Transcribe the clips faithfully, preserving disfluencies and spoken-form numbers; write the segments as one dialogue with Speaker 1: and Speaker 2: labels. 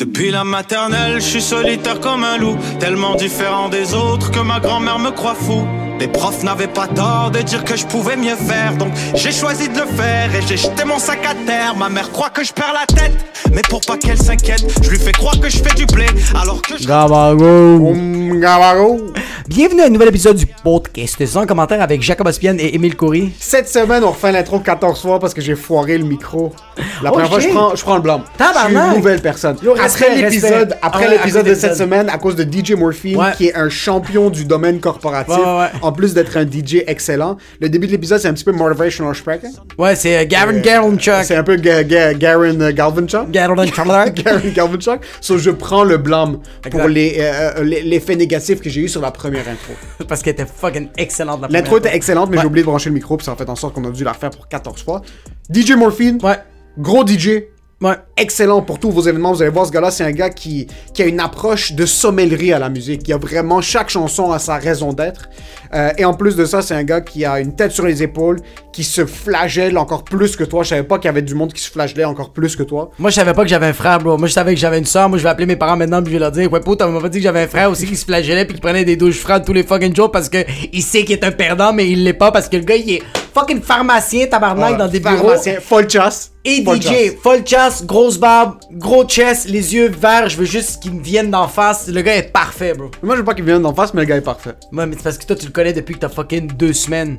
Speaker 1: Depuis la maternelle, je suis solitaire comme un loup, tellement différent des autres que ma grand-mère me croit fou. Les profs n'avaient pas tort de dire que je pouvais mieux faire, donc j'ai choisi de le faire et j'ai jeté mon sac à terre. Ma mère croit que je perds la tête, mais pour pas qu'elle s'inquiète, je lui fais croire que je fais du blé alors que je...
Speaker 2: Gabago.
Speaker 3: Gabago.
Speaker 2: Bienvenue à un nouvel épisode du podcast sans commentaire avec Jacob Ospian et Émile Coury.
Speaker 3: Cette semaine, on refait l'intro quatorze fois parce que j'ai foiré le micro. La
Speaker 2: Oh,
Speaker 3: première fois,
Speaker 2: shit.
Speaker 3: je prends, je prends le blanc.
Speaker 2: Tabarnak.
Speaker 3: Je suis une nouvelle personne.
Speaker 2: Yo, respect,
Speaker 3: après l'épisode,
Speaker 2: respect.
Speaker 3: après
Speaker 2: Ah ouais,
Speaker 3: l'épisode
Speaker 2: après
Speaker 3: de cette
Speaker 2: l'épisode.
Speaker 3: semaine, à cause de D J Morphine,
Speaker 2: Ouais.
Speaker 3: qui est un champion du domaine corporatif,
Speaker 2: Ouais, ouais, ouais.
Speaker 3: en plus d'être un D J excellent, le début de l'épisode, c'est un petit peu motivational speaking.
Speaker 2: Ouais, c'est euh, Gavin Galvanchuk.
Speaker 3: C'est un peu Ga- Ga- Garen euh, Galvanchuk.
Speaker 2: Galvanchuk.
Speaker 3: Garen Galvanchuk. So, je prends le blâme pour
Speaker 2: Exact.
Speaker 3: les, euh, les- l'effet négatif que j'ai eu sur la première intro.
Speaker 2: Parce qu'elle était fucking excellente la
Speaker 3: L'intro
Speaker 2: première
Speaker 3: était excellente, mais
Speaker 2: Ouais.
Speaker 3: j'ai oublié de brancher le micro, puis ça a fait en sorte qu'on a dû la refaire pour quatorze fois. D J Morphine,
Speaker 2: fois. Ouais,
Speaker 3: gros D J,
Speaker 2: ouais.
Speaker 3: excellent pour tous vos événements. Vous allez voir, ce gars-là, c'est un gars qui, qui a une approche de sommellerie à la musique. Il a vraiment, chaque chanson a sa raison d'être. Euh, et en plus de ça, c'est un gars qui a une tête sur les épaules, qui se flagelle encore plus que toi. Je savais pas qu'il y avait du monde qui se flagellait encore plus que toi.
Speaker 2: Moi, je savais pas que j'avais un frère, bro. Moi, je savais que j'avais une soeur. Moi, je vais appeler mes parents maintenant, puis je vais leur dire, ouais, po, t'as pas dit que j'avais un frère aussi qui se flagellait, puis qui prenait des douches froides tous les fucking jours parce que il sait qu'il est un perdant, mais il l'est pas parce que le gars, il est fucking pharmacien, tabarnak, dans des bureaux.
Speaker 3: Pharmacien, folle chasse.
Speaker 2: Et
Speaker 3: folle
Speaker 2: D J,
Speaker 3: chasse.
Speaker 2: full chasse, grosse barbe, gros chest, les yeux verts, je veux juste qu'il me vienne d'en face. Le gars est parfait, bro.
Speaker 3: Moi, je veux pas qu'il vienne d'en face, mais le gars est parfait.
Speaker 2: Ouais, mais c'est parce que toi, tu le connais depuis que t'as fucking deux semaines.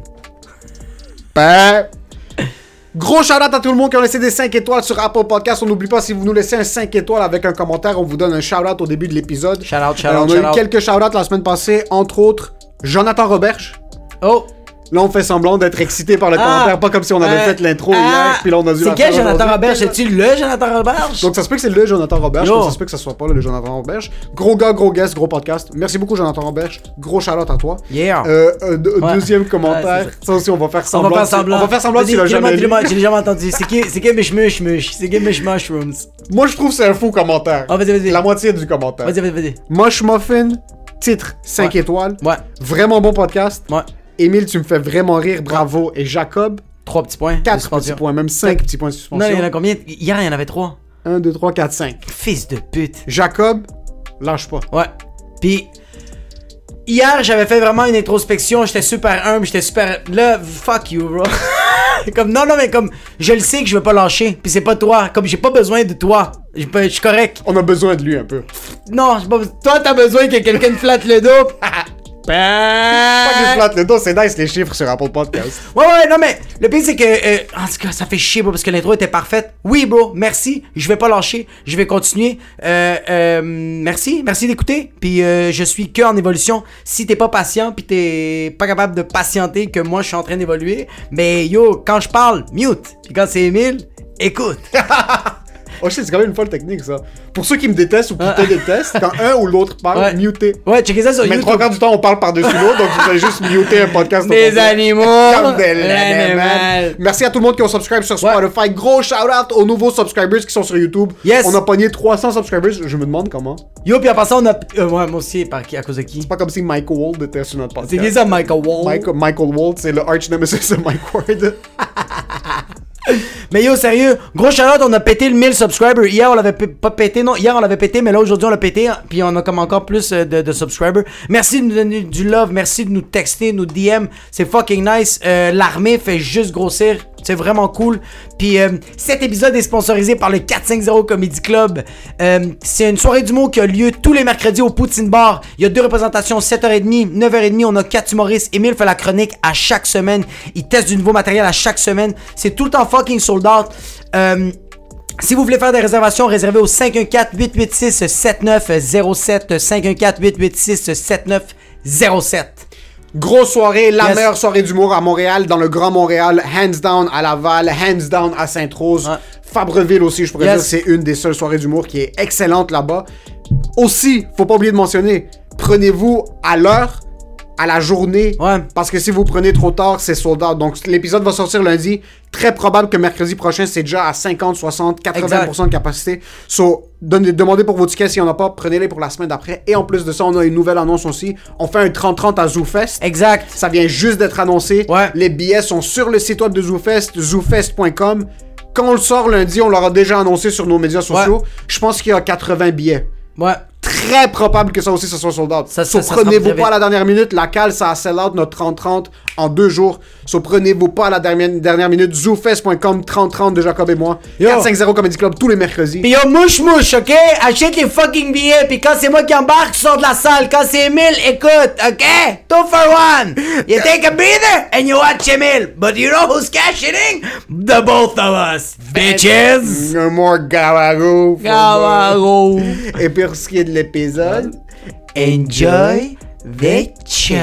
Speaker 3: Ben... Gros shout-out à tout le monde qui a laissé des cinq étoiles sur Apple Podcast. On n'oublie pas, si vous nous laissez un cinq étoiles avec un commentaire, on vous donne un shout-out au début de l'épisode.
Speaker 2: Shout-out, shout-out,
Speaker 3: Euh, On a
Speaker 2: shout-out.
Speaker 3: eu quelques shout-outs la semaine passée, entre autres Jonathan Roberge.
Speaker 2: Oh!
Speaker 3: Là, on fait semblant d'être excité par le
Speaker 2: Ah!
Speaker 3: commentaire, pas comme si on avait
Speaker 2: Euh,
Speaker 3: fait l'intro
Speaker 2: ah!
Speaker 3: hier, puis là, on a dû la
Speaker 2: C'est quel
Speaker 3: faire
Speaker 2: Jonathan
Speaker 3: aujourd'hui.
Speaker 2: Roberge? C'est-tu le Jonathan Roberge?
Speaker 3: Donc, ça se peut que c'est le Jonathan Roberge,
Speaker 2: Yo.
Speaker 3: comme ça se peut que ça soit pas le Jonathan Roberge. Gros gars, gros guest, gros podcast. Merci beaucoup, Jonathan Roberge. Gros shout-out à toi.
Speaker 2: Yeah.
Speaker 3: Euh, euh, de-
Speaker 2: Ouais.
Speaker 3: Deuxième commentaire.
Speaker 2: Ouais,
Speaker 3: ça aussi, on va faire
Speaker 2: On
Speaker 3: semblant.
Speaker 2: va faire semblant.
Speaker 3: On va faire semblant que tu
Speaker 2: Vas-y,
Speaker 3: l'as
Speaker 2: dis-le-moi,
Speaker 3: jamais lu.
Speaker 2: dis-le-moi, j'ai jamais entendu. C'est qui, c'est qui Mish Mush Mush? C'est qui Mish Mushrooms?
Speaker 3: Moi, je trouve que c'est un faux commentaire.
Speaker 2: Ah, vas-y, vas-y.
Speaker 3: La moitié du commentaire.
Speaker 2: Vas-y, vas-y, vas-y.
Speaker 3: Moche Muffin, titre cinq
Speaker 2: Ouais.
Speaker 3: étoiles.
Speaker 2: Ouais,
Speaker 3: Vraiment bon podcast.
Speaker 2: ouais.
Speaker 3: Émile, tu me fais vraiment rire, bravo. Et Jacob,
Speaker 2: Trois petits points. de
Speaker 3: quatre
Speaker 2: suspension.
Speaker 3: petits points, même cinq petits points de
Speaker 2: Non,
Speaker 3: suspension.
Speaker 2: il y en a combien? Hier, il y en avait trois.
Speaker 3: un, deux, trois, quatre, cinq.
Speaker 2: Fils de pute.
Speaker 3: Jacob, lâche pas.
Speaker 2: Ouais. Puis hier, j'avais fait vraiment une introspection, j'étais super humble, j'étais super là, fuck you, bro. Comme non non mais comme je le sais que je veux pas lâcher, puis c'est pas toi, comme j'ai pas besoin de toi. J'ai pas- Je suis correct.
Speaker 3: On a besoin de lui un peu.
Speaker 2: Non, j'ai pas besoin- toi t'as besoin que quelqu'un te flatte le dos.
Speaker 3: Pas qu'il se flatte le dos, c'est nice les chiffres sur Apple Podcast.
Speaker 2: Ouais, ouais, non, mais le pire, c'est que. euh, en tout cas, ça fait chier, bro, parce que l'intro était parfaite. Oui, bro, merci. Je vais pas lâcher. Je vais continuer. Euh, euh, merci. Merci d'écouter. Puis, euh, je suis que en évolution. Si t'es pas patient, puis t'es pas capable de patienter que moi, je suis en train d'évoluer, mais yo, quand je parle, mute. Puis quand c'est Émile, écoute.
Speaker 3: Oh shit, c'est quand même une folle technique ça. Pour ceux qui me détestent ou qui
Speaker 2: Ah.
Speaker 3: te détestent, quand un ou l'autre parle,
Speaker 2: Ouais.
Speaker 3: mutez.
Speaker 2: Ouais, checkez ça sur
Speaker 3: Mais le
Speaker 2: YouTube.
Speaker 3: trois quarts du temps, on parle par-dessus l'autre, donc vous allez juste muter un podcast. au
Speaker 2: Des
Speaker 3: complet.
Speaker 2: animaux.
Speaker 3: Comme des
Speaker 2: L'animal.
Speaker 3: animaux. Merci à tout le monde qui ont subscribe sur Spotify. Gros shout-out aux nouveaux subscribers qui sont sur YouTube.
Speaker 2: Yes.
Speaker 3: On a pogné trois cents subscribers. Je me demande comment.
Speaker 2: Yo, puis en passant, on a. euh, ouais, moi aussi, par qui, à cause de qui?
Speaker 3: C'est pas comme si Michael Wald était sur notre podcast.
Speaker 2: C'est qui ça, Michael Wall?
Speaker 3: Michael, Michael Wald, c'est le arch nemesis de Mike Ward.
Speaker 2: Mais yo, sérieux, gros shout-out, on a pété le mille subscribers. Hier, on l'avait p- pas pété, non, hier, on l'avait pété, mais là, aujourd'hui, on l'a pété, hein, puis on a comme encore plus euh, de, de subscribers. Merci de nous donner du love, merci de nous texter, nous D M, c'est fucking nice. Euh, l'armée fait juste grossir, c'est vraiment cool. Puis euh, cet épisode est sponsorisé par le quatre cent cinquante Comedy Club. Euh, c'est une soirée d'humour qui a lieu tous les mercredis au Poutine Bar. Il y a deux représentations, sept heures trente, neuf heures trente, on a quatre humoristes. Émile fait la chronique à chaque semaine. Il teste du nouveau matériel à chaque semaine. C'est tout le temps fucking sold out. Euh, si vous voulez faire des réservations, réservez au cinq un quatre, huit huit six, sept neuf zéro sept, cinq un quatre, huit huit six, sept neuf zéro sept.
Speaker 3: Grosse soirée, la
Speaker 2: Yes.
Speaker 3: meilleure soirée d'humour à Montréal, dans le Grand Montréal, hands down à Laval, hands down à Sainte-Rose,
Speaker 2: Ouais.
Speaker 3: Fabreville aussi, je pourrais
Speaker 2: Yes.
Speaker 3: dire, c'est une des seules soirées d'humour qui est excellente là-bas. Aussi, faut pas oublier de mentionner, prenez-vous à l'heure, à la journée,
Speaker 2: Ouais.
Speaker 3: parce que si vous prenez trop tard, c'est sold out. Donc l'épisode va sortir lundi, très probable que mercredi prochain, c'est déjà à cinquante, soixante, quatre-vingts pour cent de capacité. So, donnez- demandez pour vos tickets s'il y en a pas, prenez-les pour la semaine d'après. Et en plus de ça, on a une nouvelle annonce aussi. On fait un trente trente à ZooFest.
Speaker 2: Exact.
Speaker 3: Ça vient juste d'être annoncé.
Speaker 2: Ouais.
Speaker 3: Les billets sont sur le site web de ZooFest, zoofest point com. quand on le sort lundi, on l'aura déjà annoncé sur nos médias sociaux. Ouais. Je pense qu'il y a quatre-vingts billets.
Speaker 2: Ouais.
Speaker 3: Très probable que ça aussi, ça soit sold out.
Speaker 2: Ça,
Speaker 3: so,
Speaker 2: ça,
Speaker 3: prenez-vous ça pas à la dernière minute. La cale, ça a sell out notre trente trente en deux jours. So, prenez-vous pas à la dernière, dernière minute. zoofest point com, trente trente de Jacob et moi. Yo. quatre cent cinquante Comedy Club tous les mercredis.
Speaker 2: Pis yo, mouche mouche, ok? Achète les fucking billets. Pis quand c'est moi qui embarque, tu sors de la salle. Quand c'est Emile, écoute, ok? Two for one. You take a breather and you watch Emile. But you know who's cashing in? The both of us, bitches.
Speaker 3: No more Gavago.
Speaker 2: Gavago.
Speaker 3: Et pour ce qui est de l'épisode,
Speaker 2: enjoy the show.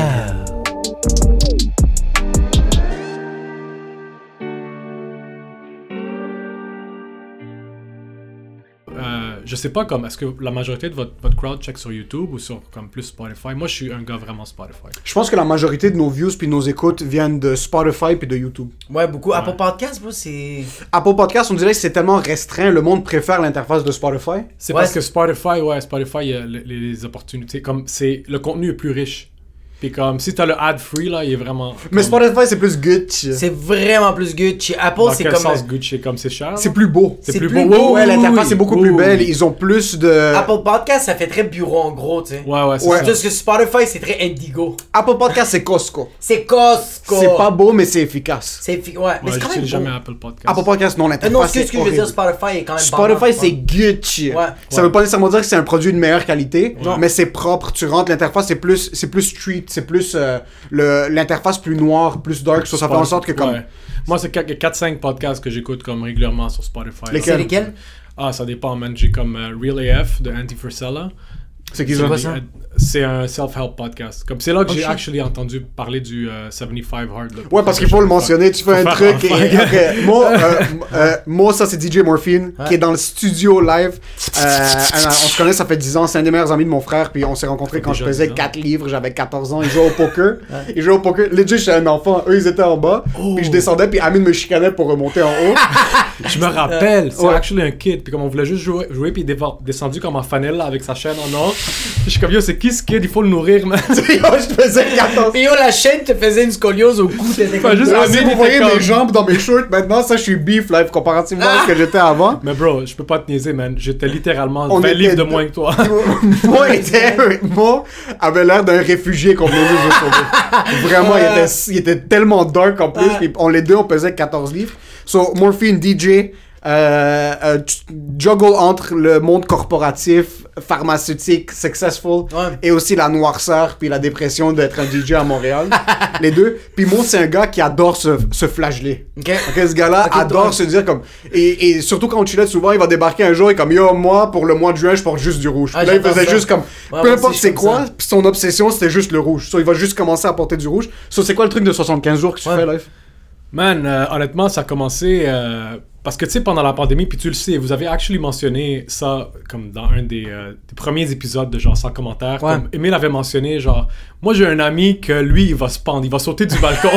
Speaker 4: Euh, je sais pas comme est-ce que la majorité de votre, votre crowd check sur YouTube ou sur comme plus Spotify. Moi je suis un gars vraiment Spotify.
Speaker 3: Je pense que la majorité de nos views puis nos écoutes viennent de Spotify puis de YouTube.
Speaker 2: Ouais, beaucoup.
Speaker 4: Ouais.
Speaker 2: Apple Podcast, bro, c'est...
Speaker 3: Apple Podcast, on dirait que c'est tellement restreint, le monde préfère l'interface de Spotify.
Speaker 4: C'est
Speaker 2: ouais,
Speaker 4: parce
Speaker 2: c'est...
Speaker 4: que Spotify, ouais, Spotify, il y a les, les opportunités, comme c'est, le contenu est plus riche. Puis comme, si t'as le ad-free, là, il est vraiment...
Speaker 3: Mais
Speaker 4: comme...
Speaker 3: Spotify, c'est plus Gucci.
Speaker 2: C'est vraiment plus good. Chez Apple,
Speaker 4: Dans
Speaker 2: c'est
Speaker 4: quel
Speaker 2: comme...
Speaker 4: sens Gucci? Comme c'est cher?
Speaker 3: C'est plus beau.
Speaker 4: C'est,
Speaker 2: c'est
Speaker 4: plus,
Speaker 2: plus
Speaker 4: beau.
Speaker 2: beau.
Speaker 3: Ouais,
Speaker 4: Oui,
Speaker 3: l'interface
Speaker 4: oui,
Speaker 3: est beaucoup
Speaker 4: oui,
Speaker 3: plus
Speaker 4: oui.
Speaker 3: belle. Ils ont plus de...
Speaker 2: Apple Podcast, ça fait très bureau, en gros, tu sais.
Speaker 4: Ouais, ouais, c'est
Speaker 3: Ouais.
Speaker 4: ça.
Speaker 2: Juste que Spotify, c'est très indigo.
Speaker 3: Apple Podcast, c'est Costco.
Speaker 2: C'est Costco.
Speaker 3: C'est pas beau, mais c'est efficace.
Speaker 2: C'est... Fi... Ouais, mais
Speaker 4: Ouais,
Speaker 2: c'est quand même
Speaker 4: j'utilise
Speaker 2: beau.
Speaker 4: jamais Apple Podcast.
Speaker 3: Apple Podcast, non,
Speaker 2: Euh,
Speaker 3: l'interface,
Speaker 2: non, ce que,
Speaker 3: c'est
Speaker 2: ce que je veux dire,
Speaker 3: horrible.
Speaker 2: Spotify est quand même...
Speaker 3: Spotify,
Speaker 2: bandant,
Speaker 3: c'est Gucci.
Speaker 2: Ouais.
Speaker 3: Ça
Speaker 4: Ouais.
Speaker 3: veut pas nécessairement dire que c'est un produit de meilleure qualité,
Speaker 4: Ouais.
Speaker 3: mais c'est propre. Tu rentres, l'interface, c'est plus, c'est plus street, c'est plus euh, le, l'interface plus noire, plus dark. Ça, ça fait en sorte que comme...
Speaker 4: Ouais. Moi, c'est quatre cinq podcasts que j'écoute comme régulièrement sur Spotify.
Speaker 3: Lesquels?
Speaker 2: C'est lesquels?
Speaker 4: Ah, ça dépend, man. J'ai comme euh, Real A F de Anti Frisella.
Speaker 3: C'est qui
Speaker 2: C'est
Speaker 3: ça?
Speaker 2: quoi ça?
Speaker 4: C'est un self-help podcast. Comme c'est là que
Speaker 2: Oh,
Speaker 4: j'ai
Speaker 2: shit.
Speaker 4: actually entendu parler du euh, soixante-quinze Hard. Là,
Speaker 3: Ouais, parce qu'il faut le mentionner. Tu fais un
Speaker 4: Faut
Speaker 3: truc
Speaker 4: faire
Speaker 3: et,
Speaker 4: un
Speaker 3: après, moi, euh, euh, moi, ça c'est D J Morphine
Speaker 2: Ouais.
Speaker 3: qui est dans le studio live. Euh, on se connaît, ça fait dix ans. C'est un des meilleurs amis de mon frère. Puis on s'est rencontrés quand je
Speaker 4: déjà
Speaker 3: faisais
Speaker 4: dix ans.
Speaker 3: quatre livres. J'avais quatorze ans. Il jouait au poker. Il jouait au poker. Legit, j'étais un enfant. Eux, ils étaient en bas.
Speaker 4: Oh.
Speaker 3: Puis je descendais. Puis Amine me chicanait pour remonter en haut.
Speaker 4: Je me rappelle, c'est
Speaker 3: Ouais.
Speaker 4: actually un kid. Puis comme on voulait juste jouer, jouer puis il est déva- descendu comme en fanel là, avec sa chaîne en or. Puis je suis comme yo, c'est qui ce kid? Il faut le nourrir, man.
Speaker 3: Yo, je faisais quatorze.
Speaker 2: Puis yo, la chaîne te faisait une scoliose au cou. T'étais
Speaker 4: Enfin,
Speaker 2: comme...
Speaker 4: juste
Speaker 3: Là,
Speaker 4: Amine
Speaker 3: si
Speaker 4: était
Speaker 3: vous voyez
Speaker 4: comme-
Speaker 3: mes jambes dans mes shorts, maintenant, ça, je suis beef live comparativement à ce que j'étais avant.
Speaker 4: Mais bro, je peux pas te niaiser, man. J'étais littéralement
Speaker 3: On
Speaker 4: vingt
Speaker 3: était
Speaker 4: livres de
Speaker 3: deux.
Speaker 4: moins que toi.
Speaker 3: Moi, était, moi avait l'air d'un réfugié qu'on venait juste de sauver. Vraiment, il, était, il était tellement dark en plus. Puis on les deux, on pesait quatorze livres. So, Morphine, D J, euh, euh, juggle entre le monde corporatif, pharmaceutique, successful,
Speaker 2: Ouais.
Speaker 3: et aussi la noirceur puis la dépression d'être un D J à Montréal. Les deux. Puis moi, c'est un gars qui adore se, se flageller.
Speaker 2: Ok.
Speaker 3: Ok, ce gars-là
Speaker 2: Ok,
Speaker 3: adore
Speaker 2: toi.
Speaker 3: se dire comme... Et, et surtout quand on chillait souvent, il va débarquer un jour et comme, yo, moi, pour le mois de juin, je porte juste du rouge.
Speaker 2: Ah,
Speaker 3: Puis là, il
Speaker 2: j'adore
Speaker 3: faisait
Speaker 2: ça.
Speaker 3: juste comme...
Speaker 2: Ouais,
Speaker 3: peu
Speaker 2: moi
Speaker 3: importe
Speaker 2: aussi, je
Speaker 3: c'est
Speaker 2: suis comme
Speaker 3: quoi,
Speaker 2: ça.
Speaker 3: puis son obsession, c'était juste le rouge. So, il va juste commencer à porter du rouge. So, c'est quoi le truc de soixante-quinze jours que tu
Speaker 2: Ouais.
Speaker 3: fais, live?
Speaker 4: Man, euh, honnêtement, ça a commencé euh, parce que tu sais, pendant la pandémie, puis tu le sais, vous avez actually mentionné ça comme dans un des, euh, des premiers épisodes de genre sans commentaire.
Speaker 2: Ouais.
Speaker 4: Comme Emile avait mentionné, genre, moi j'ai un ami que lui, il va se pendre, il va sauter du balcon.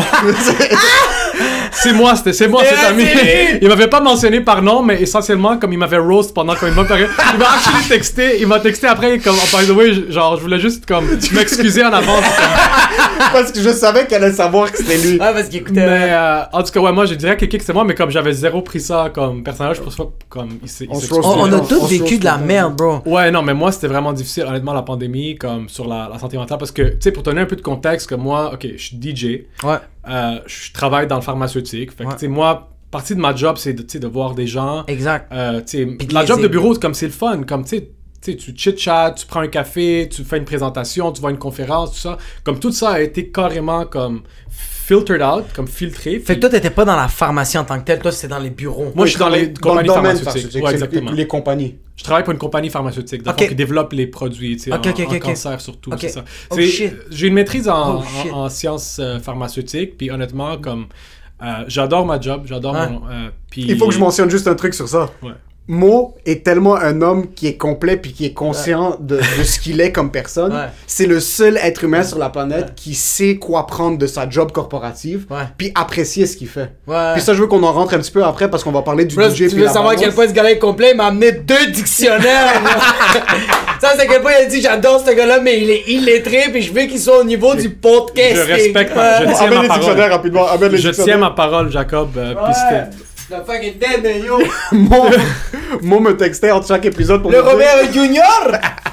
Speaker 4: C'est moi, c'était, c'est moi
Speaker 2: C'est
Speaker 4: cet ami.
Speaker 2: c'est lui.
Speaker 4: Il m'avait pas mentionné par nom, mais essentiellement, comme il m'avait roast pendant comme une bonne période, il m'a actually texté, il m'a texté après, comme, oh, by the way, je- genre, je voulais juste comme m'excuser en avance. comme,
Speaker 3: Parce que je savais qu'elle allait savoir que c'était lui.
Speaker 2: Ouais, parce qu'il écoutait...
Speaker 4: mais euh, en tout cas, ouais, moi je dirais que Kik c'est moi, mais comme j'avais zéro pris ça comme personnage, je pense pas comme il s'est.
Speaker 3: On
Speaker 4: il
Speaker 3: se
Speaker 4: s'est
Speaker 3: roast
Speaker 2: On, on a
Speaker 3: On
Speaker 2: tous
Speaker 3: se
Speaker 2: vécu
Speaker 3: roast
Speaker 2: de la
Speaker 3: tout le
Speaker 2: merde, bro.
Speaker 4: Ouais, non, mais moi c'était vraiment difficile, honnêtement, la pandémie, comme sur la, la santé mentale, parce que, tu sais, pour donner un peu de contexte, que moi, ok, je suis D J,
Speaker 2: Ouais.
Speaker 4: euh, je travaille dans le pharmaceutique, fait que,
Speaker 2: Ouais.
Speaker 4: tu sais, moi, partie de ma job, c'est de, tu sais, de voir des gens.
Speaker 2: Exact.
Speaker 4: Euh, tu sais,
Speaker 2: Puis de
Speaker 4: la
Speaker 2: les
Speaker 4: job de
Speaker 2: aider.
Speaker 4: bureau, comme c'est le fun, comme tu sais, tu sais, tu chit-chat, tu prends un café, tu fais une présentation, tu vois une conférence, tout ça. Comme tout ça a été carrément comme filtered out, comme filtré.
Speaker 2: Fait que toi, t'étais pas dans la pharmacie en tant que tel, toi, c'était dans les bureaux.
Speaker 4: Moi, je suis dans les
Speaker 3: Dans le
Speaker 4: compagnies
Speaker 3: domaine
Speaker 4: pharmaceutiques. Ouais,
Speaker 3: c'est
Speaker 4: exactement.
Speaker 3: Les compagnies.
Speaker 4: Je travaille pour une compagnie pharmaceutique, dans le
Speaker 2: Ok.
Speaker 4: fond, qui développe les produits, tu sais,
Speaker 2: Ok,
Speaker 4: en,
Speaker 2: ok, ok,
Speaker 4: en
Speaker 2: ok.
Speaker 4: cancer surtout,
Speaker 2: Ok.
Speaker 4: c'est ça.
Speaker 2: Oh,
Speaker 4: C'est-
Speaker 2: shit.
Speaker 4: J'ai une maîtrise en,
Speaker 2: Oh, shit.
Speaker 4: en, en sciences euh, pharmaceutiques, puis honnêtement, comme euh, j'adore ma job, j'adore
Speaker 2: Ouais.
Speaker 4: mon... euh, puis-
Speaker 3: Il faut que je mentionne juste un truc sur ça.
Speaker 4: Ouais.
Speaker 3: Mo est tellement un homme qui est complet puis qui est conscient de, de ce qu'il est comme personne.
Speaker 2: Ouais.
Speaker 3: C'est le seul être humain sur la planète qui sait quoi prendre de sa job corporative
Speaker 2: Ouais.
Speaker 3: puis apprécier ce qu'il fait.
Speaker 2: Ouais.
Speaker 3: Puis ça, je veux qu'on en rentre un petit peu après parce qu'on va parler du
Speaker 2: Là,
Speaker 3: D J
Speaker 2: tu
Speaker 3: puis
Speaker 2: veux
Speaker 3: la
Speaker 2: savoir à quel
Speaker 3: balance.
Speaker 2: point ce gars-là est complet, il m'a amené deux dictionnaires. là. Ça, c'est à quel point il a dit j'adore ce gars-là, mais il est illettré, puis je veux qu'il soit au niveau du podcast.
Speaker 4: Je respecte,
Speaker 2: Ouais.
Speaker 4: je tiens
Speaker 3: Amène
Speaker 4: ma
Speaker 3: les
Speaker 4: parole.
Speaker 3: dictionnaires rapidement. Amène les
Speaker 4: Je
Speaker 3: dictionnaires.
Speaker 4: tiens ma parole, Jacob. euh, puis
Speaker 2: Ouais.
Speaker 4: c'était-
Speaker 2: The fucking dead, man, yo.
Speaker 3: Mo, Mo me textait entre chaque épisode pour
Speaker 2: Le
Speaker 3: me dire-
Speaker 2: Robert Junior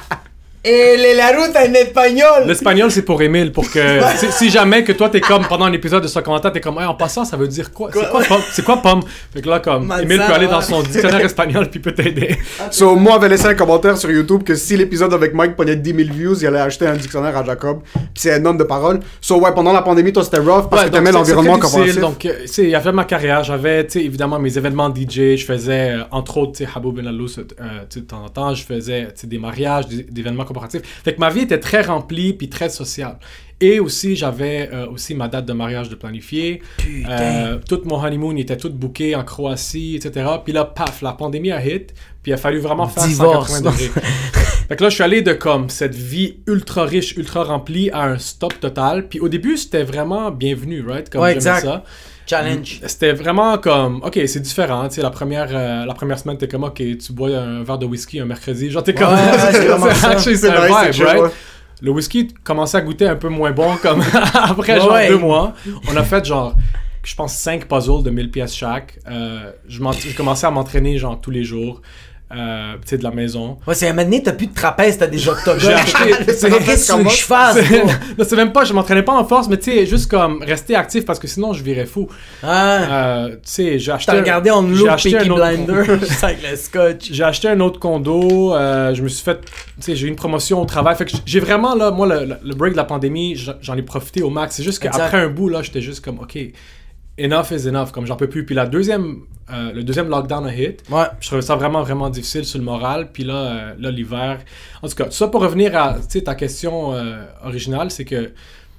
Speaker 2: et le- la route en espagnol.
Speaker 4: L'espagnol, c'est pour Émile, pour que si, si jamais que toi t'es comme pendant un épisode de ce commentaire, t'es comme hey, en passant, ça veut dire quoi? C'est quoi pomme? C'est quoi pomme? Fait que là, comme
Speaker 2: Manzana,
Speaker 4: Émile peut aller dans
Speaker 2: ouais.
Speaker 4: son dictionnaire espagnol puis peut t'aider.
Speaker 3: So, moi, avait laissé un commentaire sur YouTube que si l'épisode avec Mike prenait dix mille views, il allait acheter un dictionnaire à Jacob. Puis c'est un homme de parole. So, ouais, pendant la pandémie, toi, c'était rough parce
Speaker 4: Ouais,
Speaker 3: que t'aimais
Speaker 4: donc, c'est-
Speaker 3: l'environnement
Speaker 4: c'est très difficile.
Speaker 3: corporatif.
Speaker 4: Donc, euh, tu sais, il y avait ma carrière, j'avais, tu sais, évidemment mes événements D J, je faisais, euh, entre autres, tu sais, Habou Ben Alous, euh, tu sais, de temps en temps, je faisais, tu sais, des mariages, des, des événements corporatifs. Fait que ma vie était très remplie puis très sociale. Et aussi, j'avais euh, aussi ma date de mariage de planifier. Euh, tout mon honeymoon il était tout booké en Croatie, et cetera. Puis là, paf, la pandémie a hit. Puis il a fallu vraiment faire
Speaker 2: Divorce.
Speaker 4: cent quatre-vingts degrés. Fait que là, je suis allé de comme cette vie ultra riche, ultra remplie à un stop total. Puis au début, c'était vraiment bienvenu, right? Comme
Speaker 2: Ouais,
Speaker 4: j'aimais
Speaker 2: exact.
Speaker 4: ça.
Speaker 2: Challenge.
Speaker 4: C'était vraiment comme, ok, c'est différent. Tu sais, la première, euh, la première semaine, t'es comme, ok, tu bois un verre de whisky un mercredi. Genre, t'es comme,
Speaker 2: Ouais, ouais, c'est vraiment ça.
Speaker 4: actually, c'est
Speaker 3: C'est
Speaker 4: un
Speaker 3: nice, c'est
Speaker 4: vibe,
Speaker 3: chill,
Speaker 4: right?
Speaker 3: ouais.
Speaker 4: Le whisky commençait à goûter un peu moins bon comme après genre
Speaker 2: Ouais.
Speaker 4: deux mois. On a fait genre, je pense, cinq puzzles de mille pièces chaque. Euh, je, m'en- j'ai commencé à m'entraîner genre tous les jours, euh, tu sais, de la maison.
Speaker 2: Ouais, c'est un moment donné, t'as plus de trapèze, t'as des octogones.
Speaker 4: J'ai acheté-
Speaker 2: C'est qu'est-ce que je fasse,
Speaker 4: C'est-
Speaker 2: bro?
Speaker 4: Non, c'est même pas, je m'entraînais pas en force, mais tu sais, juste comme rester actif parce que sinon je virais fou.
Speaker 2: Ah,
Speaker 4: Euh, tu sais, j'ai acheté.
Speaker 2: t'as regardé on
Speaker 4: j'ai
Speaker 2: look
Speaker 4: acheté
Speaker 2: Peaky
Speaker 4: un autre-
Speaker 2: Blinder juste avec le scotch.
Speaker 4: J'ai acheté un autre condo, euh, je me suis fait, tu sais, j'ai eu une promotion au travail. Fait que j'ai vraiment, là, moi, le, le break de la pandémie, j'en j'en ai profité au max. C'est juste
Speaker 2: Exact.
Speaker 4: qu'après un bout, là, j'étais juste comme, OK, enough is enough, comme j'en peux plus. Puis la deuxième, euh, le deuxième lockdown a hit.
Speaker 2: Ouais.
Speaker 4: Je trouvais ça vraiment, vraiment difficile sur le moral. Puis là, euh, là l'hiver. En tout cas, tout ça pour revenir à, tu sais, ta question euh, originale, c'est que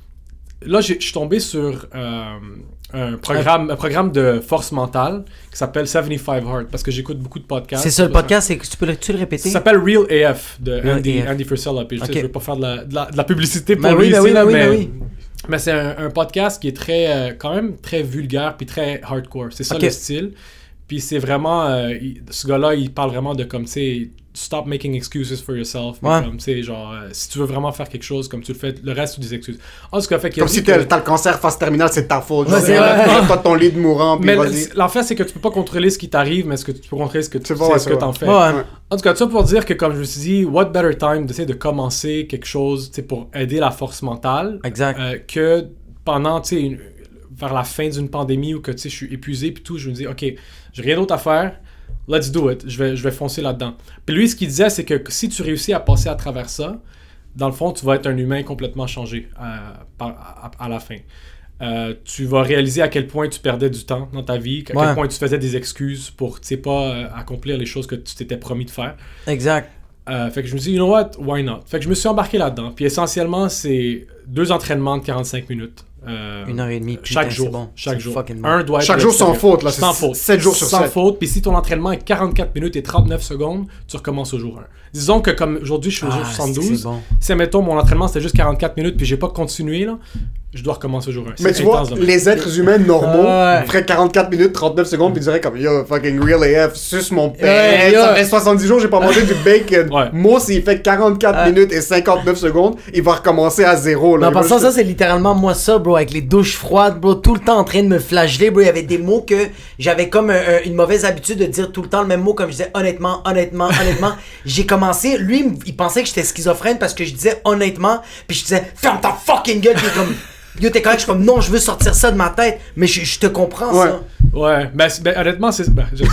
Speaker 4: là, j'ai- je suis tombé sur euh, un, programme, un programme de force mentale qui s'appelle soixante-quinze Hard parce que j'écoute beaucoup de podcasts.
Speaker 2: C'est ça, le podcast, c'est que tu peux le, tu le répéter?
Speaker 4: Ça s'appelle Real A F de
Speaker 2: Real
Speaker 4: Andy,
Speaker 2: A F.
Speaker 4: Andy Frisella. Puis je sais,
Speaker 2: Ok.
Speaker 4: je veux pas faire de la, de la, de la publicité pour
Speaker 2: Ben
Speaker 4: lui
Speaker 2: oui, ben
Speaker 4: ici,
Speaker 2: oui,
Speaker 4: là,
Speaker 2: ben oui,
Speaker 4: mais,
Speaker 2: ben oui.
Speaker 4: mais c'est un, un podcast qui est très, euh, quand même très vulgaire puis très hardcore. C'est ça
Speaker 2: Ok.
Speaker 4: le style. Puis c'est vraiment, euh, il- ce gars-là, il parle vraiment de comme, tu sais, stop making excuses for yourself. Mais
Speaker 2: Ouais.
Speaker 4: comme, tu sais, genre, euh, si tu veux vraiment faire quelque chose, comme tu le fais, le reste, c'est des excuses. En tout cas, fait qu'il a
Speaker 3: Comme
Speaker 4: dit
Speaker 3: si
Speaker 4: que-
Speaker 3: t'as t'as le cancer phase terminale, c'est ta faute.
Speaker 2: Ouais,
Speaker 3: Genre,
Speaker 2: c'est vrai.
Speaker 3: toi, toi, ton lit de mourant, puis
Speaker 4: Mais
Speaker 3: vas-y.
Speaker 4: l'affaire, c'est que tu peux pas contrôler ce qui t'arrive, mais ce que tu peux contrôler ce que tu
Speaker 3: C'est
Speaker 4: sais,
Speaker 3: vrai,
Speaker 4: ce
Speaker 3: c'est
Speaker 4: que
Speaker 3: vrai.
Speaker 4: t'en fais.
Speaker 2: Ouais.
Speaker 3: Ouais.
Speaker 4: En tout cas, ça pour dire que comme je me suis dit, what better time d'essayer de commencer quelque chose, tu sais, pour aider la force mentale,
Speaker 2: Exact.
Speaker 4: euh, que pendant, tu sais, une- vers la fin d'une pandémie où que, tu sais, je suis épuisé puis tout, je me dis, ok, j'ai rien d'autre à faire, let's do it, je vais, je vais foncer là-dedans. Puis lui, ce qu'il disait, c'est que si tu réussis à passer à travers ça, dans le fond, tu vas être un humain complètement changé euh, par- à, à la fin. Euh, tu vas réaliser à quel point tu perdais du temps dans ta vie, à
Speaker 2: Ouais.
Speaker 4: quel point tu faisais des excuses pour, tu sais, pas euh, accomplir les choses que tu t'étais promis de faire.
Speaker 2: Exact.
Speaker 4: Euh, fait que je me suis dit, you know what, why not? Fait que je me suis embarqué là-dedans. Puis essentiellement, c'est deux entraînements de quarante-cinq minutes. Euh,
Speaker 2: Une heure et demie. putain,
Speaker 4: chaque
Speaker 2: c'est
Speaker 4: jour.
Speaker 2: bon.
Speaker 4: Chaque
Speaker 2: C'est
Speaker 4: jour.
Speaker 2: fucking bon.
Speaker 4: Un doit être
Speaker 3: Chaque
Speaker 4: à
Speaker 3: jour sans
Speaker 4: l'extérieur.
Speaker 3: faute, là, c'est
Speaker 4: Sans faute.
Speaker 3: sept jours sur
Speaker 4: Sans
Speaker 3: sept.
Speaker 4: faute. Puis si ton entraînement est quarante-quatre minutes et trente-neuf secondes, tu recommences au jour un. Disons que comme aujourd'hui, je suis au jour
Speaker 2: Ah,
Speaker 4: soixante-douze.
Speaker 2: c'est bon.
Speaker 4: Si, mettons, mon entraînement c'était juste quarante-quatre minutes puis j'ai pas continué, là, je dois recommencer au jour un.
Speaker 3: Mais
Speaker 4: C'est
Speaker 3: tu vois,
Speaker 4: intense, là.
Speaker 3: les êtres humains normaux
Speaker 2: Ouais.
Speaker 3: feraient quarante-quatre minutes, trente-neuf secondes, puis diraient comme yo, fucking real A F, suce mon père.
Speaker 2: Ouais,
Speaker 3: ça
Speaker 2: yo.
Speaker 3: fait soixante-dix jours, j'ai pas mangé du bacon.
Speaker 4: Ouais.
Speaker 3: Moi, s'il fait quarante-quatre
Speaker 2: Ouais.
Speaker 3: minutes et cinquante-neuf secondes, il va recommencer à zéro. Là.
Speaker 2: Mais en
Speaker 3: Il va
Speaker 2: passant,
Speaker 3: juste-
Speaker 2: ça, c'est littéralement moi ça, bro, avec les douches froides, bro, tout le temps en train de me flageller, bro. Il y avait des mots que j'avais comme un- un- une mauvaise habitude de dire tout le temps le même mot, comme je disais honnêtement, honnêtement, honnêtement. J'ai commencé, lui, il m- il pensait que j'étais schizophrène parce que je disais honnêtement, puis je disais ferme ta fucking gueule, puis il est comme yo, t'es correct, je suis comme non, je veux sortir ça de ma tête, mais je, je te comprends,
Speaker 3: Ouais.
Speaker 2: ça.
Speaker 4: Ouais, ben, c'est- ben, honnêtement, c'est. Ben, je-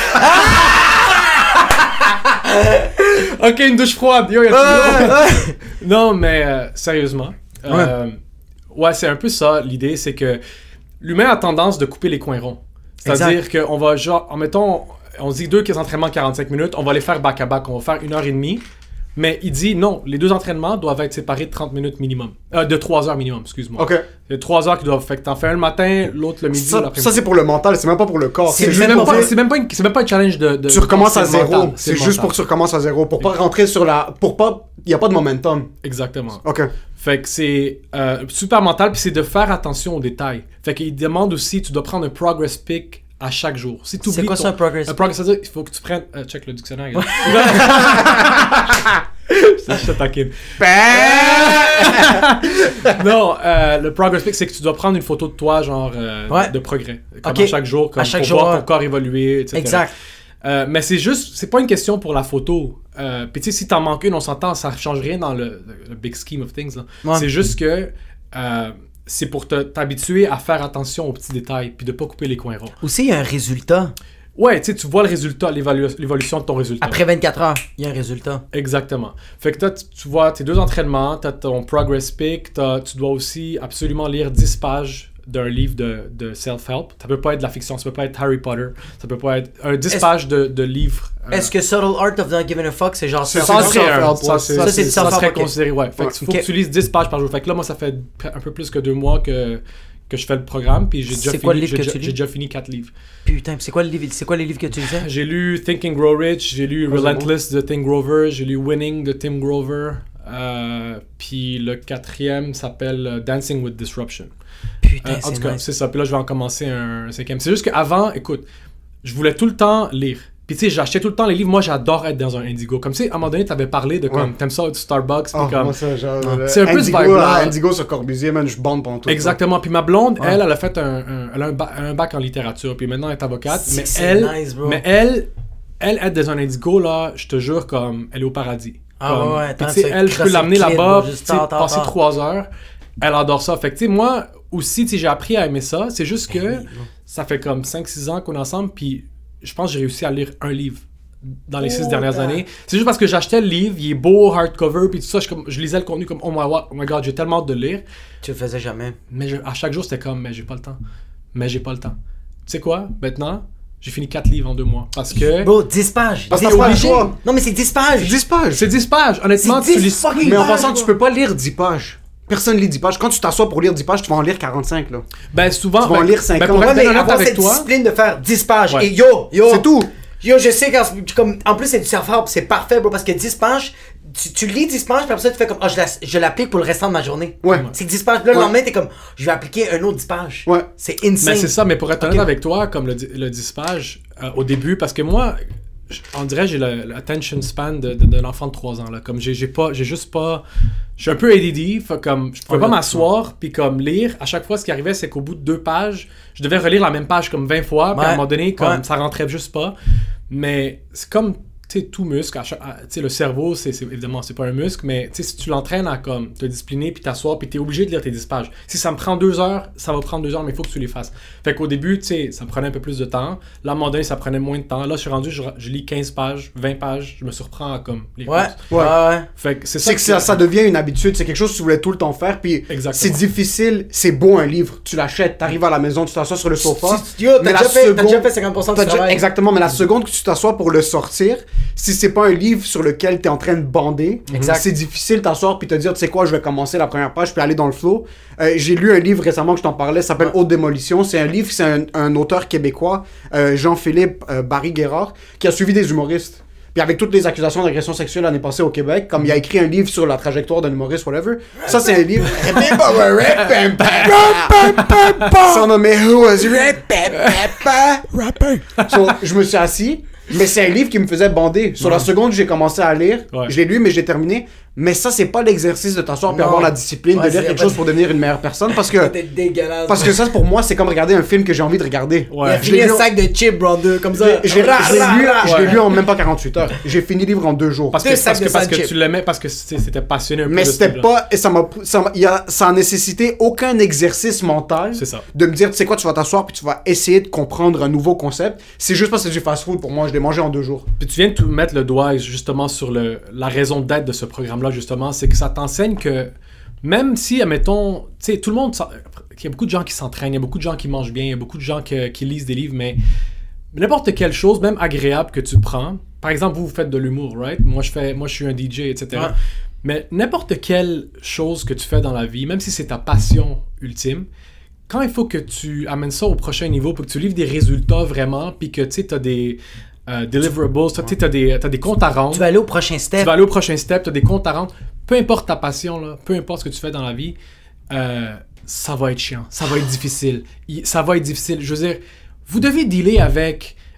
Speaker 4: ok, une douche froide. Yo, y a
Speaker 2: Ouais,
Speaker 4: Non, mais euh, sérieusement. euh, ouais, c'est un peu ça. L'idée, c'est que l'humain a tendance de couper les coins ronds. C'est-à-dire qu'on va, genre, en mettons, on se dit deux entraînements de quarante-cinq minutes, on va les faire back-à-back, on va faire une heure et demie. Mais il dit non, les deux entraînements doivent être séparés de trente minutes minimum. Euh, de trois heures minimum, excuse-moi.
Speaker 3: Ok.
Speaker 4: C'est trois heures qui doivent. Fait que t'en fais un le matin, l'autre le midi ou
Speaker 3: Ça,
Speaker 4: l'après-midi.
Speaker 3: ça, c'est pour le mental, c'est même pas pour le corps.
Speaker 2: C'est
Speaker 3: C'est
Speaker 4: C'est
Speaker 3: juste
Speaker 4: même,
Speaker 3: pour
Speaker 4: pas,
Speaker 3: dire-
Speaker 4: c'est même pas une- c'est même pas un challenge de. de
Speaker 3: tu recommences à
Speaker 4: c'est le
Speaker 3: zéro.
Speaker 4: mental,
Speaker 3: C'est
Speaker 4: le
Speaker 3: juste
Speaker 4: mental.
Speaker 3: pour que tu recommences à zéro. Pour pas rentrer sur la. Pour pas. Il y a pas de momentum.
Speaker 4: Exactement.
Speaker 3: Ok.
Speaker 4: Fait que c'est euh, super mental, puis c'est de faire attention aux détails. Fait qu'il demande aussi, tu dois prendre un progress pic à chaque jour. Si t'oublies
Speaker 2: C'est quoi
Speaker 4: ton-
Speaker 2: ça, un progress
Speaker 4: Un progress, c'est-à-dire, il faut que tu prennes. euh, check le dictionnaire. regarde. Je te taquine. Non, euh, le progress pic, c'est que tu dois prendre une photo de toi, genre, euh,
Speaker 2: Ouais.
Speaker 4: de progrès. Comme
Speaker 2: Ok.
Speaker 4: à chaque jour, comme
Speaker 2: À chaque
Speaker 4: pour
Speaker 2: jour,
Speaker 4: voir
Speaker 2: ouais.
Speaker 4: ton corps évoluer, et cetera.
Speaker 2: Exact.
Speaker 4: Euh, mais c'est juste, c'est pas une question pour la photo. Euh, Puis tu sais, si t'en manques une, on s'entend, ça change rien dans le, le, le big scheme of things. Là.
Speaker 2: Ouais.
Speaker 4: C'est juste que euh, c'est pour te, t'habituer à faire attention aux petits détails, puis de pas couper les coins ronds.
Speaker 2: Aussi, il y a un résultat.
Speaker 4: Ouais, tu sais, tu vois le résultat, l'évalu- l'évolution de ton résultat.
Speaker 2: Après vingt-quatre heures, il y a un résultat.
Speaker 4: Exactement. Fait que toi, tu, tu vois tes deux entraînements, t'as ton progress pic, t'as- tu dois aussi absolument lire dix pages d'un livre de, de self-help. Ça peut pas être de la fiction, ça peut pas être Harry Potter, ça peut pas être un dix
Speaker 2: Est-ce-
Speaker 4: pages de, de livres. euh,
Speaker 2: Est-ce que Subtle Art of Not Giving a Fuck, c'est genre
Speaker 3: C'est-
Speaker 2: ça?
Speaker 4: ça,
Speaker 3: c'est
Speaker 4: c'est
Speaker 3: self-help,
Speaker 4: un-
Speaker 3: ouais.
Speaker 4: ça, c'est-
Speaker 2: Ça, c'est
Speaker 4: c'est-
Speaker 2: du
Speaker 4: ça
Speaker 2: self-help,
Speaker 4: serait
Speaker 2: ok.
Speaker 4: considéré, ouais. Fait que
Speaker 3: Ouais.
Speaker 4: faut
Speaker 2: Ok.
Speaker 4: que tu lises dix pages par jour. Fait que là, moi, ça fait un peu plus que deux mois que, que je fais le programme, puis j'ai déjà
Speaker 2: C'est quoi le
Speaker 4: fini,
Speaker 2: livre
Speaker 4: j'ai
Speaker 2: que
Speaker 4: déjà-
Speaker 2: tu lis?
Speaker 4: j'ai déjà fini quatre livres.
Speaker 2: Putain, c'est quoi, le livre- c'est quoi les livres que tu lisais?
Speaker 4: J'ai lu Think and Grow Rich, j'ai lu
Speaker 3: Ah, c'est
Speaker 4: Relentless de Tim Grover, j'ai lu Winning de Tim Grover, euh, puis le quatrième s'appelle euh, Dancing with Disruption.
Speaker 2: Putain,
Speaker 4: Euh, en
Speaker 2: c'est
Speaker 4: tout cas,
Speaker 2: nice.
Speaker 4: c'est ça. Puis là, je vais en commencer un, un cinquième. C'est juste qu'avant, écoute, je voulais tout le temps lire. Puis tu sais, j'achetais tout le temps les livres. Moi, j'adore être dans un Indigo. Comme tu sais, à un moment donné, t'avais parlé de comme,
Speaker 3: Ouais.
Speaker 4: t'aimes ça du Starbucks, puis
Speaker 3: Oh,
Speaker 4: comme...
Speaker 3: moi, ça, genre,
Speaker 2: Ah.
Speaker 3: le
Speaker 4: C'est un peu ce
Speaker 3: Indigo,
Speaker 4: vibe-là.
Speaker 3: là, Indigo sur Corbusier, man, je bande pendant tout le temps.
Speaker 4: Exactement. Puis ma blonde,
Speaker 2: Ouais.
Speaker 4: elle, elle a fait un, un- elle a un, ba- un bac en littérature. Puis maintenant, elle est avocate.
Speaker 2: C'est
Speaker 4: Mais
Speaker 2: que c'est
Speaker 4: elle,
Speaker 2: nice, bro.
Speaker 4: mais elle, elle, être dans un Indigo, là, je te jure, comme, elle est au paradis.
Speaker 2: Ah
Speaker 4: Comme-
Speaker 2: ouais, ouais,
Speaker 4: puis
Speaker 2: attends,
Speaker 4: tu sais,
Speaker 2: ça
Speaker 4: elle, je peux
Speaker 2: crosse
Speaker 4: l'amener
Speaker 2: le clit,
Speaker 4: là-bas,
Speaker 2: bro, juste
Speaker 4: tu sais,
Speaker 2: tant, tant,
Speaker 4: passer
Speaker 2: tant.
Speaker 4: trois heures. Elle adore ça. Fait que, tu sais, moi aussi, tu sais, j'ai appris à aimer ça. C'est juste que ça fait comme cinq six ans qu'on est ensemble, puis je pense que j'ai réussi à lire un livre dans les six
Speaker 2: Oh,
Speaker 4: dernières
Speaker 2: damn.
Speaker 4: années. C'est juste parce que j'achetais le livre, il est beau, hardcover, puis tout ça, je, comme, je lisais le contenu comme, oh my, wa- oh my god, j'ai tellement hâte de le lire.
Speaker 2: Tu le faisais jamais.
Speaker 4: Mais je- à chaque jour, c'était comme, mais j'ai pas le temps. Mais j'ai pas le temps. Tu sais quoi? Maintenant, j'ai fini quatre livres en deux mois. Parce que...
Speaker 2: Bro, dix pages.
Speaker 3: Parce
Speaker 2: T'es
Speaker 3: que t'as pas le
Speaker 2: obligé.
Speaker 3: choix.
Speaker 2: Non, mais c'est dix pages.
Speaker 3: dix pages.
Speaker 4: C'est dix pages. Honnêtement,
Speaker 2: C'est
Speaker 4: tu
Speaker 2: dix
Speaker 4: lis...
Speaker 2: fucking
Speaker 3: Mais en
Speaker 2: pages,
Speaker 3: passant, tu
Speaker 2: bro.
Speaker 3: peux pas lire dix pages. Personne lit dix pages. Quand tu t'assois pour lire dix pages, tu vas en lire quarante-cinq, là.
Speaker 4: Ben souvent...
Speaker 3: Tu vas en
Speaker 4: ben-
Speaker 3: lire
Speaker 4: ben,
Speaker 3: cinquante.
Speaker 4: pour
Speaker 2: Ouais,
Speaker 4: être
Speaker 2: mais
Speaker 4: bien honnête
Speaker 2: avoir
Speaker 4: avec
Speaker 2: cette
Speaker 4: toi...
Speaker 2: discipline de faire dix pages.
Speaker 4: Ouais.
Speaker 2: Et yo, yo.
Speaker 3: C'est tout.
Speaker 2: Yo, je sais quand comme en plus c'est du self-help, c'est parfait bro parce que dix pages, tu, tu lis dix pages puis après ça tu fais comme oh, je la- je l'applique pour le restant de ma journée.
Speaker 3: Ouais.
Speaker 2: C'est dix pages, puis là le
Speaker 3: Ouais.
Speaker 2: lendemain t'es comme je vais appliquer un autre dix pages.
Speaker 3: Ouais.
Speaker 2: C'est insane.
Speaker 4: Mais c'est ça, mais pour être honnête
Speaker 2: Ok.
Speaker 4: avec toi, comme le, di- le dix pages, euh, au début, parce que moi, j- on dirait j'ai le- l'attention span de, de, de l'enfant de trois ans. Là. Comme j'ai j'ai pas, j'ai juste pas... Je suis un peu A D D, fait comme je pouvais
Speaker 2: Oh,
Speaker 4: pas
Speaker 2: là,
Speaker 4: m'asseoir puis comme lire. À chaque fois, ce qui arrivait, c'est qu'au bout de deux pages, je devais relire la même page comme vingt fois, puis à un
Speaker 2: Ouais.
Speaker 4: moment donné, comme
Speaker 2: Ouais.
Speaker 4: ça rentrait juste pas. Mais c'est comme, tu sais, tout muscle, à chaque- à- tu sais, le cerveau, c'est c'est- évidemment, c'est pas un muscle, mais tu sais, si tu l'entraînes à comme te discipliner puis t'asseoir puis t'es obligé de lire tes dix pages. Si ça me prend deux heures, ça va prendre deux heures, mais il faut que tu les fasses. Fait qu'au début, tu sais, ça me prenait un peu plus de temps. Là, à un moment donné, ça prenait moins de temps. Là, je suis rendu, je, je lis quinze pages, vingt pages, je me surprends à comme les
Speaker 2: Ouais.
Speaker 4: courses.
Speaker 2: Ouais. Ouais.
Speaker 4: Fait que c'est ça
Speaker 3: C'est que ça, ça devient une habitude, c'est quelque chose que tu voulais tout le temps faire, puis
Speaker 4: Exactement.
Speaker 3: c'est difficile, c'est beau un livre, tu l'achètes, t'arrives à la maison, tu t'assois sur le sofa.
Speaker 2: Si- Yo,
Speaker 3: mais
Speaker 2: t'as
Speaker 3: la
Speaker 2: déjà, fait- t'as
Speaker 3: seconde-
Speaker 2: déjà fait cinquante pour cent
Speaker 3: T'as
Speaker 2: du
Speaker 3: déjà-
Speaker 2: travail.
Speaker 3: Exactement, mais la seconde que tu t'assois pour le sortir, si c'est pas un livre sur lequel t'es en train de bander,
Speaker 2: Exact.
Speaker 3: c'est difficile t'asseoir puis te dire, tu sais quoi, je vais commencer la première page puis aller dans le flow. Euh, j'ai lu un livre récemment que je t'en parlais, ça s'appelle Haute Démolition. C'est un livre, c'est un, un auteur québécois, euh, Jean-Philippe euh, Barry-Guerrard, qui a suivi des humoristes. Puis avec toutes les accusations d'agression sexuelle l'année passée au Québec, comme il a écrit un livre sur la trajectoire d'un humoriste, whatever. Ça, c'est un livre. Son nom est Who was rapping? So, je me suis assis, mais c'est un livre qui me faisait bander. Sur la seconde, j'ai commencé à lire.
Speaker 4: Ouais.
Speaker 3: Je l'ai lu, mais j'ai terminé. Mais ça, c'est pas l'exercice de t'asseoir puis
Speaker 2: Non.
Speaker 3: avoir la discipline
Speaker 2: Ouais,
Speaker 3: de lire
Speaker 2: c'est-
Speaker 3: quelque chose pour devenir une meilleure personne. Parce que,
Speaker 2: T'es dégueulasse.
Speaker 3: parce que ça, pour moi, c'est comme regarder un film que j'ai envie de regarder.
Speaker 2: Il a
Speaker 4: Ouais.
Speaker 3: Je
Speaker 2: fini
Speaker 3: l'ai
Speaker 2: un
Speaker 3: lu en-
Speaker 2: sac de chips, bro, deux, comme ça.
Speaker 3: J'ai
Speaker 2: Ra,
Speaker 3: je l'ai
Speaker 2: ra,
Speaker 3: lu,
Speaker 2: ra.
Speaker 3: je l'ai lu en même pas quarante-huit heures. J'ai fini le livre en deux jours.
Speaker 4: Parce
Speaker 2: Deux
Speaker 4: que,
Speaker 2: sacs
Speaker 4: parce
Speaker 2: de
Speaker 4: que, parce que
Speaker 2: sand
Speaker 4: tu l'aimais, parce que c'était c'était passionné un peu
Speaker 3: Mais
Speaker 4: de ce
Speaker 3: c'était
Speaker 4: livre-là.
Speaker 3: pas. Et ça m'a. Ça m'a- il y a, ça a nécessité aucun exercice mental.
Speaker 4: C'est ça.
Speaker 3: De me dire, tu sais quoi, tu vas t'asseoir puis tu vas essayer de comprendre un nouveau concept. C'est juste parce que c'est du fast-food pour moi. Je l'ai mangé en deux jours.
Speaker 4: Puis tu viens de tout mettre le doigt justement sur le, la raison d'être de ce programme-là, justement, c'est que ça t'enseigne que même si, admettons, tu sais, tout le monde, s'en- il y a beaucoup de gens qui s'entraînent, il y a beaucoup de gens qui mangent bien, il y a beaucoup de gens que- qui lisent des livres, mais n'importe quelle chose, même agréable que tu prends, par exemple, vous, vous faites de l'humour, right? Moi, je fais, moi, je suis un D J, et cetera.
Speaker 2: Ouais.
Speaker 4: Mais n'importe quelle chose que tu fais dans la vie, même si c'est ta passion ultime, quand il faut que tu amènes ça au prochain niveau, pour que tu livres des résultats vraiment, puis que, tu sais, t'as des euh, deliverables, t'as, tu sais, t'as des, t'as des comptes à rendre,
Speaker 2: Tu vas aller au prochain step.
Speaker 4: tu vas aller au prochain step, tu as des comptes à rendre. Peu importe ta passion, là, peu importe ce que tu fais dans la vie, euh, ça va être chiant, ça va être difficile. Il- Ça va être difficile. Je veux dire, vous devez dealer avec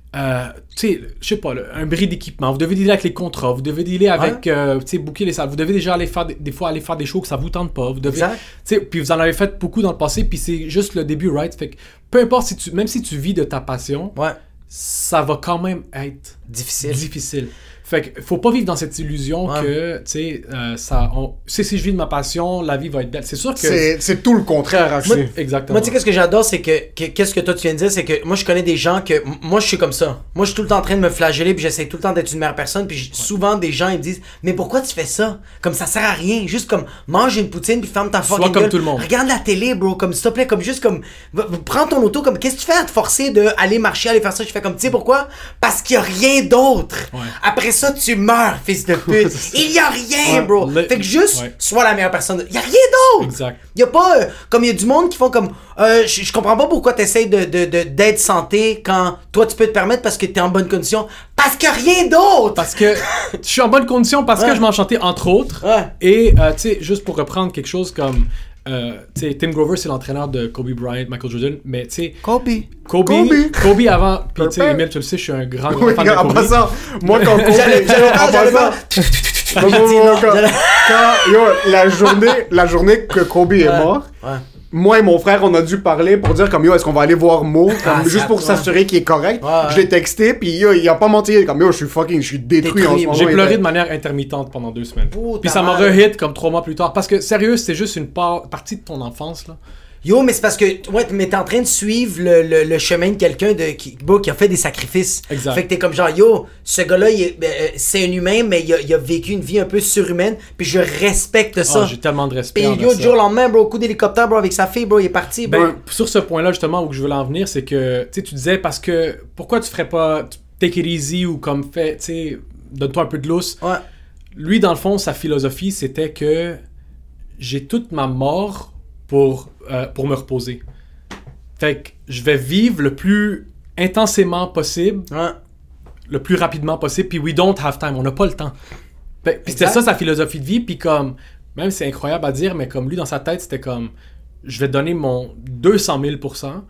Speaker 4: Euh, tu sais, je sais pas, là, un bris d'équipement, vous devez dealer avec les contrats, vous devez dealer avec, ouais. euh, tu sais, booker les salles, vous devez déjà aller faire, des, des fois aller faire des shows que ça vous tente pas, vous devez, tu sais, puis vous en avez fait beaucoup dans le passé, puis c'est juste le début, right? Fait que peu importe si tu, même si tu vis de ta passion,
Speaker 2: ouais.
Speaker 4: ça va quand même être
Speaker 2: difficile.
Speaker 4: difficile. Fait que faut pas vivre dans cette illusion ouais. que, tu sais, euh, ça, on, si je vis de ma passion, la vie va être belle. C'est sûr que...
Speaker 3: C'est, c'est tout le contraire, actuellement.
Speaker 4: Exactement.
Speaker 2: Moi, tu sais, qu'est-ce que j'adore, c'est que, que, qu'est-ce que toi tu viens de dire, c'est que moi, je connais des gens que, moi, je suis comme ça. Moi, je suis tout le temps en train de me flageller, puis j'essaie tout le temps d'être une meilleure personne, puis ouais. souvent, des gens, ils me disent, mais pourquoi tu fais ça? Comme ça sert à rien. Juste comme, mange une poutine, puis ferme ta fucking gueule.
Speaker 4: Sois comme tout le monde.
Speaker 2: Regarde la télé, bro, comme, s'il te plaît, comme, juste comme, prends ton auto, comme, qu'est-ce que tu fais à te forcer de aller marcher, aller faire ça? Je fais comme, tu sais pourquoi? Parce qu'il y a rien d'autre. Ouais. Après ça, tu meurs. Fils de pute. Il y a rien, ouais, bro. Le... Fait que juste, ouais. sois la meilleure personne. Il y a rien d'autre.
Speaker 4: Exact.
Speaker 2: Il y a pas, euh, comme il y a du monde qui font comme, euh, je, je comprends pas pourquoi t'essayes de, de, de, d'être santé quand toi tu peux te permettre parce que t'es en bonne condition. Parce qu'il y a rien d'autre.
Speaker 4: Parce que je suis en bonne condition parce ouais. que je m'en chantais entre autres.
Speaker 2: Ouais.
Speaker 4: Et, euh, tu sais, juste pour reprendre quelque chose comme, Euh, Tim Grover, c'est l'entraîneur de Kobe Bryant, Michael Jordan, mais tu sais...
Speaker 2: Kobe.
Speaker 4: Kobe. Kobe. Kobe avant... Puis tu sais, Emile, tu le sais, je suis un grand, grand
Speaker 3: oui,
Speaker 4: fan de Kobe.
Speaker 3: En passant, moi quand Kobe...
Speaker 2: j'allais, j'allais,
Speaker 3: en
Speaker 2: j'allais
Speaker 3: passant... quand, quand, yo, la journée, la journée que Kobe est mort... Ouais. Moi et mon frère, on a dû parler pour dire comme yo, est-ce qu'on va aller voir Mo, comme, ah, juste pour s'assurer qu'il est correct. Ouais, ouais. Je l'ai texté, puis yo, il a pas menti, comme yo, je suis fucking, je suis détruit, détruit en ce moment.
Speaker 4: J'ai pleuré de manière intermittente pendant deux semaines. Putain, puis ça m'a re-hit comme trois mois plus tard. Parce que sérieux, c'est juste une part, partie de ton enfance là.
Speaker 2: Yo, mais c'est parce que ouais, mais t'es en train de suivre le, le, le chemin de quelqu'un de qui, bon, qui a fait des sacrifices.
Speaker 4: Exact.
Speaker 2: Fait que t'es comme genre yo, ce gars-là, il est, euh, c'est un humain, mais il a, il a vécu une vie un peu surhumaine, puis je respecte ça.
Speaker 4: Oh, j'ai tellement de respect.
Speaker 2: Puis yo, du jour au lendemain, bro, coup d'hélicoptère, bro, avec sa fille, bro, il est parti. Bro.
Speaker 4: Ben, sur ce point-là justement où je veux en venir, c'est que tu sais, tu disais parce que pourquoi tu ferais pas take it easy ou comme fait, tu sais, donne-toi un peu de lousse.
Speaker 2: Ouais.
Speaker 4: Lui, dans le fond, sa philosophie, c'était que j'ai toute ma mort pour euh, pour me reposer. Fait que je vais vivre le plus intensément possible,
Speaker 2: ouais.
Speaker 4: le plus rapidement possible, puis we don't have time, on n'a pas le temps. Puis c'était ça sa philosophie de vie, puis comme, même c'est incroyable à dire, mais comme lui dans sa tête, c'était comme, je vais donner mon deux cent mille pour cent,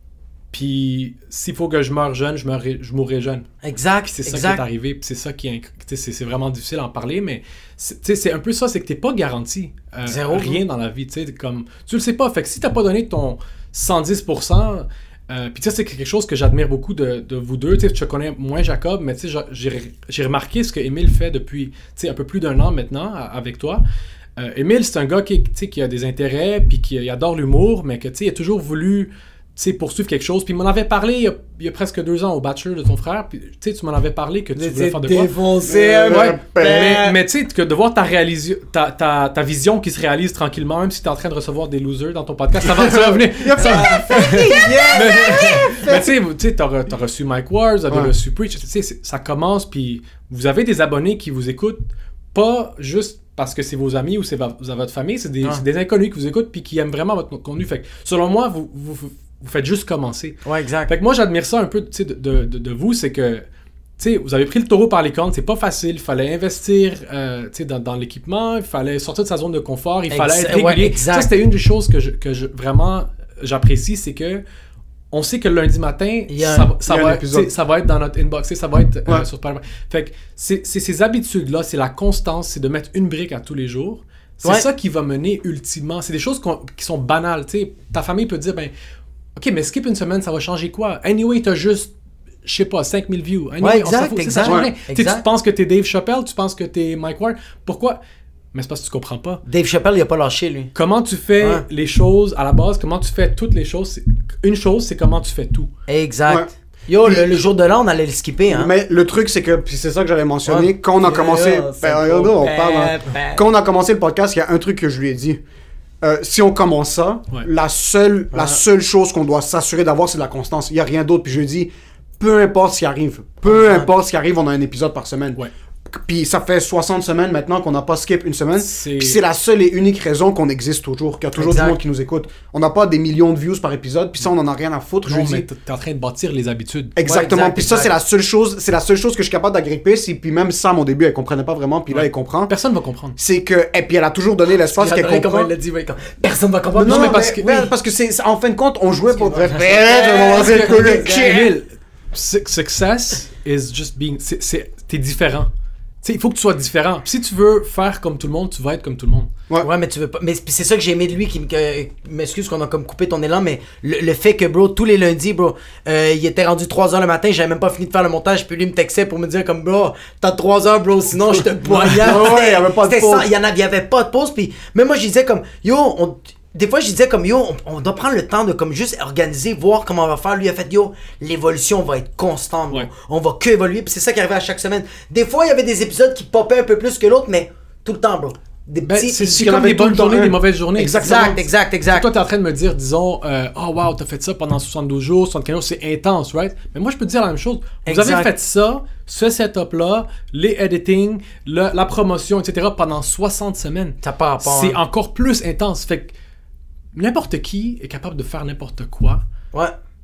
Speaker 4: puis s'il faut que je meure jeune, je, meurerai, je mourrai jeune.
Speaker 2: Exact,
Speaker 4: puis c'est ça
Speaker 2: exact.
Speaker 4: qui est arrivé, puis c'est ça qui est, c'est, c'est vraiment difficile à en parler, mais c'est, c'est un peu ça, c'est que t'es pas garanti euh,
Speaker 2: Zéro,
Speaker 4: rien dans la vie, tu sais, comme, tu le sais pas, fait que si t'as pas donné ton cent dix pour cent, euh, puis tu sais, c'est quelque chose que j'admire beaucoup de, de vous deux, tu sais, je connais moins Jacob, mais tu sais, j'ai, j'ai remarqué ce que Émile fait depuis, tu sais, un peu plus d'un an maintenant, avec toi. Euh, Émile, c'est un gars qui, tu sais, qui a des intérêts, puis qui adore l'humour, mais que, tu sais, il a toujours voulu... tu sais, poursuivre quelque chose. Puis il m'en avait parlé il y, a, il y a presque deux ans au Bachelor de ton frère. Puis tu sais, tu m'en avais parlé que tu
Speaker 2: mais
Speaker 4: voulais faire de quoi.
Speaker 2: Défoncé,
Speaker 4: euh, ouais. Mais, mais tu sais, que de voir ta, réalisi- ta, ta, ta vision qui se réalise tranquillement, même si tu es en train de recevoir des losers dans ton podcast, ça va, ça va venir. ça... mais mais tu sais, tu as reçu Mike Ward, vous avez ouais. reçu Preach. Tu sais, ça commence, puis vous avez des abonnés qui vous écoutent, pas juste parce que c'est vos amis ou c'est va- votre famille, c'est des, ouais. c'est des inconnus qui vous écoutent puis qui aiment vraiment votre contenu. Fait que selon moi, vous, vous, vous Vous faites juste commencer.
Speaker 2: Ouais, exact.
Speaker 4: Fait que moi, j'admire ça un peu de, de, de, de vous, c'est que, tu sais, vous avez pris le taureau par les cornes, c'est pas facile, il fallait investir, euh, tu sais, dans, dans l'équipement, il fallait sortir de sa zone de confort, il Ex- fallait être régulier. Ouais, exact. Ça, c'était une des choses que, je, que je, vraiment j'apprécie, c'est que on sait que le lundi matin, a, ça, ça, va être, ça va être dans notre inbox, ça va être ouais. euh, sur Spotify. Fait que c'est, c'est ces habitudes-là, c'est la constance, c'est de mettre une brique à tous les jours. C'est ouais. ça qui va mener ultimement. C'est des choses qui sont banales, tu sais. Ta famille peut dire, ben, OK, mais skip une semaine, ça va changer quoi? Anyway, t'as juste, je sais pas, cinq mille views. Anyway,
Speaker 2: ouais, exact,
Speaker 4: on s'en fout,
Speaker 2: exact.
Speaker 4: Ça
Speaker 2: Ouais, exact.
Speaker 4: Tu penses que t'es Dave Chappelle, tu penses que t'es Mike Ward. Pourquoi? Mais c'est parce que tu comprends pas.
Speaker 2: Dave Chappelle, il a pas lâché, lui.
Speaker 4: Comment tu fais ouais. les choses à la base, comment tu fais toutes les choses. C'est... Une chose, c'est comment tu fais tout.
Speaker 2: Exact. Ouais. Yo,
Speaker 3: puis,
Speaker 2: le, le jour de l'an, on allait le skipper, hein.
Speaker 3: Mais le truc, c'est que, puis c'est ça que j'avais mentionné, ouais. quand on a commencé...
Speaker 2: Yeah,
Speaker 3: ben, ben, on parle, hein. Quand on a commencé le podcast, il y a un truc que je lui ai dit. Euh, si on commence ça, ouais. la seule ouais. la seule chose qu'on doit s'assurer d'avoir, c'est de la constance. Il n'y a rien d'autre. Puis je dis, peu importe ce qui arrive, peu ouais. importe ce qui arrive, on a un épisode par semaine. Ouais. Puis ça fait soixante semaines maintenant qu'on n'a pas skip une semaine. C'est... Puis c'est la seule et unique raison qu'on existe toujours, qu'il y a toujours exact. Du monde qui nous écoute. On n'a pas des millions de views par épisode, puis ça, on en a rien à foutre.
Speaker 4: Non,
Speaker 3: je
Speaker 4: mais
Speaker 3: dis...
Speaker 4: t'es en train de bâtir les habitudes.
Speaker 3: Exactement.
Speaker 2: Ouais, exact,
Speaker 3: puis ça,
Speaker 2: exact.
Speaker 3: c'est la seule chose, c'est la seule chose que je suis capable d'agripper. C'est... Puis même Sam, au début, elle comprenait pas vraiment, puis ouais. là, elle comprend.
Speaker 4: Personne va comprendre.
Speaker 3: C'est que... Et puis elle a toujours donné l'espace qu'elle comprend.
Speaker 2: Comment elle l'a dit, ouais, quand... Personne va comprendre.
Speaker 3: Non,
Speaker 2: non
Speaker 3: mais parce,
Speaker 2: mais,
Speaker 3: que, oui. parce que c'est... En fin de compte, on jouait pour... Bref, je vais
Speaker 4: Success is just being... C'est, c'est, t'es différent. Tu sais, il faut que tu sois différent. Puis si tu veux faire comme tout le monde, tu vas être comme tout le monde.
Speaker 2: Ouais, ouais mais tu veux pas. Mais c'est ça que j'ai aimé de lui, qui que, m'excuse qu'on a comme coupé ton élan, mais le, le fait que, bro, tous les lundis, bro, euh, il était rendu trois heures le matin, j'avais même pas fini de faire le montage, puis lui me textait pour me dire, comme, bro, t'as trois heures, bro, sinon je te poignarde.
Speaker 3: Ouais, il y avait pas de
Speaker 2: C'était
Speaker 3: pause.
Speaker 2: ça, il y en avait, il y avait pas de pause, puis même moi, je disais, comme, yo, on. Des fois, je disais comme, yo, on, on doit prendre le temps de comme juste organiser, voir comment on va faire. Lui a fait, yo, l'évolution va être constante.
Speaker 4: Ouais.
Speaker 2: On va que évoluer. Puis c'est ça qui arrivait à chaque semaine. Des fois, il y avait des épisodes qui popaient un peu plus que l'autre, mais tout le temps, bro. Des
Speaker 4: Ben,
Speaker 2: petits...
Speaker 4: c'est, c'est
Speaker 3: il y en
Speaker 4: comme
Speaker 3: avait
Speaker 4: des
Speaker 3: tout le
Speaker 4: bonnes
Speaker 3: temps
Speaker 4: journées,
Speaker 3: un.
Speaker 4: des mauvaises journées.
Speaker 2: Exact, exact, exact.
Speaker 4: Toi, t'es en train de me dire, disons, euh, oh wow, t'as fait ça pendant soixante-douze jours, soixante-quinze jours, c'est intense, right? Mais moi, je peux te dire la même chose. Vous
Speaker 2: Exact.
Speaker 4: avez fait ça, ce setup-là, les editing, le- la promotion, et cetera, pendant soixante semaines.
Speaker 2: Ça part à part.
Speaker 4: C'est
Speaker 2: hein.
Speaker 4: encore plus intense. Fait que n'importe qui est capable de faire n'importe quoi
Speaker 2: Ouais.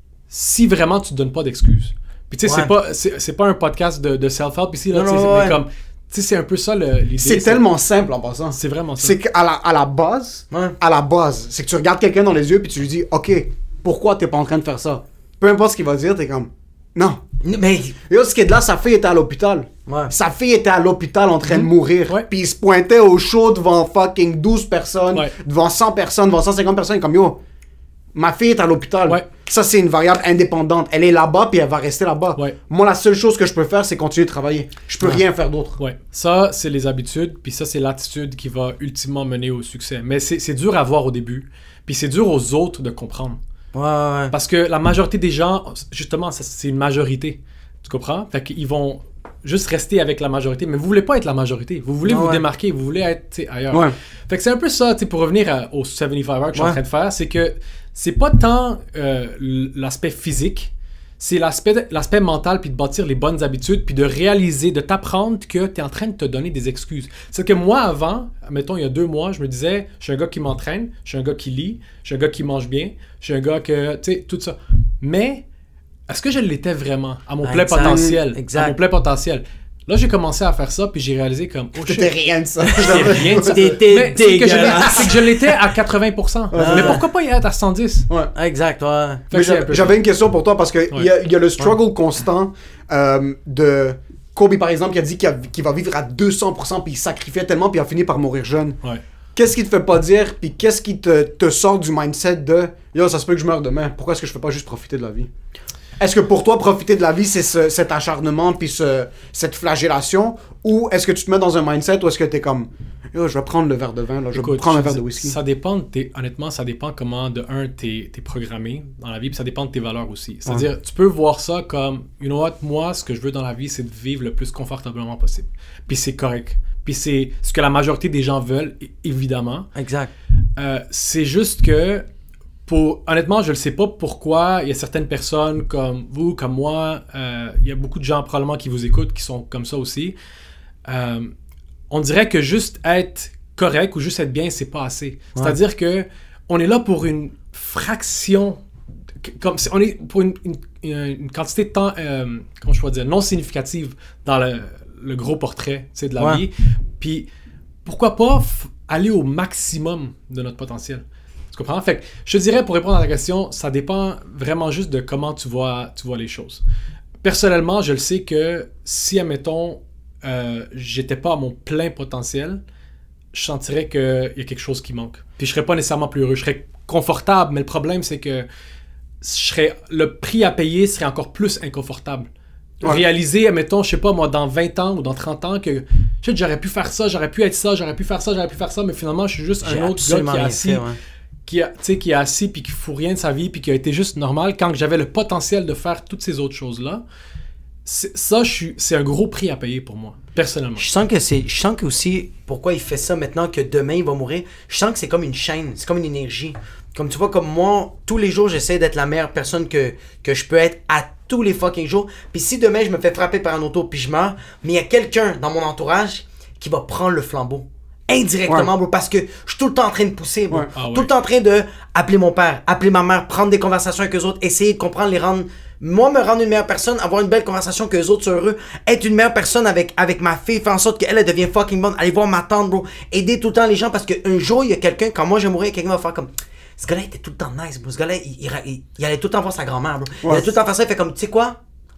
Speaker 4: si vraiment tu te donnes pas d'excuses. Puis tu sais,
Speaker 2: Ouais.
Speaker 4: c'est pas, c'est, c'est pas un podcast de, de self-help ici, là,
Speaker 2: Non,
Speaker 4: tu sais,
Speaker 2: non,
Speaker 4: c'est-
Speaker 2: ouais.
Speaker 4: mais comme, tu sais, c'est un peu ça le- l'idée.
Speaker 3: C'est tellement simple en passant.
Speaker 4: C'est vraiment ça.
Speaker 3: C'est qu'à la, à la base,
Speaker 2: Ouais.
Speaker 3: à la base, c'est que tu regardes quelqu'un dans les yeux puis tu lui dis, ok, pourquoi t'es pas en train de faire ça? Peu importe ce qu'il va dire, t'es comme, non.
Speaker 2: Mais.
Speaker 3: Et ce qui est de là, sa fille était à l'hôpital.
Speaker 2: Ouais.
Speaker 3: Sa fille était à l'hôpital en train de mourir.
Speaker 4: Ouais.
Speaker 3: Puis il se pointait au show devant fucking douze personnes,
Speaker 4: Ouais.
Speaker 3: devant cent personnes, devant cent cinquante personnes. Comme yo, ma fille est à l'hôpital.
Speaker 4: Ouais.
Speaker 3: Ça, c'est une variable indépendante. Elle est là-bas puis elle va rester là-bas.
Speaker 4: Ouais.
Speaker 3: Moi, la seule chose que je peux faire, c'est continuer de travailler. Je peux rien faire d'autre.
Speaker 4: Ouais, ça, c'est les habitudes, puis ça, c'est l'attitude qui va ultimement mener au succès. Mais c'est, c'est dur à voir au début, puis c'est dur aux autres de comprendre.
Speaker 2: Ouais, ouais.
Speaker 4: Parce que la majorité des gens, justement, ça, c'est une majorité. Tu comprends? Fait qu'ils vont juste rester avec la majorité, mais vous voulez pas être la majorité. Vous voulez
Speaker 2: Ah
Speaker 4: vous
Speaker 2: ouais.
Speaker 4: démarquer, vous voulez être tu sais, ailleurs.
Speaker 3: Ouais.
Speaker 4: Fait que c'est un peu ça, tu sais, pour revenir à- au soixante-quinze heures que je suis
Speaker 2: Ouais.
Speaker 4: en train de faire, c'est que c'est pas tant euh, l'aspect physique, c'est l'aspect, l'aspect mental, puis de bâtir les bonnes habitudes, puis de réaliser, de t'apprendre que tu es en train de te donner des excuses. C'est que moi, avant, mettons, il y a deux mois, je me disais, je suis un gars qui m'entraîne, je suis un gars qui lit, je suis un gars qui mange bien, je suis un gars que, tu sais, tout ça. Mais, est-ce que je l'étais vraiment à mon plein
Speaker 2: Exact.
Speaker 4: potentiel?
Speaker 2: Exact.
Speaker 4: À mon plein potentiel. Là, j'ai commencé à faire ça, puis j'ai réalisé comme, oh shit,
Speaker 3: C'était rien de ça.
Speaker 4: j'étais rien de ça.
Speaker 2: T'étais
Speaker 4: Mais c'est que, je,
Speaker 2: dégueulasse.
Speaker 4: c'est que je l'étais à quatre-vingts pour cent. Mais pourquoi pas y être à cent dix?
Speaker 3: Ouais.
Speaker 2: Exact, ouais.
Speaker 4: Fait
Speaker 3: Mais
Speaker 4: que c'est un
Speaker 3: j'avais
Speaker 4: peu
Speaker 3: j'avais une question pour toi parce que il y, a- il y a le struggle constant euh, de Kobe par exemple qui a dit qu'il, a- qu'il va vivre à deux cents pour cent puis il sacrifiait tellement puis il a fini par mourir jeune.
Speaker 4: ça. Ouais.
Speaker 3: Qu'est-ce qui te fait pas dire puis qu'est-ce qui te, te sort du mindset de yo ça se peut que je meure demain, pourquoi est-ce que je fais pas juste profiter de la vie? Est-ce que pour toi profiter de la vie c'est ce- cet acharnement puis ce, cette flagellation ou est-ce que tu te mets dans un mindset où est-ce que t'es comme yo je vais prendre le verre de vin là, je vais
Speaker 4: Écoute,
Speaker 3: prendre un
Speaker 4: je
Speaker 3: verre de
Speaker 4: dis-
Speaker 3: whisky?
Speaker 4: Ça dépend, de tes- honnêtement, ça dépend comment, de un, t'es, t'es programmé dans la vie, puis ça dépend de tes valeurs aussi. C'est-à-dire, tu peux voir ça comme, you know what, moi, ce que je veux dans la vie, c'est de vivre le plus confortablement possible. Puis c'est correct. Puis c'est ce que la majorité des gens veulent, é- évidemment.
Speaker 2: Exact.
Speaker 4: Euh, c'est juste que, pour, honnêtement, je ne sais pas pourquoi il y a certaines personnes comme vous, comme moi, euh, il y a beaucoup de gens probablement qui vous écoutent qui sont comme ça aussi. Euh, on dirait que juste être correct ou juste être bien, c'est pas assez.
Speaker 2: Ouais.
Speaker 4: C'est-à-dire que on est là pour une fraction, comme si on est pour une, une, une quantité de temps, euh, comment je pourrais dire, non significative dans le, le gros portrait, tu sais, de la
Speaker 2: Ouais.
Speaker 4: vie. Puis pourquoi pas f- aller au maximum de notre potentiel. Tu comprends? Fait que je te dirais, pour répondre à ta question, ça dépend vraiment juste de comment tu vois, tu vois les choses. Personnellement, je le sais que si, admettons, euh, j'étais pas à mon plein potentiel, je sentirais qu'il y a quelque chose qui manque. Puis je serais pas nécessairement plus heureux. Je serais confortable, mais le problème, c'est que je serais, le prix à payer serait encore plus inconfortable.
Speaker 3: Ouais.
Speaker 4: Réaliser, admettons, je sais pas, moi, dans vingt ans ou dans trente ans, que je sais, j'aurais pu faire ça, j'aurais pu être ça, j'aurais pu faire ça, j'aurais pu faire ça, mais finalement, je suis juste
Speaker 2: J'ai
Speaker 4: un autre gars
Speaker 2: absolument
Speaker 4: qui est
Speaker 2: rien
Speaker 4: assis,
Speaker 2: fait, ouais.
Speaker 4: qui, a, tu sais, qui est assis puis qui fout rien de sa vie puis qui a été juste normal quand j'avais le potentiel de faire toutes ces autres choses-là. C'est, ça, je suis, c'est un gros prix à payer pour moi, personnellement.
Speaker 2: Je sens que c'est. Je sens que aussi, pourquoi il fait ça maintenant que demain il va mourir, je sens que c'est comme une chaîne, c'est comme une énergie. Comme tu vois, comme moi, tous les jours, j'essaie d'être la meilleure personne que, que je peux être à tous les fucking jours. Puis si demain je me fais frapper par un auto puis je meurs, mais il y a quelqu'un dans mon entourage qui va prendre le flambeau. Indirectement,
Speaker 3: Ouais.
Speaker 2: bro, parce que je suis tout le temps en train de pousser, bro.
Speaker 3: Ouais.
Speaker 4: Ah ouais.
Speaker 2: Tout le temps en train de appeler mon père, appeler ma mère, prendre des conversations avec eux autres, essayer de comprendre, les rendre. Moi, me rendre une meilleure personne, avoir une belle conversation que les autres soient heureux, être une meilleure personne avec, avec ma fille, faire en sorte qu'elle elle devient fucking bonne, aller voir ma tante, bro, aider tout le temps les gens parce qu'un jour, il y a quelqu'un, quand moi je vais mourir, quelqu'un va faire comme. Ce gars-là était tout le temps nice, bro. Ce gars-là, il, il, il- il allait tout le temps voir sa grand-mère, bro. Il
Speaker 3: Ouais.
Speaker 2: allait tout le temps faire ça, il fait comme, tu sais quoi?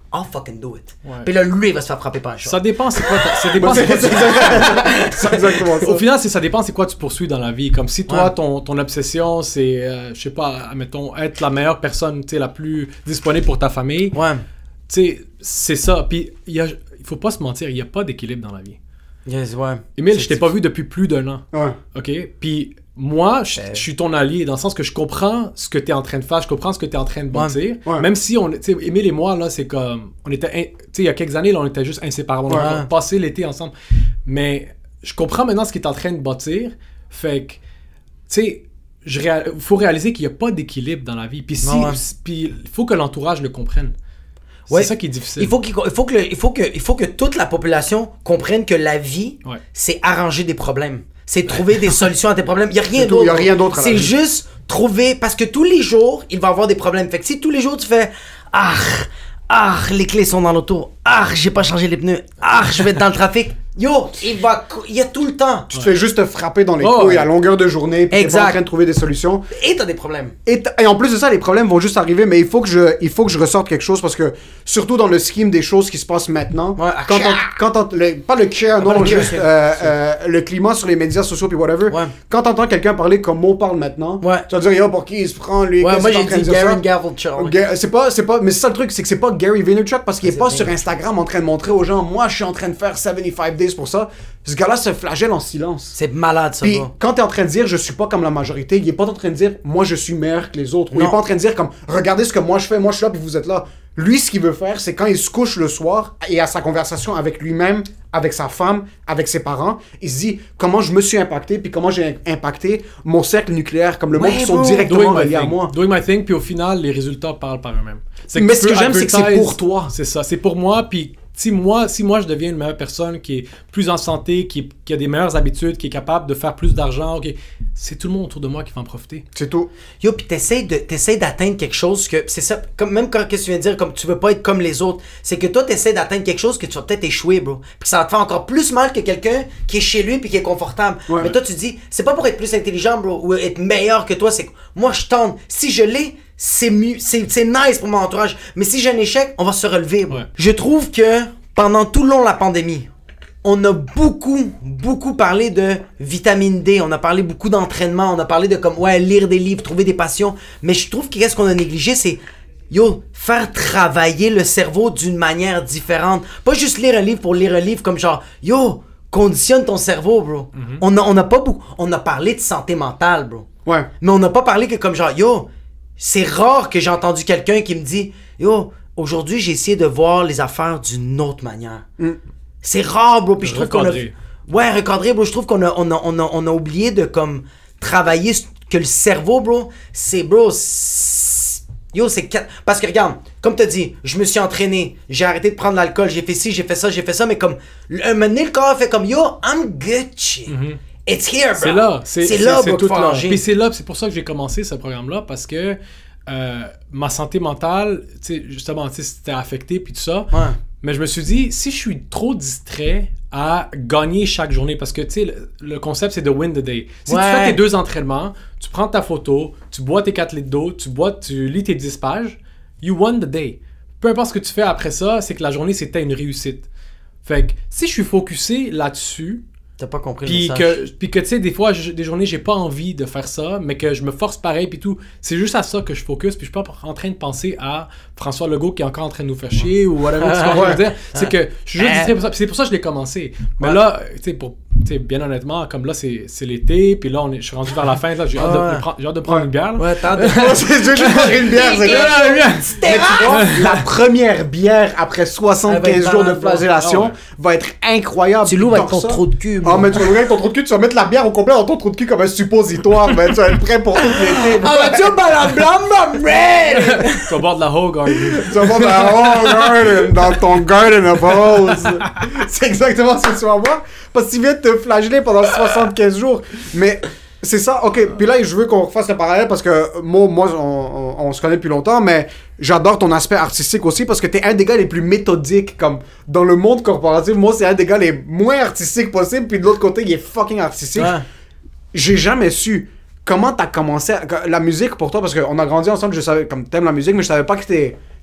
Speaker 2: I'll fucking do it.
Speaker 4: Ouais.
Speaker 2: Puis là, lui, il va se faire frapper par un chat.
Speaker 4: Ça dépend, c'est quoi. ta- Ça dépend, c'est quoi tu-
Speaker 3: C'est exactement ça.
Speaker 4: Au final, c'est ça dépend, c'est quoi tu poursuis dans la vie. Comme si toi,
Speaker 2: Ouais.
Speaker 4: ton, ton obsession, c'est, euh, je sais pas, admettons, être la meilleure personne, tu sais, la plus disponible pour ta famille.
Speaker 2: Ouais.
Speaker 4: Tu sais, c'est ça. Puis, il y a- il faut pas se mentir, il n'y a pas d'équilibre dans la vie.
Speaker 2: Yes, ouais.
Speaker 4: Emile,
Speaker 2: C'est-
Speaker 4: je t'ai pas vu depuis plus d'un an.
Speaker 3: Ouais.
Speaker 4: OK? Puis, moi, je
Speaker 2: Ben-
Speaker 4: je suis ton allié dans le sens que je comprends ce que tu es en train de faire, je comprends ce que tu es en train de bâtir.
Speaker 3: Ouais.
Speaker 4: Même si, on, tu sais, Emile et moi, là, c'est comme. On était. in- Tu sais, il y a quelques années, là, on était juste inséparables. On
Speaker 2: Ouais.
Speaker 4: a passé l'été ensemble. Mais je comprends maintenant ce qu'il est en train de bâtir. Fait que, tu sais, je réa- faut réaliser qu'il n'y a pas d'équilibre dans la vie. Puis, si,
Speaker 2: Ouais, ouais.
Speaker 4: puis il faut que l'entourage le comprenne.
Speaker 2: Ouais.
Speaker 4: C'est ça qui est difficile.
Speaker 2: Il faut, qu'il- il, faut que le- il, faut que, il faut que toute la population comprenne que la vie,
Speaker 4: Ouais.
Speaker 2: c'est arranger des problèmes. C'est trouver des solutions à tes problèmes. Il n'y a rien
Speaker 3: C'est tout,
Speaker 2: d'autre.
Speaker 3: il y a rien d'autre à la
Speaker 2: C'est
Speaker 3: vie.
Speaker 2: juste trouver... Parce que tous les jours, il va y avoir des problèmes. Fait que si tous les jours, tu fais... Ah, ah, les clés sont dans l'auto. Ah, j'ai pas changé les pneus. Ah, je vais être dans le trafic. Yo, il va... cou- Il y a tout le temps.
Speaker 3: Tu te fais juste te frapper dans les
Speaker 4: Oh,
Speaker 3: couilles
Speaker 4: ouais.
Speaker 3: à longueur de journée, puis t'es pas
Speaker 2: Exact.
Speaker 3: en train de trouver des solutions.
Speaker 2: Et t'as des problèmes.
Speaker 3: Et, t- et en plus de ça, les problèmes vont juste arriver, mais il faut que je, il faut que je ressorte quelque chose parce que, surtout dans le scheme des choses qui se passent maintenant,
Speaker 2: Ouais,
Speaker 3: quand on, quand on- le- pas le care,
Speaker 2: pas
Speaker 3: non,
Speaker 2: le care,
Speaker 3: juste
Speaker 2: c'est-
Speaker 3: euh, euh, le climat sur les médias sociaux puis whatever,
Speaker 2: Ouais.
Speaker 3: quand t'entends quelqu'un parler comme Mo parle maintenant,
Speaker 2: Ouais.
Speaker 3: tu vas dire, yo, pour qui il se prend, lui,
Speaker 2: Ouais,
Speaker 3: qu'est-ce
Speaker 2: moi,
Speaker 3: qu'il est
Speaker 2: j'ai
Speaker 3: en train de
Speaker 2: dit
Speaker 3: dire ça?
Speaker 2: Gary Gavin.
Speaker 3: Ga- C'est pas, c'est pas, mais c'est ça le truc, c'est que c'est pas Gary Vaynerchuk parce qu'il est
Speaker 2: C'est
Speaker 3: pas
Speaker 2: vrai.
Speaker 3: sur Instagram en train de montrer aux gens, moi je suis en train de faire soixante-quinze days pour ça. Ce gars-là se flagelle en silence.
Speaker 2: C'est malade, ça,
Speaker 3: Puis
Speaker 2: gars.
Speaker 3: quand t'es en train de dire je suis pas comme la majorité, il est pas en train de dire moi je suis meilleur que les autres. Ou il est
Speaker 2: Non.
Speaker 3: pas en train de dire comme regardez ce que moi je fais, moi je suis là puis vous êtes là. Lui ce qu'il veut faire c'est quand il se couche le soir et à sa conversation avec lui-même, avec sa femme, avec ses parents, il se dit comment je me suis impacté puis comment j'ai impacté mon cercle nucléaire comme le
Speaker 2: Ouais,
Speaker 3: monde qui sont
Speaker 2: bro.
Speaker 3: directement
Speaker 4: Doing my
Speaker 3: reliés à
Speaker 4: thing.
Speaker 3: moi.
Speaker 4: Doing my thing, puis au final, les résultats parlent par eux-mêmes. C'est
Speaker 3: Mais
Speaker 4: tu
Speaker 3: ce que
Speaker 4: peux
Speaker 3: j'aime, c'est que c'est
Speaker 4: advertise-
Speaker 3: pour toi.
Speaker 4: C'est ça, c'est pour moi, puis si moi, si moi je deviens une meilleure personne, qui est plus en santé, qui, qui a des meilleures habitudes, qui est capable de faire plus d'argent, ok, c'est tout le monde autour de moi qui va en profiter.
Speaker 3: C'est tout.
Speaker 2: Yo, pis t'essayes de, t'essayes d'atteindre quelque chose que, c'est ça, comme, même quand, qu'est-ce que tu viens de dire, comme tu veux pas être comme les autres, c'est que toi, t'essaies d'atteindre quelque chose que tu vas peut-être échouer, bro. Puis ça va te faire encore plus mal que quelqu'un qui est chez lui puis qui est confortable.
Speaker 3: Ouais.
Speaker 2: Mais toi, tu dis, c'est pas pour être plus intelligent, bro, ou être meilleur que toi, c'est que moi, je tente. Si je l'ai, c'est mieux, c'est, c'est nice pour mon entourage. Mais si j'ai un échec, on va se relever, bro.
Speaker 4: Ouais.
Speaker 2: Je trouve que pendant tout le long de la pandémie, on a beaucoup, beaucoup parlé de vitamine D, on a parlé beaucoup d'entraînement, on a parlé de comme, ouais, lire des livres, trouver des passions, mais je trouve que qu'est-ce qu'on a négligé, c'est, yo, faire travailler le cerveau d'une manière différente. Pas juste lire un livre pour lire un livre, comme genre, yo, conditionne ton cerveau, bro. On a, on a pas beaucoup, on a parlé de santé mentale, bro.
Speaker 3: Ouais.
Speaker 2: Mais on n'a pas parlé que comme genre, yo, c'est rare que j'ai entendu quelqu'un qui me dit, yo, aujourd'hui, j'ai essayé de voir les affaires d'une autre manière. C'est rare, bro. Puis je trouve qu'on a...
Speaker 4: Recadrer.
Speaker 2: Ouais, recadrer, bro. Je trouve qu'on a, on a, on a, on a oublié de, comme, travailler s- que le cerveau, bro, c'est, bro, c'est- yo, c'est... quatre- Parce que, regarde, comme t'as dit, je me suis entraîné, j'ai arrêté de prendre l'alcool, j'ai fait ci, j'ai fait ça, j'ai fait ça, mais comme, un moment donné, le corps a fait comme, yo, I'm Gucci. It's here, bro.
Speaker 4: C'est là, c'est
Speaker 2: C'est là, bro,
Speaker 4: tout
Speaker 2: qu'il faut
Speaker 4: là.
Speaker 2: arranger.
Speaker 4: Puis c'est là, c'est pour ça que j'ai commencé ce programme-là, parce que euh, ma santé mentale, tu sais, justement, tu sais, c'était affecté puis tout ça.
Speaker 2: Ouais.
Speaker 4: Mais je me suis dit, si je suis trop distrait à gagner chaque journée, parce que, tu sais, le, le concept, c'est de win the day. Si
Speaker 2: Ouais.
Speaker 4: tu fais tes deux entraînements, tu prends ta photo, tu bois tes quatre litres d'eau, tu bois, tu lis tes dix pages, you won the day. Peu importe ce que tu fais après ça, c'est que la journée, c'était une réussite. Fait que, si je suis focusé là-dessus,
Speaker 2: T'as pas compris le
Speaker 4: puis
Speaker 2: message.
Speaker 4: que, puis que tu sais, des fois, je- des journées, j'ai pas envie de faire ça, mais que je me force pareil, puis tout. C'est juste à ça que je focus, puis je suis pas en train de penser à François Legault qui est encore en train de nous faire chier, ou whatever, tu vois ce que je veux dire. C'est que je suis juste distrait pour ça, puis c'est pour ça que je l'ai commencé. Mais
Speaker 2: Ouais.
Speaker 4: là, tu sais, pour, tu sais, bien honnêtement, comme là, c'est, c'est l'été, puis là, on est, je suis rendu vers la fin, là, j'ai hâte, de-
Speaker 2: Ouais.
Speaker 4: de, prendre, j'ai hâte de prendre une bière, là.
Speaker 2: Ouais, t'as
Speaker 3: C'est juste prendre une bière, c'est clair. Mais tu vois, la première bière après
Speaker 2: Elle
Speaker 3: soixante-quinze
Speaker 2: va être
Speaker 3: jours de
Speaker 2: malade,
Speaker 3: flagellation
Speaker 4: ah ouais.
Speaker 3: va être incroyable.
Speaker 2: Tu l'ouvres avec
Speaker 3: Dans
Speaker 2: ton
Speaker 3: ça-
Speaker 2: trou de cul, bro.
Speaker 3: Ah, mais tu vas l'ouvrir avec ton trou de cul, tu vas mettre la bière au complet dans ton trou de cul comme un suppositoire, mais tu vas être prêt pour tout l'été.
Speaker 2: Ah, bah, tu vas la blâme, man!
Speaker 4: Tu vas boire de la Hogarth.
Speaker 3: Tu vas voir dans la garden, dans ton garden of roses. C'est exactement ce que tu vas voir. Parce que tu viens de te flageller pendant soixante-quinze jours. Mais c'est ça, ok. Puis là, je veux qu'on refasse le parallèle parce que moi, moi on, on- on se connaît depuis longtemps, mais j'adore ton aspect artistique aussi parce que t'es un des gars les plus méthodiques. Comme dans le monde corporatif, moi, c'est un des gars les moins artistiques possible. Puis de l'autre côté, il est fucking artistique.
Speaker 2: Ouais.
Speaker 3: J'ai jamais su comment t'as commencé à- la musique pour toi parce qu'on a grandi ensemble, je savais comme t'aimes la musique mais je savais pas que t'étais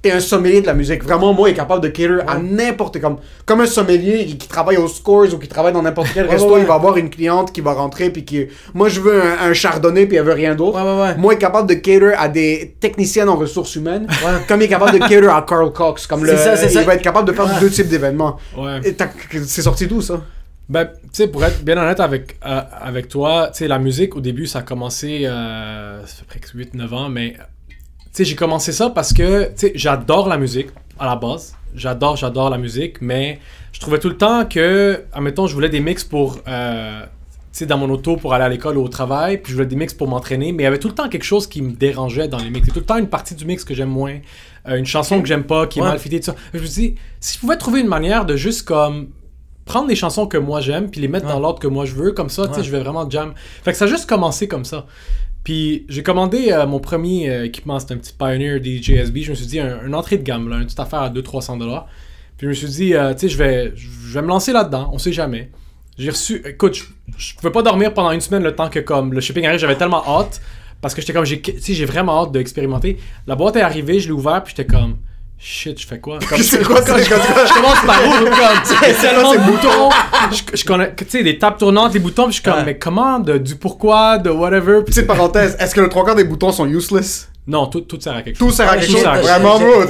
Speaker 3: t'es un sommelier de la musique. Vraiment, moi, il est capable de cater ouais. à n'importe comme comme un sommelier qui travaille aux Scores ou qui travaille dans n'importe quel resto, ouais, ouais. il va avoir une cliente qui va rentrer puis qui, moi, je veux un, un chardonnay puis elle veut rien d'autre.
Speaker 2: Ouais, ouais, ouais.
Speaker 3: Moi, il est capable de cater à des techniciennes en ressources humaines, ouais. comme il est capable de cater à Carl Cox, comme c'est le, ça, c'est il ça. va être capable de faire ouais. deux types d'événements.
Speaker 4: Ouais.
Speaker 3: Et c'est sorti d'où ça?
Speaker 4: Ben, tu sais, pour être bien honnête avec, euh, avec toi, tu sais, la musique, au début, ça a commencé, euh, ça fait presque huit neuf ans, mais, tu sais, j'ai commencé ça parce que, tu sais, j'adore la musique, à la base. J'adore, j'adore la musique, mais je trouvais tout le temps que, admettons, je voulais des mix pour, euh, tu sais, dans mon auto pour aller à l'école ou au travail, puis je voulais des mix pour m'entraîner, mais il y avait tout le temps quelque chose qui me dérangeait dans les mix. Il y a tout le temps une partie du mix que j'aime moins, euh, une chanson que j'aime pas, qui est ouais. mal fitée, tout ça. Je me suis dit, si je pouvais trouver une manière de juste comme prendre des chansons que moi j'aime puis les mettre ouais. dans l'ordre que moi je veux, comme ça, ouais. tu sais, je vais vraiment jam. Fait que ça a juste commencé comme ça. Puis j'ai commandé euh, mon premier euh, équipement, c'était un petit Pioneer D J S B. Je me suis dit, un, une entrée de gamme, là, une petite affaire à deux cents à trois cents dollars. Puis je me suis dit, euh, tu sais, je vais, je vais me lancer là-dedans, on sait jamais. J'ai reçu, écoute, je, je pouvais pas dormir pendant une semaine le temps que comme le shipping arrive, j'avais tellement hâte, parce que j'étais comme, j'ai, tu sais, j'ai vraiment hâte d'expérimenter. La boîte est arrivée, je l'ai ouvert, puis j'étais comme... Shit, je fais quoi? Comme,
Speaker 3: c'est quoi ça?
Speaker 4: Je, je, je commence par où? Comme, c'est tellement de boutons. Je, je connais, tu sais, des tables tournantes, les boutons, puis je suis comme, ouais. mais comment? De, du pourquoi? De whatever?
Speaker 3: Petite parenthèse, est-ce que le trois quarts des boutons sont useless?
Speaker 4: Non, tout, tout sert à quelque chose.
Speaker 3: Tout sert à quelque chose.
Speaker 4: Vraiment,
Speaker 3: bro.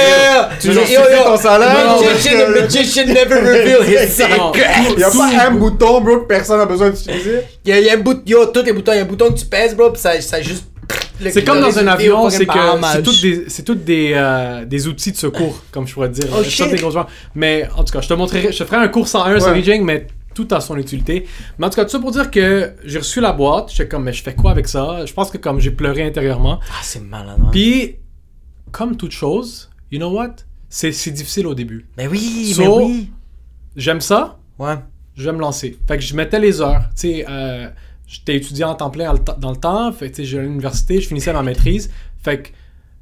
Speaker 3: Tu justifies ton salaire.
Speaker 2: The magician never reveal his secret.
Speaker 3: Il y a pas un bouton, bro, que personne n'a besoin d'utiliser.
Speaker 2: Il y a un bouton, yo, tous les boutons, il y a un bouton que tu pèses, bro, puis ça, ça juste...
Speaker 4: Le c'est comme dans un avion, c'est que c'est toutes des, c'est toutes des, euh, des outils de secours, comme je pourrais te dire.
Speaker 2: Oh, shit.
Speaker 4: Des mais en tout cas, je te montrerai, je te ferai un cours cent un ouais. sur DJing, mais tout a son utilité. Mais en tout cas, tout ça pour dire que j'ai reçu la boîte, j'étais comme, mais je fais quoi avec ça? Je pense que comme j'ai pleuré intérieurement.
Speaker 2: Ah, c'est malade.
Speaker 4: Puis, comme toute chose, you know what? C'est, c'est difficile au début.
Speaker 2: Mais oui,
Speaker 4: so,
Speaker 2: mais oui.
Speaker 4: J'aime ça.
Speaker 2: Ouais.
Speaker 4: Je vais me lancer. Fait que je mettais les heures. Tu sais, euh, j'étais étudiant en temps plein dans le temps, fait que j'allais à l'université, je finissais ma maîtrise, fait que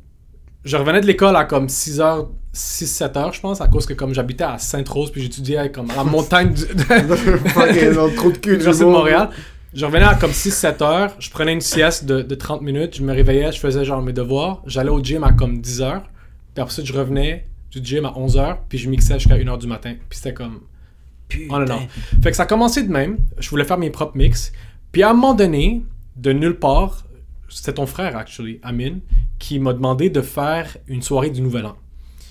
Speaker 4: je revenais de l'école à comme six heures, six sept heures je pense, à cause que comme j'habitais à Sainte-Rose, puis j'étudiais comme à la montagne du...
Speaker 3: dans le trou de cul de
Speaker 4: l'Université de Montréal. Je revenais à comme six sept heures, je prenais une sieste de, de trente minutes, je me réveillais, je faisais genre mes devoirs, j'allais au gym à comme dix heures, puis après ça je revenais du gym à onze heures, puis je mixais jusqu'à une heure du matin, puis c'était comme...
Speaker 2: Putain.
Speaker 4: Oh non, non. Fait que ça a commencé de même, je voulais faire mes propres mix. Puis à un moment donné, de nulle part, c'était ton frère, actually, Amin, qui m'a demandé de faire une soirée du Nouvel An.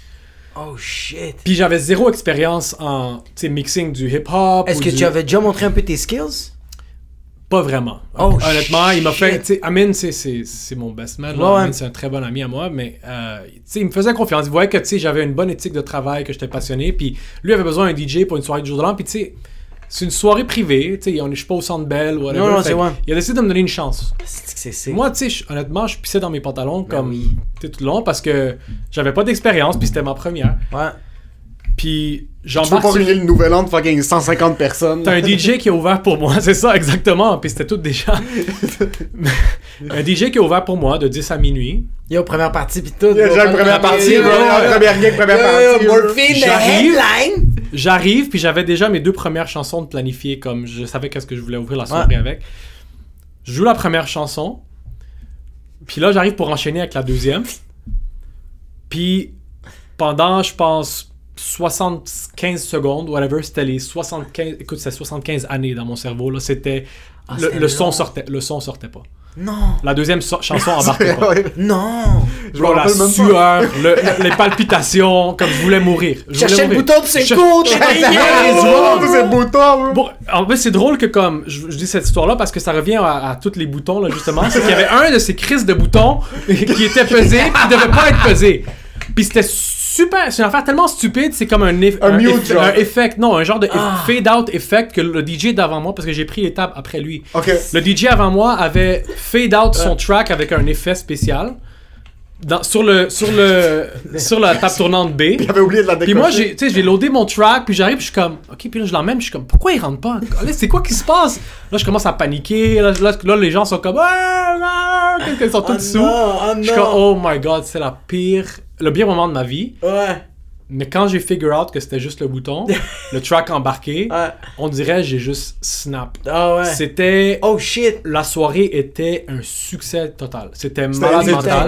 Speaker 2: Oh shit!
Speaker 4: Puis j'avais zéro expérience en, tu sais, mixing du hip-hop.
Speaker 2: Est-ce que
Speaker 4: du...
Speaker 2: tu avais déjà montré un peu tes skills?
Speaker 4: Pas vraiment.
Speaker 2: Oh
Speaker 4: Honnêtement,
Speaker 2: shit.
Speaker 4: il m'a fait, tu sais, Amin, c'est, c'est, c'est mon best man.
Speaker 2: Ouais,
Speaker 4: Amin,
Speaker 2: ouais.
Speaker 4: c'est un très bon ami à moi, mais, euh, tu sais, il me faisait confiance. Il voyait que, tu sais, j'avais une bonne éthique de travail, que j'étais passionné, puis lui avait besoin d'un D J pour une soirée du jour de l'an, puis tu sais, c'est une soirée privée, tu sais, je suis pas au Centre Bell ou whatever.
Speaker 2: Non, non, c'est ouais.
Speaker 4: Il a décidé de me donner une chance.
Speaker 2: C'est, c'est, c'est...
Speaker 4: Moi, tu sais, honnêtement, je pissais dans mes pantalons
Speaker 2: ben
Speaker 4: comme
Speaker 2: oui.
Speaker 4: tout le long parce que j'avais pas d'expérience, puis c'était ma première.
Speaker 2: Ouais.
Speaker 4: Puis
Speaker 3: Tu peux
Speaker 4: j'embarque.
Speaker 3: pas
Speaker 4: sur-
Speaker 3: ruiner le nouvel an de fucking cent cinquante personnes.
Speaker 4: T'as un D J qui a ouvert pour moi, c'est ça, exactement. Puis c'était tout déjà. Un D J qui a ouvert pour moi de dix à minuit.
Speaker 2: Yo, première partie pis tout.
Speaker 3: Il y a déjà une première partie, bro. Première gig, première partie.
Speaker 2: Morphine,
Speaker 4: J'arrive.
Speaker 2: headline.
Speaker 4: J'arrive, puis j'avais déjà mes deux premières chansons de planifier, comme je savais qu'est-ce que je voulais ouvrir la soirée
Speaker 2: Ouais.
Speaker 4: avec. Je joue la première chanson, puis là j'arrive pour enchaîner avec la deuxième. Puis pendant, je pense, soixante-quinze secondes, whatever, c'était les soixante-quinze... Écoute, c'était soixante-quinze années dans mon cerveau, là, c'était...
Speaker 2: Ah,
Speaker 4: le,
Speaker 2: c'était
Speaker 4: le son
Speaker 2: long.
Speaker 4: sortait, le son sortait pas.
Speaker 2: Non.
Speaker 4: La deuxième so- chanson embarquait pas.
Speaker 2: Non.
Speaker 3: Je
Speaker 4: Bro,
Speaker 3: me
Speaker 4: la
Speaker 3: rappelle même pas.
Speaker 4: sueur, le- le- les palpitations, comme je voulais mourir. Je voulais
Speaker 2: Cherchais le
Speaker 4: mourir.
Speaker 2: bouton de ses
Speaker 4: Je-
Speaker 2: cours.
Speaker 4: je-
Speaker 3: Oh, tous ces boutons, bro.
Speaker 4: Bon, en fait, c'est drôle que comme je, je dis cette histoire-là parce que ça revient à, à tous les boutons là justement, c'est qu'il y avait un de ces crises de boutons qui était pesé puis qui devait pas être pesé. Puis c'était super, c'est une affaire tellement stupide, c'est comme un, eff-
Speaker 3: Un
Speaker 4: un,
Speaker 3: mute,
Speaker 4: eff-
Speaker 3: genre.
Speaker 4: un effect, non, un genre de
Speaker 2: Ah.
Speaker 4: fade out effect que le D J d'avant moi parce que j'ai pris les tables après lui.
Speaker 3: Ok.
Speaker 4: Le D J avant moi avait fade out son track avec un effet spécial dans, sur le sur le sur la table tournante B.
Speaker 3: J'avais oublié de la décocher.
Speaker 4: Puis moi, j'ai, tu sais, j'ai loadé mon track, puis j'arrive, puis je suis comme, ok, puis là, je l'emmène, puis je suis comme, pourquoi il rentre pas? Là, c'est quoi qui se passe? Là, je commence à paniquer, là, là, là, les gens sont comme, ah, ah, ils sont tous
Speaker 2: Oh
Speaker 4: sous.
Speaker 2: non, oh
Speaker 4: Je suis comme, oh my god, c'est la pire, le pire moment de ma vie.
Speaker 2: Ouais.
Speaker 4: Mais quand j'ai figure out que c'était juste le bouton, le track embarqué,
Speaker 2: Ouais.
Speaker 4: on dirait j'ai juste snap.
Speaker 2: Ah ouais.
Speaker 4: C'était,
Speaker 2: Oh shit.
Speaker 4: la soirée était un succès total. C'était
Speaker 3: C'était
Speaker 4: malade
Speaker 3: un
Speaker 4: mental.
Speaker 3: détail.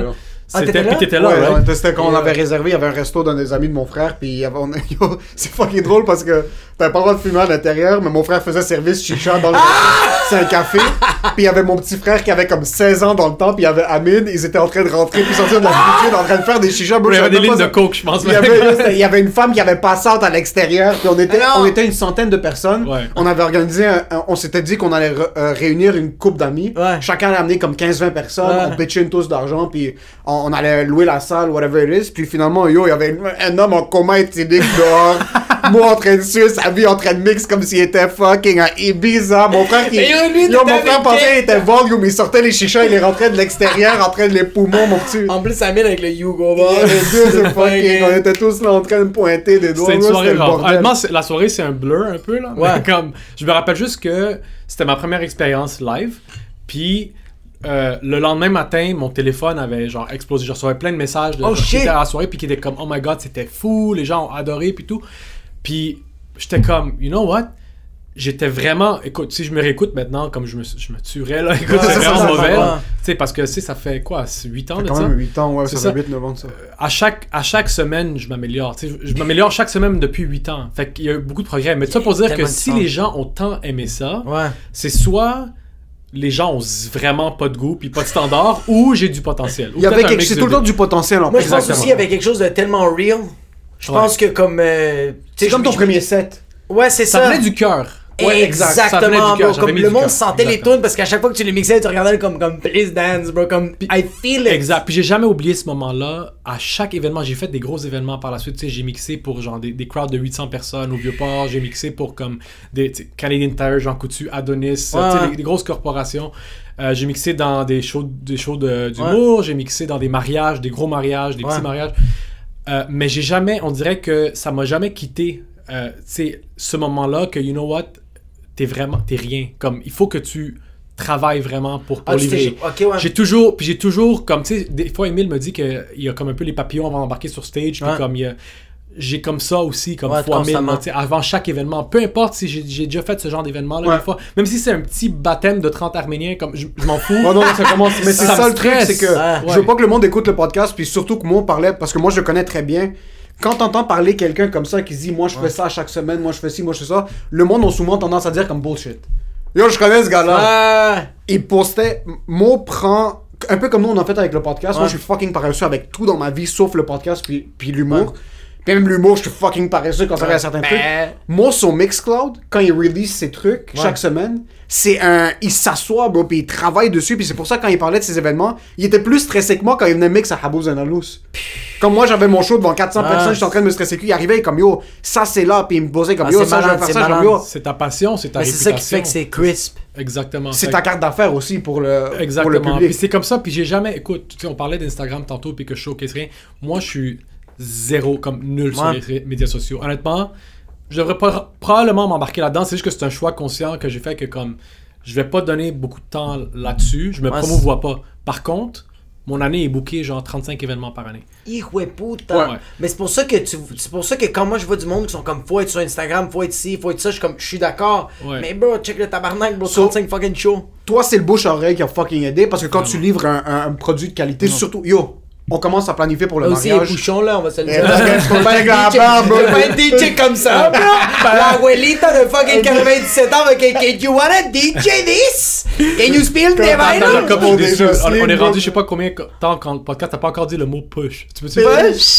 Speaker 2: Ah,
Speaker 4: C'était,
Speaker 2: t'étais là?
Speaker 4: puis t'étais là,
Speaker 3: Ouais,
Speaker 4: right?
Speaker 3: on était- c'était quand on
Speaker 4: Et,
Speaker 3: avait
Speaker 4: euh,
Speaker 3: réservé, il y avait un resto d'un des amis de mon frère, puis il y avait, on- yo, c'est fucking drôle parce que t'avais pas le droit de fumer à l'intérieur, mais mon frère faisait service chicha dans le c'est un café, puis il y avait mon petit frère qui avait comme seize ans dans le temps, puis il y avait Amine, ils étaient en train de rentrer, puis sortir de la cuisine, en train de faire des chichas.
Speaker 4: Il y avait des lignes de coke, je pense.
Speaker 3: Il y, avait, il y avait une femme qui avait passé out à l'extérieur, puis on était,
Speaker 2: Alors...
Speaker 3: on était une centaine de personnes.
Speaker 4: Ouais.
Speaker 3: On avait organisé, un, un- on s'était dit qu'on allait re- euh, réunir une couple d'amis.
Speaker 2: Ouais.
Speaker 3: Chacun allait amener comme quinze vingt personnes,
Speaker 2: Ouais.
Speaker 3: on pitchait une touche d'argent, puis on, on allait louer la salle, whatever it is. Puis finalement, yo, il y avait une- un homme en coma éthylique dehors, moi en train de suer sa vie, en train de mix comme s'il était fucking à Ibiza. Mon frère qui.
Speaker 2: Et yo, lui,
Speaker 3: yo,
Speaker 2: t'étais
Speaker 3: mon frère
Speaker 2: avec
Speaker 3: pensait
Speaker 2: Kate.
Speaker 3: qu'il était volume, il sortait les chichas, il les rentrait de l'extérieur, en train de les poumons, mon petit.
Speaker 2: En plus, Amine avec le Hugo
Speaker 3: Il y avait deux, c'est fucking, on était tous là en train de pointer des doigts.
Speaker 4: C'était une
Speaker 3: Là,
Speaker 4: soirée
Speaker 3: le
Speaker 4: rare.
Speaker 3: bordel.
Speaker 4: Honnêtement, c'est- la soirée, c'est un blur un peu, là.
Speaker 2: Ouais.
Speaker 4: Mais comme, je me rappelle juste que c'était ma première expérience live. Puis, euh, le lendemain matin, mon téléphone avait genre explosé. Je recevais plein de messages de
Speaker 2: Oh,
Speaker 4: gens qui
Speaker 2: shit.
Speaker 4: étaient à la soirée, puis qui étaient comme, oh my god, c'était fou, les gens ont adoré, puis tout. Puis, j'étais comme, you know what? J'étais vraiment. Écoute, si je me réécoute maintenant, comme je me, je me tuerais, là. Écoute,
Speaker 2: Ouais,
Speaker 4: c'est
Speaker 2: ça,
Speaker 4: vraiment
Speaker 2: ça, ça,
Speaker 4: mauvais.
Speaker 2: ouais.
Speaker 4: là. Tu sais, parce que, tu sais, ça fait quoi? huit ans
Speaker 3: Ça fait
Speaker 4: de
Speaker 3: quand
Speaker 4: ça?
Speaker 3: même huit ans, ouais,
Speaker 4: C'est
Speaker 3: ça
Speaker 4: ça.
Speaker 3: fait huit neuf ans de ça.
Speaker 4: À chaque, à chaque semaine, je m'améliore. Tu sais, je je m'améliore chaque semaine depuis huit ans. Fait qu'il y a eu beaucoup de progrès. Mais tout ça pour dire que
Speaker 2: tellement de
Speaker 4: si
Speaker 2: sens.
Speaker 4: les gens ont tant aimé ça,
Speaker 2: Ouais.
Speaker 4: c'est soit les gens ont vraiment pas de goût puis pas de standard, ou j'ai du potentiel. Ou
Speaker 3: Il y avait
Speaker 4: peut-être un
Speaker 3: quelque...
Speaker 4: mix
Speaker 3: C'est
Speaker 4: des
Speaker 3: tout le temps
Speaker 4: deux.
Speaker 3: du potentiel en
Speaker 2: Moi, je
Speaker 3: plus.
Speaker 2: pense
Speaker 4: Exactement.
Speaker 2: aussi avec quelque chose de tellement real. Je
Speaker 4: Ouais.
Speaker 2: pense que comme. euh, tu sais,
Speaker 3: C'est comme
Speaker 2: je-
Speaker 3: ton premier set.
Speaker 2: Ouais, c'est ça.
Speaker 4: Ça venait du cœur.
Speaker 2: Ouais, exactement,
Speaker 4: Ça venait du cœur,
Speaker 2: bro.
Speaker 4: j'avais
Speaker 2: Comme
Speaker 4: mis
Speaker 2: le
Speaker 4: du
Speaker 2: monde
Speaker 4: cœur.
Speaker 2: sentait les
Speaker 4: Exactement.
Speaker 2: tunes parce qu'à chaque fois que tu les mixais, tu regardais comme, comme Please Dance, bro. Comme I feel it.
Speaker 4: Exact. Puis j'ai jamais oublié ce moment-là. À chaque événement, j'ai fait des gros événements par la suite. Tu sais, j'ai mixé pour genre des, des crowds de huit cents personnes au Vieux-Port. J'ai mixé pour comme des tu sais, Canadian Tire, Jean Coutu, Adonis,
Speaker 2: Ouais,
Speaker 4: tu sais,
Speaker 2: ouais.
Speaker 4: des, des grosses corporations. Euh, j'ai mixé dans des shows, des shows de, d'humour. J'ai mixé dans des mariages, des gros mariages, des
Speaker 2: Ouais.
Speaker 4: petits mariages. Euh, mais j'ai jamais, on dirait que ça m'a jamais quitté. Euh, tu sais, ce moment-là que you know what, t'es vraiment, t'es rien. Comme il faut que tu travailles vraiment pour, pour
Speaker 2: Ah, tu
Speaker 4: livrer.
Speaker 2: t'es- Ok, ouais.
Speaker 4: J'ai toujours, puis j'ai toujours, comme tu sais, des fois Emile me dit qu'il y a comme un peu les papillons avant d'embarquer sur stage, puis
Speaker 2: Ouais.
Speaker 4: comme il y a, j'ai comme ça aussi, comme
Speaker 2: Ouais,
Speaker 4: fois mille,
Speaker 2: constamment.
Speaker 4: là, tu sais, avant chaque événement. Peu importe si j'ai, j'ai déjà fait ce genre d'événement-là,
Speaker 3: Ouais.
Speaker 4: des fois, même si c'est un petit baptême de trente Arméniens, comme je, je m'en fous.
Speaker 3: Oh non, ça commence. Mais c'est
Speaker 4: Ça
Speaker 3: ça,
Speaker 4: me
Speaker 3: le truc,
Speaker 4: stresse.
Speaker 3: c'est que
Speaker 2: Ouais.
Speaker 3: je veux pas que le monde écoute le podcast, puis surtout que moi on parlait, parce que moi je le connais très bien. Quand t'entends parler quelqu'un comme ça qui se dit moi je fais ça chaque semaine, moi je fais ci, moi je fais ça, le monde a souvent tendance à dire comme bullshit. Yo, je connais ce gars-là.
Speaker 2: Ouais.
Speaker 3: Il postait, Mo prend, un peu comme nous on a fait avec le podcast, moi
Speaker 2: Ouais.
Speaker 3: je suis fucking paresseux avec tout dans ma vie sauf le podcast puis, puis l'humour.
Speaker 2: Ouais.
Speaker 3: Puis même l'humour, je suis fucking paresseux quand ça arrive à certains trucs.
Speaker 2: Ben.
Speaker 3: Moi, sur Mixcloud, quand il release ses trucs
Speaker 2: Ouais.
Speaker 3: chaque semaine, c'est un. Il s'assoit, bro, puis il travaille dessus, puis c'est pour ça, quand il parlait de ces événements, il était plus stressé que moi quand il venait mix à Habou Zanalous. Comme moi, j'avais mon show devant quatre cents
Speaker 2: Ah.
Speaker 3: personnes, j'étais en train de me stresser. Il arrivait comme yo, ça c'est là, puis il me posait comme
Speaker 2: Ah,
Speaker 3: yo,
Speaker 2: c'est
Speaker 3: ça je
Speaker 2: malade,
Speaker 3: vais faire
Speaker 2: c'est
Speaker 3: ça, je vais
Speaker 2: malade.
Speaker 3: yo.
Speaker 4: C'est ta passion, c'est ta
Speaker 2: Mais c'est ça
Speaker 4: réputation.
Speaker 2: qui fait que c'est crisp.
Speaker 4: Exactement.
Speaker 3: C'est
Speaker 4: Fait
Speaker 3: ta
Speaker 4: que-
Speaker 3: carte d'affaires aussi pour le, pour le
Speaker 4: Exactement.
Speaker 3: public.
Speaker 4: Puis c'est comme ça, puis j'ai jamais. Écoute, tu sais, on parlait d'Instagram tantôt, puis que je showcase rien. Moi, je suis zéro, comme nul sur
Speaker 2: Ouais.
Speaker 4: les ré- médias sociaux. Honnêtement, je devrais pas, probablement m'embarquer là-dedans. C'est juste que c'est un choix conscient que j'ai fait que, comme, je vais pas donner beaucoup de temps là-dessus. Je me
Speaker 2: Ouais,
Speaker 4: promouvois pas. Par contre, mon année est bookée genre trente-cinq événements par année.
Speaker 2: Hijo de puta.
Speaker 4: Ouais.
Speaker 2: Mais c'est pour ça que tu c'est pour ça que quand moi je vois du monde qui sont comme faut être sur Instagram, faut être ci, faut être ça, je suis comme je suis d'accord.
Speaker 4: Ouais.
Speaker 2: Mais bro, check le tabarnak, bro,
Speaker 3: So-
Speaker 2: trente-cinq fucking shows.
Speaker 3: Toi, c'est le bouche-oreille qui a fucking aidé parce que quand tu livres un, un- un produit de qualité, surtout, yo, on commence à planifier pour le
Speaker 2: Là aussi, les
Speaker 3: mariage.
Speaker 2: bouchons là, on va se le
Speaker 3: Eh,
Speaker 2: dire.
Speaker 3: parce que tu peux pas être la barbe, bro.
Speaker 2: Tu peux pas être D J comme ça, bro. La abuelita de fucking quatre-vingt-dix-sept ans, avec can you wanna D J this? Can you spill the
Speaker 3: Attends,
Speaker 2: vinyl?
Speaker 4: Comme je suis déçu,
Speaker 3: déjà
Speaker 4: on, on est
Speaker 3: slim,
Speaker 4: rendu,
Speaker 3: bro.
Speaker 4: je sais pas combien de temps quand le podcast, t'as pas encore dit le mot push. Tu peux-tu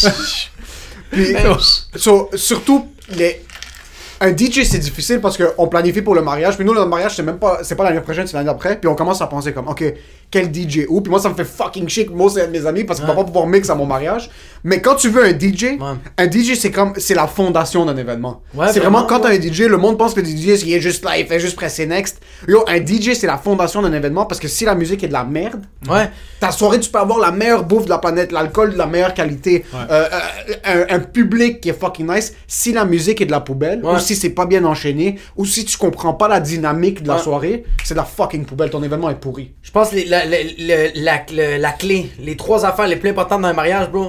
Speaker 3: Puis, so, surtout, les... un D J c'est difficile parce qu'on planifie pour le mariage. Puis nous, le mariage, c'est même pas, c'est pas l'année prochaine, c'est l'année d'après. Puis on commence à penser comme, ok, quel D J où? Puis moi, ça me fait fucking chic. Moi, c'est un de mes amis parce qu'il va
Speaker 2: Ouais.
Speaker 3: pas pouvoir mix à mon mariage. Mais quand tu veux un D J,
Speaker 2: Ouais.
Speaker 3: un D J, c'est comme, c'est la fondation d'un événement.
Speaker 2: Ouais,
Speaker 3: c'est vraiment,
Speaker 2: vraiment,
Speaker 3: quand t'as
Speaker 2: ouais.
Speaker 3: un D J, le monde pense que le D J, il est juste là, il fait juste presser next. Yo, un D J, c'est la fondation d'un événement parce que si la musique est de la merde,
Speaker 2: Ouais.
Speaker 3: ta soirée, tu peux avoir la meilleure bouffe de la planète, l'alcool de la meilleure qualité,
Speaker 4: Ouais.
Speaker 3: euh, euh, un, un public qui est fucking nice. Si la musique est de la poubelle,
Speaker 2: Ouais.
Speaker 3: ou si c'est pas bien enchaîné, ou si tu comprends pas la dynamique de la
Speaker 2: Ouais.
Speaker 3: soirée, c'est de la fucking poubelle. Ton événement est pourri.
Speaker 2: Je pense que les- la, la, la, la, la- la clé, les trois affaires les plus importantes dans un mariage, bro.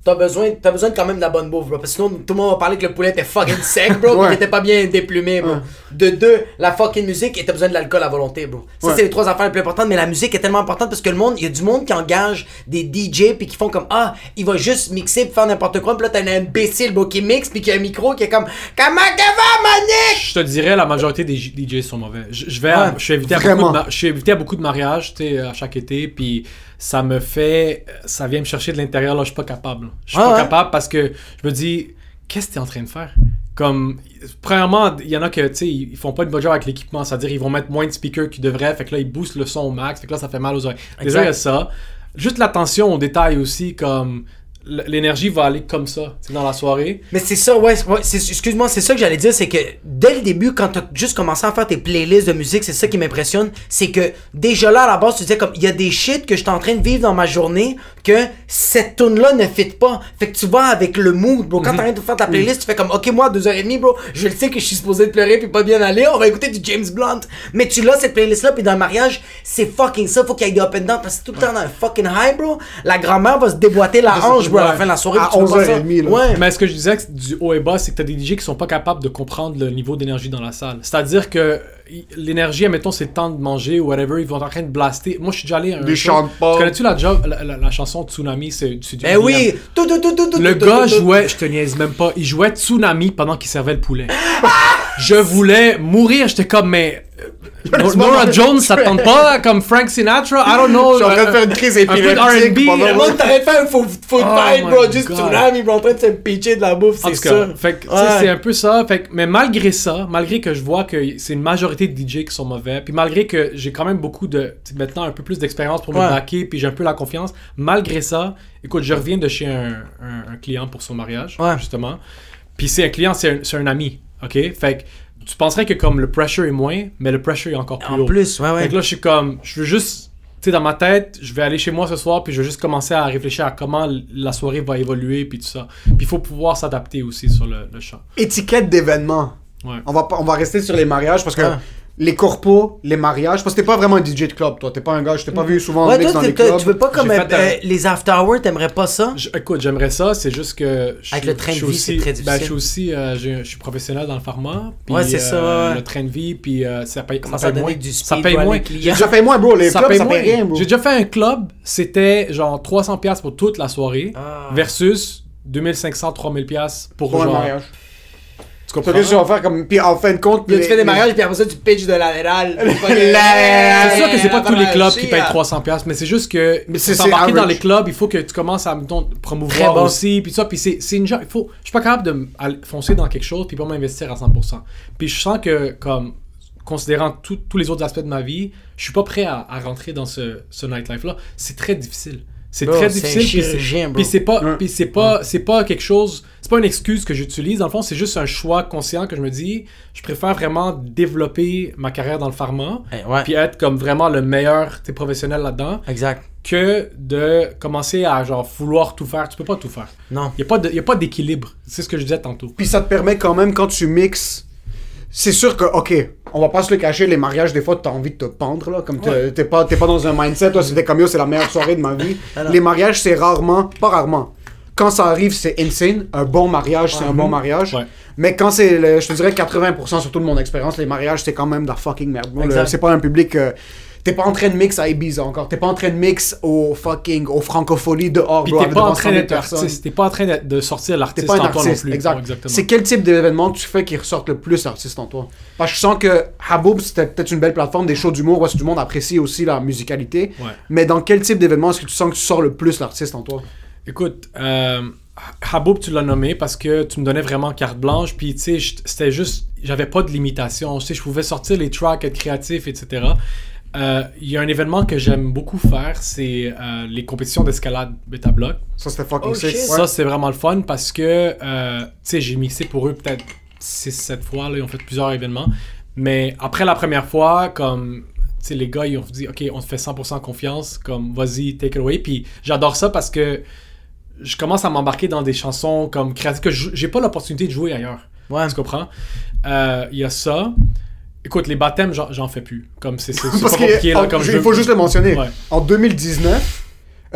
Speaker 2: t'as besoin, t'as besoin de quand même de la bonne bouffe, bro. Parce que sinon, tout le monde va parler que le poulet était fucking sec, bro,
Speaker 3: Ouais.
Speaker 2: pis qu'il était pas bien déplumé, bro.
Speaker 3: Ouais.
Speaker 2: De deux, la fucking musique, et t'as besoin de l'alcool à volonté, bro. Ça,
Speaker 3: Ouais.
Speaker 2: c'est les trois affaires les plus importantes, mais la musique est tellement importante parce que le monde, il y a du monde qui engage des D J pis qui font comme, ah, il va juste mixer pis faire n'importe quoi, pis là, t'as un imbécile, bro, qui mixe pis qui a un micro qui est comme, comment que va, manique?
Speaker 4: Je te dirais, la majorité des J- D Js sont mauvais. Je, je vais, à-
Speaker 2: Ouais,
Speaker 4: je suis invité à
Speaker 3: vraiment.
Speaker 4: beaucoup de, ma- je suis invité à beaucoup de mariages, tu sais, à chaque été, puis ça me fait, ça vient me chercher de l'intérieur. Là, je suis pas capable. Je suis
Speaker 2: Ah
Speaker 4: pas
Speaker 2: ouais?
Speaker 4: capable parce que je me dis, qu'est-ce que t'es en train de faire? Comme, premièrement, il y en a que, tu sais, ils font pas une bonne job avec l'équipement, c'est-à-dire ils vont mettre moins de speakers qu'ils devraient, fait que là ils boostent le son au max, fait que là ça fait mal aux oreilles. Déjà, il y a ça. Juste l'attention aux détails aussi, comme l- l'énergie va aller comme ça, tu sais, dans la soirée.
Speaker 2: Mais c'est ça, ouais, ouais c'est, excuse-moi, c'est ça que j'allais dire, c'est que dès le début, quand t'as juste commencé à faire tes playlists de musique, c'est ça qui m'impressionne, c'est que déjà là, à la base, tu disais comme, il y a des shit que je suis en train de vivre dans ma journée, que cette tune-là ne fit pas. Fait que tu vas avec le mood, bro. Quand
Speaker 4: Mhm.
Speaker 2: t'arrêtes de faire ta playlist, tu fais comme, ok, moi, à deux heures trente, bro, je le sais que je suis supposé de pleurer puis pas bien aller, on va écouter du James Blunt. Mais tu l'as, cette playlist-là, puis dans le mariage, c'est fucking ça, faut qu'il y ait des up and down, parce que c'est tout le temps dans un fucking high, bro. La grand-mère va se déboîter la hanche, bro, à la fin de la soirée.
Speaker 3: À
Speaker 2: puis tu peux pas
Speaker 3: onze heures
Speaker 2: ça.
Speaker 3: trente, là.
Speaker 2: Ouais.
Speaker 4: Mais ce que je disais que du haut et bas, c'est que t'as des D J qui sont pas capables de comprendre le niveau d'énergie dans la salle. C'est-à-dire que y- l'énergie, admettons, c'est le temps de manger ou whatever, ils vont en train de blaster. Moi, je suis déjà allé à un
Speaker 3: Des
Speaker 4: show.
Speaker 3: chantent pas.
Speaker 4: Tu connais-tu la, job, la, la, la chanson Tsunami? C'est, c'est du
Speaker 2: Ben oui! Tout, tout, tout, tout, tout,
Speaker 4: Le
Speaker 2: tout,
Speaker 4: gars
Speaker 2: tout, tout.
Speaker 4: jouait, je te niaise même pas, il jouait Tsunami pendant qu'il servait le poulet. Je voulais mourir, j'étais comme, mais... euh,
Speaker 3: Laisse-moi
Speaker 4: Nora
Speaker 3: manger
Speaker 4: Jones,
Speaker 3: le
Speaker 4: ça
Speaker 3: poulet.
Speaker 4: tente pas, comme Frank Sinatra, I don't know.
Speaker 3: Je suis en train de
Speaker 4: euh,
Speaker 3: faire une crise
Speaker 4: un peu de R and B,
Speaker 3: épileptique pendant
Speaker 2: Le
Speaker 4: le
Speaker 2: monde t'arrête de faire un faux faux
Speaker 4: Oh
Speaker 2: fight,
Speaker 4: my
Speaker 2: bro. Juste
Speaker 4: God.
Speaker 2: tsunami, bro, en train de se pitcher de la bouffe,
Speaker 4: En
Speaker 2: c'est
Speaker 4: tout cas,
Speaker 2: ça.
Speaker 4: fait que, tu sais,
Speaker 2: Ouais.
Speaker 4: c'est un peu ça. Fait que, mais malgré ça, malgré que je vois que c'est une majorité de D J qui sont mauvais, puis malgré que j'ai quand même beaucoup de, tu sais, maintenant un peu plus d'expérience pour me
Speaker 2: Ouais.
Speaker 4: backer, puis j'ai un peu la confiance, malgré ça, écoute, je reviens de chez un, un, un client pour son mariage,
Speaker 2: Ouais.
Speaker 4: justement. Puis c'est un client, c'est un, c'est un ami, ok? Fait que tu penserais que comme le pressure est moins, mais le pressure est encore plus
Speaker 2: En
Speaker 4: haut.
Speaker 2: plus, ouais,
Speaker 4: Fait
Speaker 2: ouais.
Speaker 4: que là, je suis comme, je veux juste, tu sais, dans ma tête, je vais aller chez moi ce soir, puis je vais juste commencer à réfléchir à comment l- la soirée va évoluer, puis tout ça. Puis il faut pouvoir s'adapter aussi sur le, le champ.
Speaker 3: Étiquette d'événement.
Speaker 4: Ouais.
Speaker 3: On va, pas- on va rester sur les mariages parce que
Speaker 2: Ouais.
Speaker 3: les corpos, les mariages, parce que t'es pas vraiment un D J de club, toi. T'es pas un gars, je t'ai pas vu souvent
Speaker 2: Ouais,
Speaker 3: mix
Speaker 2: toi,
Speaker 3: dans
Speaker 2: t'es-
Speaker 3: les
Speaker 2: t'as-
Speaker 3: clubs.
Speaker 2: tu veux pas comme
Speaker 4: J'ai
Speaker 2: euh,
Speaker 4: fait un-
Speaker 2: euh, les after hours, t'aimerais pas ça?
Speaker 4: Je- écoute, j'aimerais ça, c'est juste que... je
Speaker 2: Avec
Speaker 4: suis-
Speaker 2: le train de
Speaker 4: je suis
Speaker 2: vie, c'est
Speaker 4: aussi-
Speaker 2: très
Speaker 4: ben,
Speaker 2: difficile.
Speaker 4: je suis aussi, euh, j'ai- je suis professionnel dans le pharma. puis,
Speaker 2: Ouais, c'est ça,
Speaker 4: euh,
Speaker 2: ouais.
Speaker 4: Le train de vie, puis euh, ça paye,
Speaker 2: Comment
Speaker 4: ça
Speaker 2: ça
Speaker 4: paye
Speaker 2: donner
Speaker 4: moins.
Speaker 2: du
Speaker 4: Ça
Speaker 2: speed
Speaker 4: paye
Speaker 2: pour
Speaker 4: moins.
Speaker 2: les
Speaker 3: J'ai
Speaker 2: clients?
Speaker 3: déjà fait moins, bro. Les
Speaker 4: Ça
Speaker 3: clubs,
Speaker 4: paye
Speaker 3: ça
Speaker 4: moins.
Speaker 3: paye rien, bro.
Speaker 4: J'ai déjà fait un club, c'était genre trois cents dollars pour toute la soirée,
Speaker 2: Ah.
Speaker 4: versus deux mille cinq cents, trois mille dollars pour,
Speaker 3: Pour un
Speaker 4: genre...
Speaker 3: mariage.
Speaker 4: Tu
Speaker 3: T'as
Speaker 4: comprends?
Speaker 3: qu'est-ce que tu vas faire comme. Puis en fin de compte.
Speaker 2: Là,
Speaker 3: les-
Speaker 2: tu fais des
Speaker 3: les-
Speaker 2: mariages, puis après ça, tu pitches de latéral.
Speaker 4: C'est sûr que c'est pas tous les clubs qui payent trois cents dollars, mais c'est juste que
Speaker 3: Mais
Speaker 4: c'est
Speaker 3: c'est-
Speaker 4: s'embarquer
Speaker 3: c'est
Speaker 4: dans
Speaker 3: average.
Speaker 4: les clubs, il faut que tu commences à mettons,
Speaker 2: Très
Speaker 4: promouvoir
Speaker 2: bon.
Speaker 4: aussi, puis ça, puis c'est c'est une genre, il faut, je suis pas capable de m- aller foncer dans quelque chose puis pas m'investir à cent pour cent. Puis je sens que comme considérant tout- tous les autres aspects de ma vie, je suis pas prêt à, à rentrer dans ce, ce nightlife là. C'est très difficile. C'est
Speaker 2: Bro,
Speaker 4: très
Speaker 2: c'est
Speaker 4: difficile.
Speaker 2: un
Speaker 4: puis c'est-
Speaker 2: chirurgien, bro.
Speaker 4: Puis c'est pas,
Speaker 3: Ouais.
Speaker 4: puis c'est pas, c'est pas quelque chose, c'est pas une excuse que j'utilise. Dans le fond, c'est juste un choix conscient que je me dis, je préfère vraiment développer ma carrière dans le pharma,
Speaker 2: Eh, ouais.
Speaker 4: puis être comme vraiment le meilleur t'es professionnel là-dedans,
Speaker 2: Exact.
Speaker 4: que de commencer à genre vouloir tout faire. Tu peux pas tout faire.
Speaker 2: Non.
Speaker 4: Il y a pas de, y a pas d'équilibre. C'est ce que je disais tantôt.
Speaker 3: Puis ça te permet quand même, quand tu mixes. C'est sûr que, ok, on va pas se le cacher, les mariages, des fois, t'as envie de te pendre, là. Comme t'es t'es pas, t'es pas dans un mindset, toi, c'était comme yo, c'est la meilleure soirée de ma vie.
Speaker 2: Alors.
Speaker 3: Les mariages, c'est rarement, pas rarement. Quand ça arrive, c'est insane. Un bon mariage, c'est un bon mariage.
Speaker 4: Ouais.
Speaker 3: Mais quand c'est, le- je te dirais quatre-vingts pour cent surtout de mon expérience, les mariages, c'est quand même de la fucking merde. bro. Le-
Speaker 2: Exact.
Speaker 3: C'est pas un public. euh, T'es pas en train de mix à Ibiza encore. T'es pas en train de mix au fucking, aux francopholies dehors,
Speaker 4: Puis
Speaker 3: bro,
Speaker 4: t'es
Speaker 3: avec
Speaker 4: pas en
Speaker 3: devant
Speaker 4: train
Speaker 3: cent mille
Speaker 4: d'être
Speaker 3: personnes.
Speaker 4: artiste. T'es pas en train d'être- de sortir
Speaker 3: T'es
Speaker 4: l'artiste
Speaker 3: pas un
Speaker 4: en toi non
Speaker 3: artiste,
Speaker 4: plus.
Speaker 3: exact.
Speaker 4: Ouais, exactement.
Speaker 3: C'est quel type d'événement que tu fais qui ressorte le plus l'artiste en toi? Parce que je sens que Haboub, c'était peut-être une belle plateforme, des shows d'humour, où est-ce que tout le monde apprécie aussi la musicalité.
Speaker 4: Ouais.
Speaker 3: Mais dans quel type d'événement est-ce que tu sens que tu sors le plus l'artiste en toi?
Speaker 4: Écoute, euh, Haboub, tu l'as nommé parce que tu me donnais vraiment carte blanche, puis tu sais, je- c'était juste, j'avais pas de limitation, tu sais, je pouvais sortir les tracks, être créatif, et cetera. Euh, Il y a un événement que j'aime beaucoup faire, c'est euh, les compétitions d'escalade Beta Block.
Speaker 3: Ça, c'était fucking
Speaker 2: Oh,
Speaker 3: sick.
Speaker 2: shit.
Speaker 3: Ouais.
Speaker 4: Ça, c'est vraiment le fun parce que, euh, tu sais, j'ai mixé pour eux peut-être six sept fois, là, ils ont fait plusieurs événements. Mais après la première fois, comme, tu sais, les gars, ils ont dit, OK, on te fait cent pour cent confiance, comme, vas-y, take it away. Puis j'adore ça parce que je commence à m'embarquer dans des chansons comme créatives que je- j'ai pas l'opportunité de jouer ailleurs.
Speaker 2: Ouais.
Speaker 4: Tu comprends? Euh, Il y a ça. Écoute, les baptêmes, j'en, j'en fais plus. Comme c'est, c'est, c'est
Speaker 3: Parce
Speaker 4: pas compliqué,
Speaker 3: que,
Speaker 4: là.
Speaker 3: en-
Speaker 4: Comme
Speaker 3: je-
Speaker 4: je-
Speaker 3: il faut juste le mentionner.
Speaker 4: Ouais.
Speaker 3: En deux mille dix-neuf,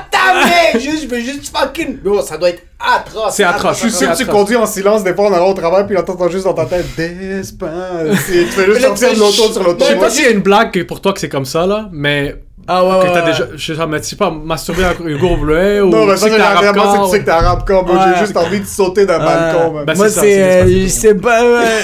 Speaker 2: ta mère! Juste, je veux juste fucking. Bro, ça doit être atroce.
Speaker 4: C'est atroce.
Speaker 3: Je suis sûr que tu
Speaker 4: atroce.
Speaker 3: conduis en silence des fois en allant au travail, puis là t'entends juste dans ta tête Despacito. Tu fais juste sortir de l'auto sur
Speaker 4: Je sais pas
Speaker 3: l'autoroute.
Speaker 4: s'il y a une blague que pour toi que c'est comme ça, là, mais.
Speaker 2: Ah ouais,
Speaker 4: Que
Speaker 2: ouais.
Speaker 4: t'as
Speaker 2: ouais.
Speaker 4: déjà. Je sais pas, mais tu sais pas, masturber un Hugo Bleuet ou.
Speaker 3: Non, mais
Speaker 4: tu
Speaker 3: ça,
Speaker 4: sais que
Speaker 3: c'est
Speaker 4: t'es arabe
Speaker 3: vraiment, c'est que tu sais
Speaker 4: corps.
Speaker 3: que t'es arabe comme moi.
Speaker 2: Ouais.
Speaker 3: J'ai juste envie de sauter d'un balcon, man.
Speaker 4: Ben,
Speaker 2: Moi,
Speaker 4: c'est ça,
Speaker 2: c'est.
Speaker 4: c'est
Speaker 2: euh,
Speaker 4: Despacito.
Speaker 2: C'est pas. ouais.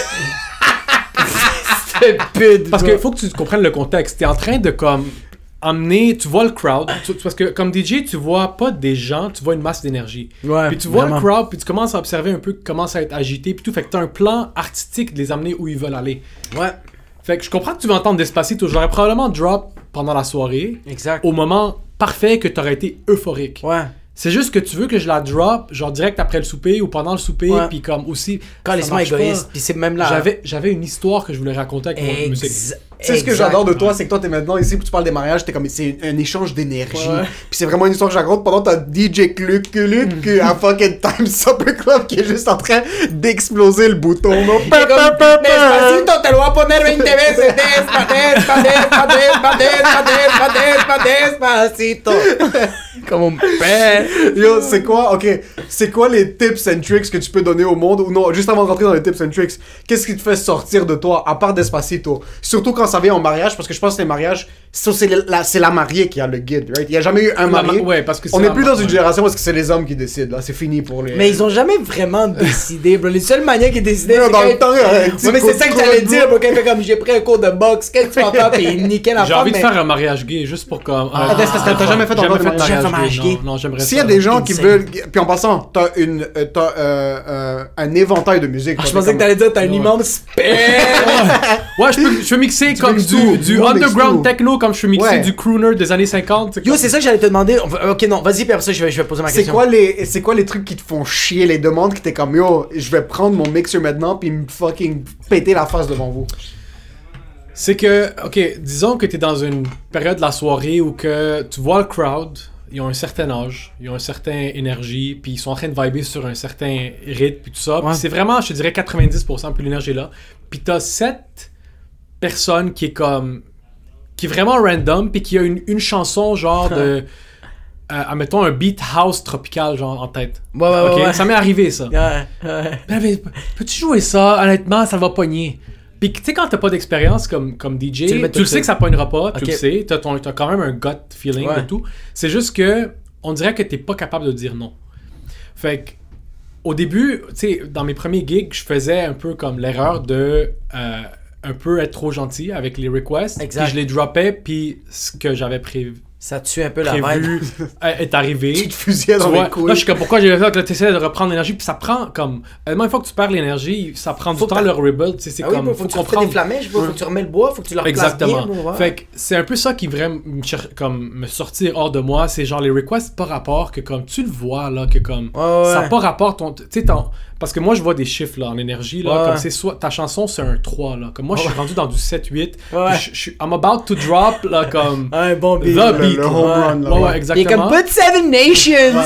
Speaker 2: C'est pute.
Speaker 4: Parce
Speaker 2: bro.
Speaker 4: qu'il faut que tu comprennes le contexte. T'es en train de comme emmener, tu vois le crowd, tu- parce que comme D J, tu vois pas des gens, tu vois une masse d'énergie.
Speaker 2: Ouais,
Speaker 4: Puis tu vois
Speaker 2: vraiment.
Speaker 4: le crowd, puis tu commences à observer un peu comment ça va être agité, puis tout. Fait que t'as un plan artistique de les amener où ils veulent aller.
Speaker 2: Ouais,
Speaker 4: Fait que je comprends que tu veux entendre Despacito. J'aurais probablement drop pendant la soirée,
Speaker 2: exact.
Speaker 4: au moment parfait que t'aurais été euphorique.
Speaker 2: Ouais.
Speaker 4: C'est juste que tu veux que je la drop, genre direct après le souper ou pendant le souper,
Speaker 2: Ouais.
Speaker 4: puis comme aussi.
Speaker 2: Quand
Speaker 4: ça
Speaker 2: les
Speaker 4: marche
Speaker 2: égoïste.
Speaker 4: pas.
Speaker 2: Puis c'est même là.
Speaker 4: J'avais, j'avais une histoire que je voulais raconter avec mon musique.
Speaker 2: Ex-
Speaker 3: Tu sais ce que
Speaker 2: exact.
Speaker 3: j'adore de toi, c'est que toi t'es maintenant ici, puis tu parles des mariages, t'es comme c'est un échange d'énergie.
Speaker 4: Ouais.
Speaker 3: Puis c'est vraiment une histoire que je raconte pendant t'as D J Cluc Cluc à fucking Time Supper Club qui est juste en train d'exploser le bouton. là. Pa, pa, pa, pa.
Speaker 2: Despacito, te lo voy a poner veinte veces. Despa, despa, despa, despa, despa, despa, despa, despacito. Comme un père.
Speaker 3: Yo, c'est quoi, ok, c'est quoi les tips and tricks que tu peux donner au monde, ou non, juste avant de rentrer dans les tips and tricks, qu'est-ce qui te fait sortir de toi, à part Despacito? Surtout quand ça vient au mariage, parce que je pense que les mariages, ça, c'est la, c'est la mariée qui a le guide, right? Il n'y a jamais eu un
Speaker 4: La ma-
Speaker 3: marié.
Speaker 4: ouais, parce que c'est
Speaker 3: On n'est
Speaker 4: la
Speaker 3: plus
Speaker 4: ma-
Speaker 3: dans une
Speaker 4: ouais.
Speaker 3: génération où est-ce que c'est les hommes qui décident, là, c'est fini pour les...
Speaker 2: Mais ils ont jamais vraiment décidé, bro. Les seules manières qu'ils décidaient,
Speaker 3: Ouais,
Speaker 2: c'est
Speaker 3: dans
Speaker 2: quand
Speaker 3: le temps, il y a un petit
Speaker 2: Ouais, mais c'est
Speaker 3: coup
Speaker 2: ça
Speaker 3: de
Speaker 2: que j'allais
Speaker 3: coude,
Speaker 2: dire, bro. Quand il fait comme j'ai pris un cours de boxe, qu'est-ce que tu vas faire? Puis il niquait la
Speaker 4: J'ai
Speaker 2: femme.
Speaker 4: envie de
Speaker 2: mais-
Speaker 4: faire un mariage gay juste pour comme.
Speaker 2: Ah,
Speaker 4: Ah,
Speaker 2: parce que
Speaker 3: t'as jamais fait
Speaker 4: Jamais
Speaker 3: encore de
Speaker 4: fait
Speaker 3: mariage
Speaker 2: gay?
Speaker 4: mariage gay.
Speaker 2: gay?
Speaker 4: Non, non, j'aimerais
Speaker 3: S'il
Speaker 4: ça.
Speaker 3: y a des gens qui
Speaker 2: Insane.
Speaker 3: veulent... Puis en passant, t'as, une, euh, t'as euh, euh, un éventail de musique.
Speaker 2: Ah, je
Speaker 3: toi,
Speaker 2: pensais
Speaker 3: t'es
Speaker 2: que t'allais dire t'as un
Speaker 4: Ouais.
Speaker 2: immense père.
Speaker 4: Ouais, je peux, je peux mixer
Speaker 3: Tu
Speaker 4: comme
Speaker 3: mixes
Speaker 4: du,
Speaker 3: tout,
Speaker 4: du
Speaker 3: tout le monde mixe
Speaker 4: underground
Speaker 3: tout.
Speaker 4: techno, comme je peux mixer
Speaker 3: Ouais.
Speaker 4: du crooner des années cinquante. c'est
Speaker 2: Yo,
Speaker 4: comme-
Speaker 2: c'est ça que j'allais te demander. On va- Ok, non, vas-y, puis après ça, je vais, je vais poser ma
Speaker 3: C'est
Speaker 2: question.
Speaker 3: quoi, les, c'est quoi les trucs qui te font chier, les demandes qui t'es comme yo, je vais prendre mon mixer maintenant puis me fucking péter la face devant vous.
Speaker 4: C'est que, ok, disons que t'es dans une période de la soirée où que tu vois le crowd, ils ont un certain âge, ils ont une certaine énergie, puis ils sont en train de vibrer sur un certain rythme, puis tout ça. Puis
Speaker 2: Ouais.
Speaker 4: c'est vraiment, je te dirais, quatre-vingt-dix pour cent plus l'énergie est là. Puis t'as cette personne qui est comme. qui est vraiment random, puis qui a une, une chanson genre de. Euh, admettons un beat house tropical, genre en tête.
Speaker 2: Ouais, ouais, ouais,
Speaker 4: Ok,
Speaker 2: ouais.
Speaker 4: ça m'est arrivé ça.
Speaker 2: Ouais, ouais.
Speaker 4: Ben, mais, peux-tu jouer ça? Honnêtement, ça va pogner. Puis, tu sais, quand t'as pas d'expérience comme, comme D J,
Speaker 2: Tu
Speaker 4: tu
Speaker 2: le
Speaker 4: le,
Speaker 2: mets tout de
Speaker 4: sais
Speaker 2: suite.
Speaker 4: que ça pognera pas, tu
Speaker 2: Ok.
Speaker 4: le sais, t'as, ton- t'as quand même un gut feeling
Speaker 2: Ouais.
Speaker 4: de tout. C'est juste que, on dirait que t'es pas capable de dire non. Fait que, au début, tu sais, dans mes premiers gigs, je faisais un peu comme l'erreur de euh, un peu être trop gentil avec les requests.
Speaker 2: Exact.
Speaker 4: Puis je les droppais, puis ce que j'avais pré-
Speaker 2: Ça tue un peu la vibe.
Speaker 4: prévu est arrivé.
Speaker 3: Tu te fusillais dans
Speaker 4: Tu vois,
Speaker 3: les couilles.
Speaker 4: là, je suis comme, pourquoi j'ai fait ça? Là, tu essaies de reprendre l'énergie, puis ça prend comme. Honnêtement, une fois que tu perds l'énergie, ça prend
Speaker 2: Faut
Speaker 4: du temps
Speaker 2: que
Speaker 4: le rebuild. C'est
Speaker 2: Ah oui,
Speaker 4: comme.
Speaker 2: bro, faut,
Speaker 4: faut
Speaker 2: que tu refais
Speaker 4: comprendre.
Speaker 2: des flamèches, bro, faut que tu remets le bois, faut que tu le replaces
Speaker 4: Exactement.
Speaker 2: bien, bro, ouais.
Speaker 4: Fait que c'est un peu ça qui vraiment me cher- comme me sortir hors de moi, c'est genre les requests pas rapport que comme tu le vois là que comme
Speaker 2: Ouais, ouais.
Speaker 4: ça a pas rapport ton tu sais ton- parce que moi je vois des chiffres là en énergie là
Speaker 2: Ouais.
Speaker 4: comme c'est soit ta chanson c'est un trois là comme moi je suis rendu dans du sept huit
Speaker 2: Ouais.
Speaker 4: je je suis I'm about to drop là comme
Speaker 2: Un bon beat.
Speaker 4: the
Speaker 2: Ouais.
Speaker 4: beat
Speaker 3: le
Speaker 4: là.
Speaker 3: home run, là,
Speaker 4: ouais, ouais,
Speaker 3: ouais.
Speaker 2: Il est
Speaker 4: exactement.
Speaker 2: comme Put Seven Nations!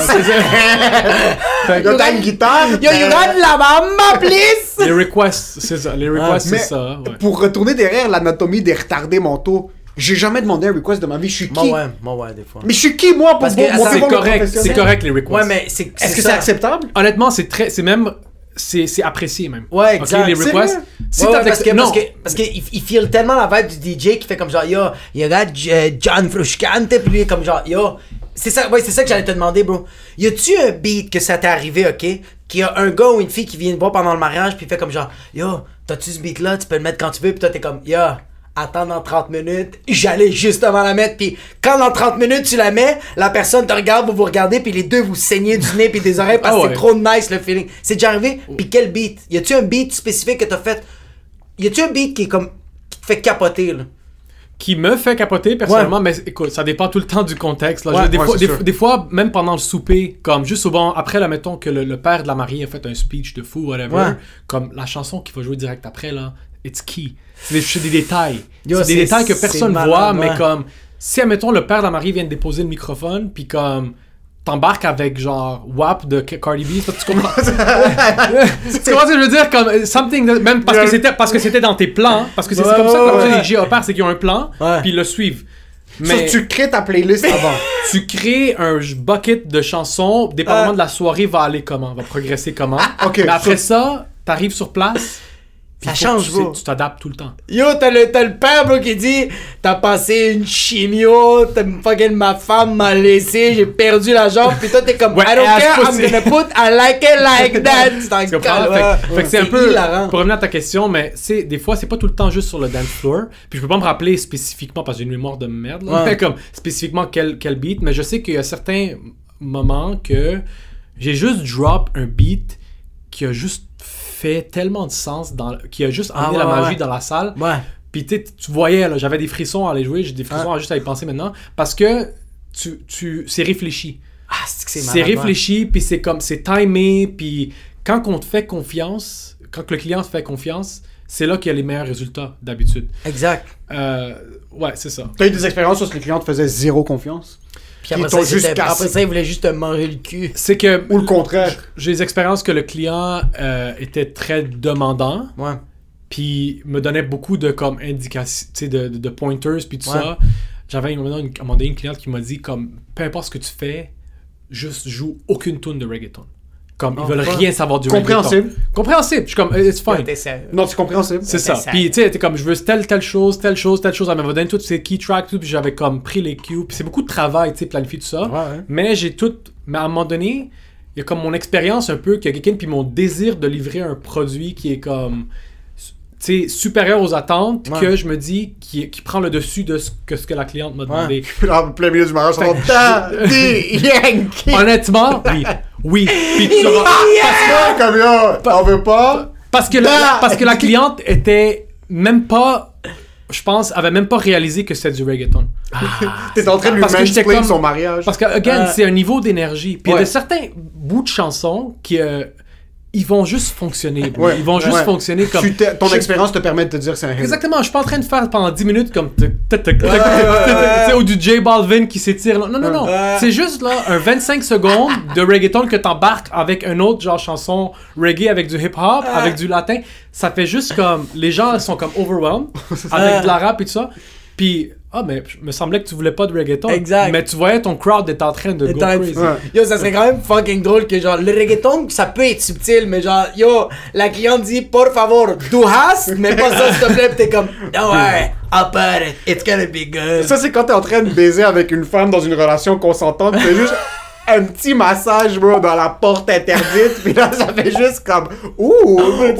Speaker 4: Fait que
Speaker 3: Yo, t'as une guitare.
Speaker 2: Yo, you got la bamba, please!
Speaker 4: les requests c'est ça les requests
Speaker 3: Mais
Speaker 4: c'est ça ouais.
Speaker 3: pour retourner derrière l'anatomie des retardés mentaux, j'ai jamais demandé un request de ma vie. Je suis qui?
Speaker 2: Moi, ouais, moi, ouais, des fois.
Speaker 3: Mais je suis qui, moi, pour
Speaker 2: Parce que,
Speaker 3: mon-
Speaker 2: attends,
Speaker 3: mon
Speaker 4: c'est
Speaker 3: bon
Speaker 4: correct
Speaker 3: professionnel?
Speaker 4: c'est correct les requests.
Speaker 2: Ouais, mais c'est.
Speaker 3: Est-ce que c'est
Speaker 2: ça.
Speaker 3: acceptable?
Speaker 4: Honnêtement c'est très c'est même c'est c'est apprécié même.
Speaker 2: Ouais,
Speaker 4: Ok,
Speaker 2: exact.
Speaker 4: les
Speaker 2: C'est
Speaker 4: requests
Speaker 3: vrai?
Speaker 4: si
Speaker 2: Ouais,
Speaker 4: t'as
Speaker 2: ouais,
Speaker 4: de
Speaker 2: parce que,
Speaker 4: l'ex- non
Speaker 2: parce que, parce que il, il feel tellement la vibe du D J qui fait comme genre, yo, you got euh, John Frusciante, puis lui, comme genre, yo. C'est ça, ouais, c'est ça que j'allais te demander, bro. Y a-tu un beat que ça t'est arrivé, ok? Qu'il y a un gars ou une fille qui vient te voir pendant le mariage, puis il fait comme genre, yo, t'as-tu ce beat-là, tu peux le mettre quand tu veux, puis toi, t'es comme, yo, attends dans trente minutes, j'allais justement la mettre, puis quand dans trente minutes tu la mets, la personne te regarde, vous vous regardez, puis les deux vous saignez du nez puis des oreilles parce que
Speaker 4: Ah
Speaker 2: c'est
Speaker 4: ouais.
Speaker 2: trop nice le feeling. C'est déjà arrivé? Puis quel beat? Y a-tu un beat spécifique que t'as fait? Y a-tu un beat qui est comme, qui te fait capoter, là?
Speaker 4: qui me fait capoter personnellement, mais écoute, ça dépend tout le temps du contexte. Là. Je-
Speaker 3: Ouais,
Speaker 4: des,
Speaker 3: ouais,
Speaker 4: fois,
Speaker 3: c'est
Speaker 4: des,
Speaker 3: sûr.
Speaker 4: des fois, même pendant le souper, comme juste souvent, après, là, mettons que le, le père de la mariée a fait un speech de fou, whatever,
Speaker 2: Ouais.
Speaker 4: comme la chanson qui va jouer direct après, là, it's key. C'est des, c'est des détails.
Speaker 2: Yo,
Speaker 4: c'est des
Speaker 2: c'est-
Speaker 4: détails que
Speaker 2: c'est
Speaker 4: personne
Speaker 2: malade,
Speaker 4: voit,
Speaker 2: ouais.
Speaker 4: mais comme, si, admettons, le père de la mariée vient de déposer le microphone, puis comme, t'embarques avec genre W A P de K- Cardi B, ça, tu comprends? tu comprends ce que je veux dire? Comme, euh, something, de- même parce que c'était, parce que c'était dans tes plans, parce que c'est c'est
Speaker 2: Ouais,
Speaker 4: comme ça que
Speaker 2: ouais,
Speaker 4: comme ça,
Speaker 2: ouais.
Speaker 4: les G opèrent, c'est qu'ils ont un plan,
Speaker 2: Ouais.
Speaker 4: puis ils le suivent.
Speaker 3: Sauf
Speaker 4: Mais
Speaker 3: que tu crées ta playlist avant.
Speaker 4: tu crées un j- bucket de chansons, dépendamment
Speaker 2: Euh.
Speaker 4: de la soirée, va aller comment, va progresser comment.
Speaker 3: Ok,
Speaker 4: Mais après
Speaker 3: so-
Speaker 4: ça, t'arrives sur place, puis
Speaker 2: Ça
Speaker 4: faut que
Speaker 2: change,
Speaker 4: tu sais-
Speaker 2: bro.
Speaker 4: Tu t'adaptes tout le temps.
Speaker 2: Yo, t'as le, t'as le père, bro, qui dit t'as passé une chimio, t'as fucking ma femme m'a laissé, j'ai perdu la jambe, pis toi t'es comme
Speaker 4: Ouais,
Speaker 2: I don't
Speaker 4: ass
Speaker 2: care, I'm
Speaker 4: pussy.
Speaker 2: gonna put I like it like that. C'est un
Speaker 4: Tu comprends?
Speaker 2: calme,
Speaker 4: Fait, que-
Speaker 2: ouais.
Speaker 4: fait que c'est un peu,
Speaker 2: hilarant.
Speaker 4: pour revenir à ta question, mais c'est des fois, c'est pas tout le temps juste sur le dance floor. Puis je peux pas me rappeler spécifiquement, parce que j'ai une mémoire de merde, là,
Speaker 2: Ouais.
Speaker 4: mais comme spécifiquement quel, quel beat, mais je sais qu'il y a certains moments que j'ai juste drop un beat qui a juste fait tellement de sens, dans, qui a juste
Speaker 2: Ah
Speaker 4: amené
Speaker 2: ouais,
Speaker 4: la
Speaker 2: ouais,
Speaker 4: magie
Speaker 2: ouais.
Speaker 4: dans la salle.
Speaker 2: Ouais.
Speaker 4: Puis tu sais, tu voyais, là, j'avais des frissons à aller jouer, j'ai des frissons
Speaker 2: Ah.
Speaker 4: à juste à y penser maintenant, parce que tu, tu, c'est réfléchi.
Speaker 2: Ah, c'est que c'est
Speaker 4: C'est
Speaker 2: malade,
Speaker 4: réfléchi, puis c'est comme, c'est timé, puis quand on te fait confiance, quand le client te fait confiance, c'est là qu'il y a les meilleurs résultats d'habitude.
Speaker 2: ouais. Exact.
Speaker 4: Euh, ouais, c'est ça.
Speaker 3: T'as eu des expériences où les clients te faisaient zéro confiance?
Speaker 2: Puis après
Speaker 3: Ils
Speaker 2: ça,
Speaker 3: t'ont juste
Speaker 2: c'était-
Speaker 3: cassé.
Speaker 2: après ça, il voulait juste te manger le cul.
Speaker 4: C'est que
Speaker 3: Ou le contraire?
Speaker 4: j'ai des expériences que le client euh, était très demandant,
Speaker 2: Ouais.
Speaker 4: puis me donnait beaucoup de comme indications, tu sais, de, de, de pointers, puis tout
Speaker 2: Ouais.
Speaker 4: ça. J'avais une, une, à un moment donné une cliente qui m'a dit comme, peu importe ce que tu fais, juste joue aucune tune de reggaeton. Comme, ils
Speaker 2: Oh,
Speaker 4: veulent
Speaker 2: fuck.
Speaker 4: rien savoir du
Speaker 3: Compréhensible.
Speaker 4: reggaeton. Compréhensible. Je suis comme, it's fine.
Speaker 2: T'es sérieux.
Speaker 3: Non, c'est compréhensible.
Speaker 4: C'est ça.
Speaker 2: ça.
Speaker 4: Puis, tu sais, t'es comme, je veux telle, telle chose, telle chose, telle chose. Elle m'avait donné toutes ces key tracks, tout, puis j'avais comme pris les cues. Puis c'est beaucoup de travail, tu sais, planifier tout ça.
Speaker 2: Ouais, ouais.
Speaker 4: Mais j'ai tout. Mais à un moment donné, il y a comme mon expérience un peu, qu'il y a quelqu'un, puis mon désir de livrer un produit qui est comme, tu sais, supérieur aux attentes,
Speaker 2: Ouais.
Speaker 4: que je me dis, qui, qui prend le dessus de ce que, ce que la cliente m'a demandé.
Speaker 3: Puis là, en plein milieu du mariage, ça
Speaker 4: Fait
Speaker 3: va Daddy Yankee!
Speaker 4: Honnêtement, oui. Oui. Puis tu auras-
Speaker 3: Ah, comme yo, t'en veux pas?
Speaker 4: Parce que, la,
Speaker 3: Ah!
Speaker 4: parce que la cliente était même pas, je pense, avait même pas réalisé que c'était du reggaeton.
Speaker 3: T'es en train de lui
Speaker 4: Parce que j'étais
Speaker 3: mansplain
Speaker 4: comme-
Speaker 3: son mariage.
Speaker 4: Parce que, again,
Speaker 2: Euh,
Speaker 4: c'est un niveau d'énergie. Puis il y a
Speaker 3: ouais.
Speaker 4: de certains bouts de chansons qui, euh, ils vont juste fonctionner. bro.
Speaker 3: Ouais,
Speaker 4: Ils vont juste
Speaker 3: ouais.
Speaker 4: fonctionner comme...
Speaker 3: Tu t'es- ton
Speaker 4: je-
Speaker 3: expérience te permet de te dire que c'est un hit.
Speaker 4: Exactement, je suis pas en train de faire pendant dix minutes comme tic, tic, tic, tic, tic, tic, tu sais, ou du J Balvin qui s'étire. là. Non, non, non.
Speaker 2: Ouais.
Speaker 4: C'est juste là un vingt-cinq secondes de reggaeton que t'embarques avec un autre genre chanson reggae avec du hip-hop, avec du latin. Ça fait juste comme... Les gens sont comme overwhelmed avec de la rap et tout ça. Puis, ah, mais me semblait que tu voulais pas de reggaeton.
Speaker 2: Exact.
Speaker 4: Mais tu voyais ton crowd est en train de go
Speaker 2: T'es en-
Speaker 4: crazy.
Speaker 3: Ouais.
Speaker 2: Yo, ça serait quand même fucking drôle que genre le reggaeton, ça peut être subtil, mais genre, yo, la cliente dit por favor, do has, mais pas ça s'il te plaît, pis t'es comme, don't worry, I'll put it, it's gonna be good.
Speaker 3: Ça, c'est quand t'es en train de baiser avec une femme dans une relation consentante, c'est juste un petit massage, bro, dans la porte interdite, puis là, ça fait juste comme, ouh,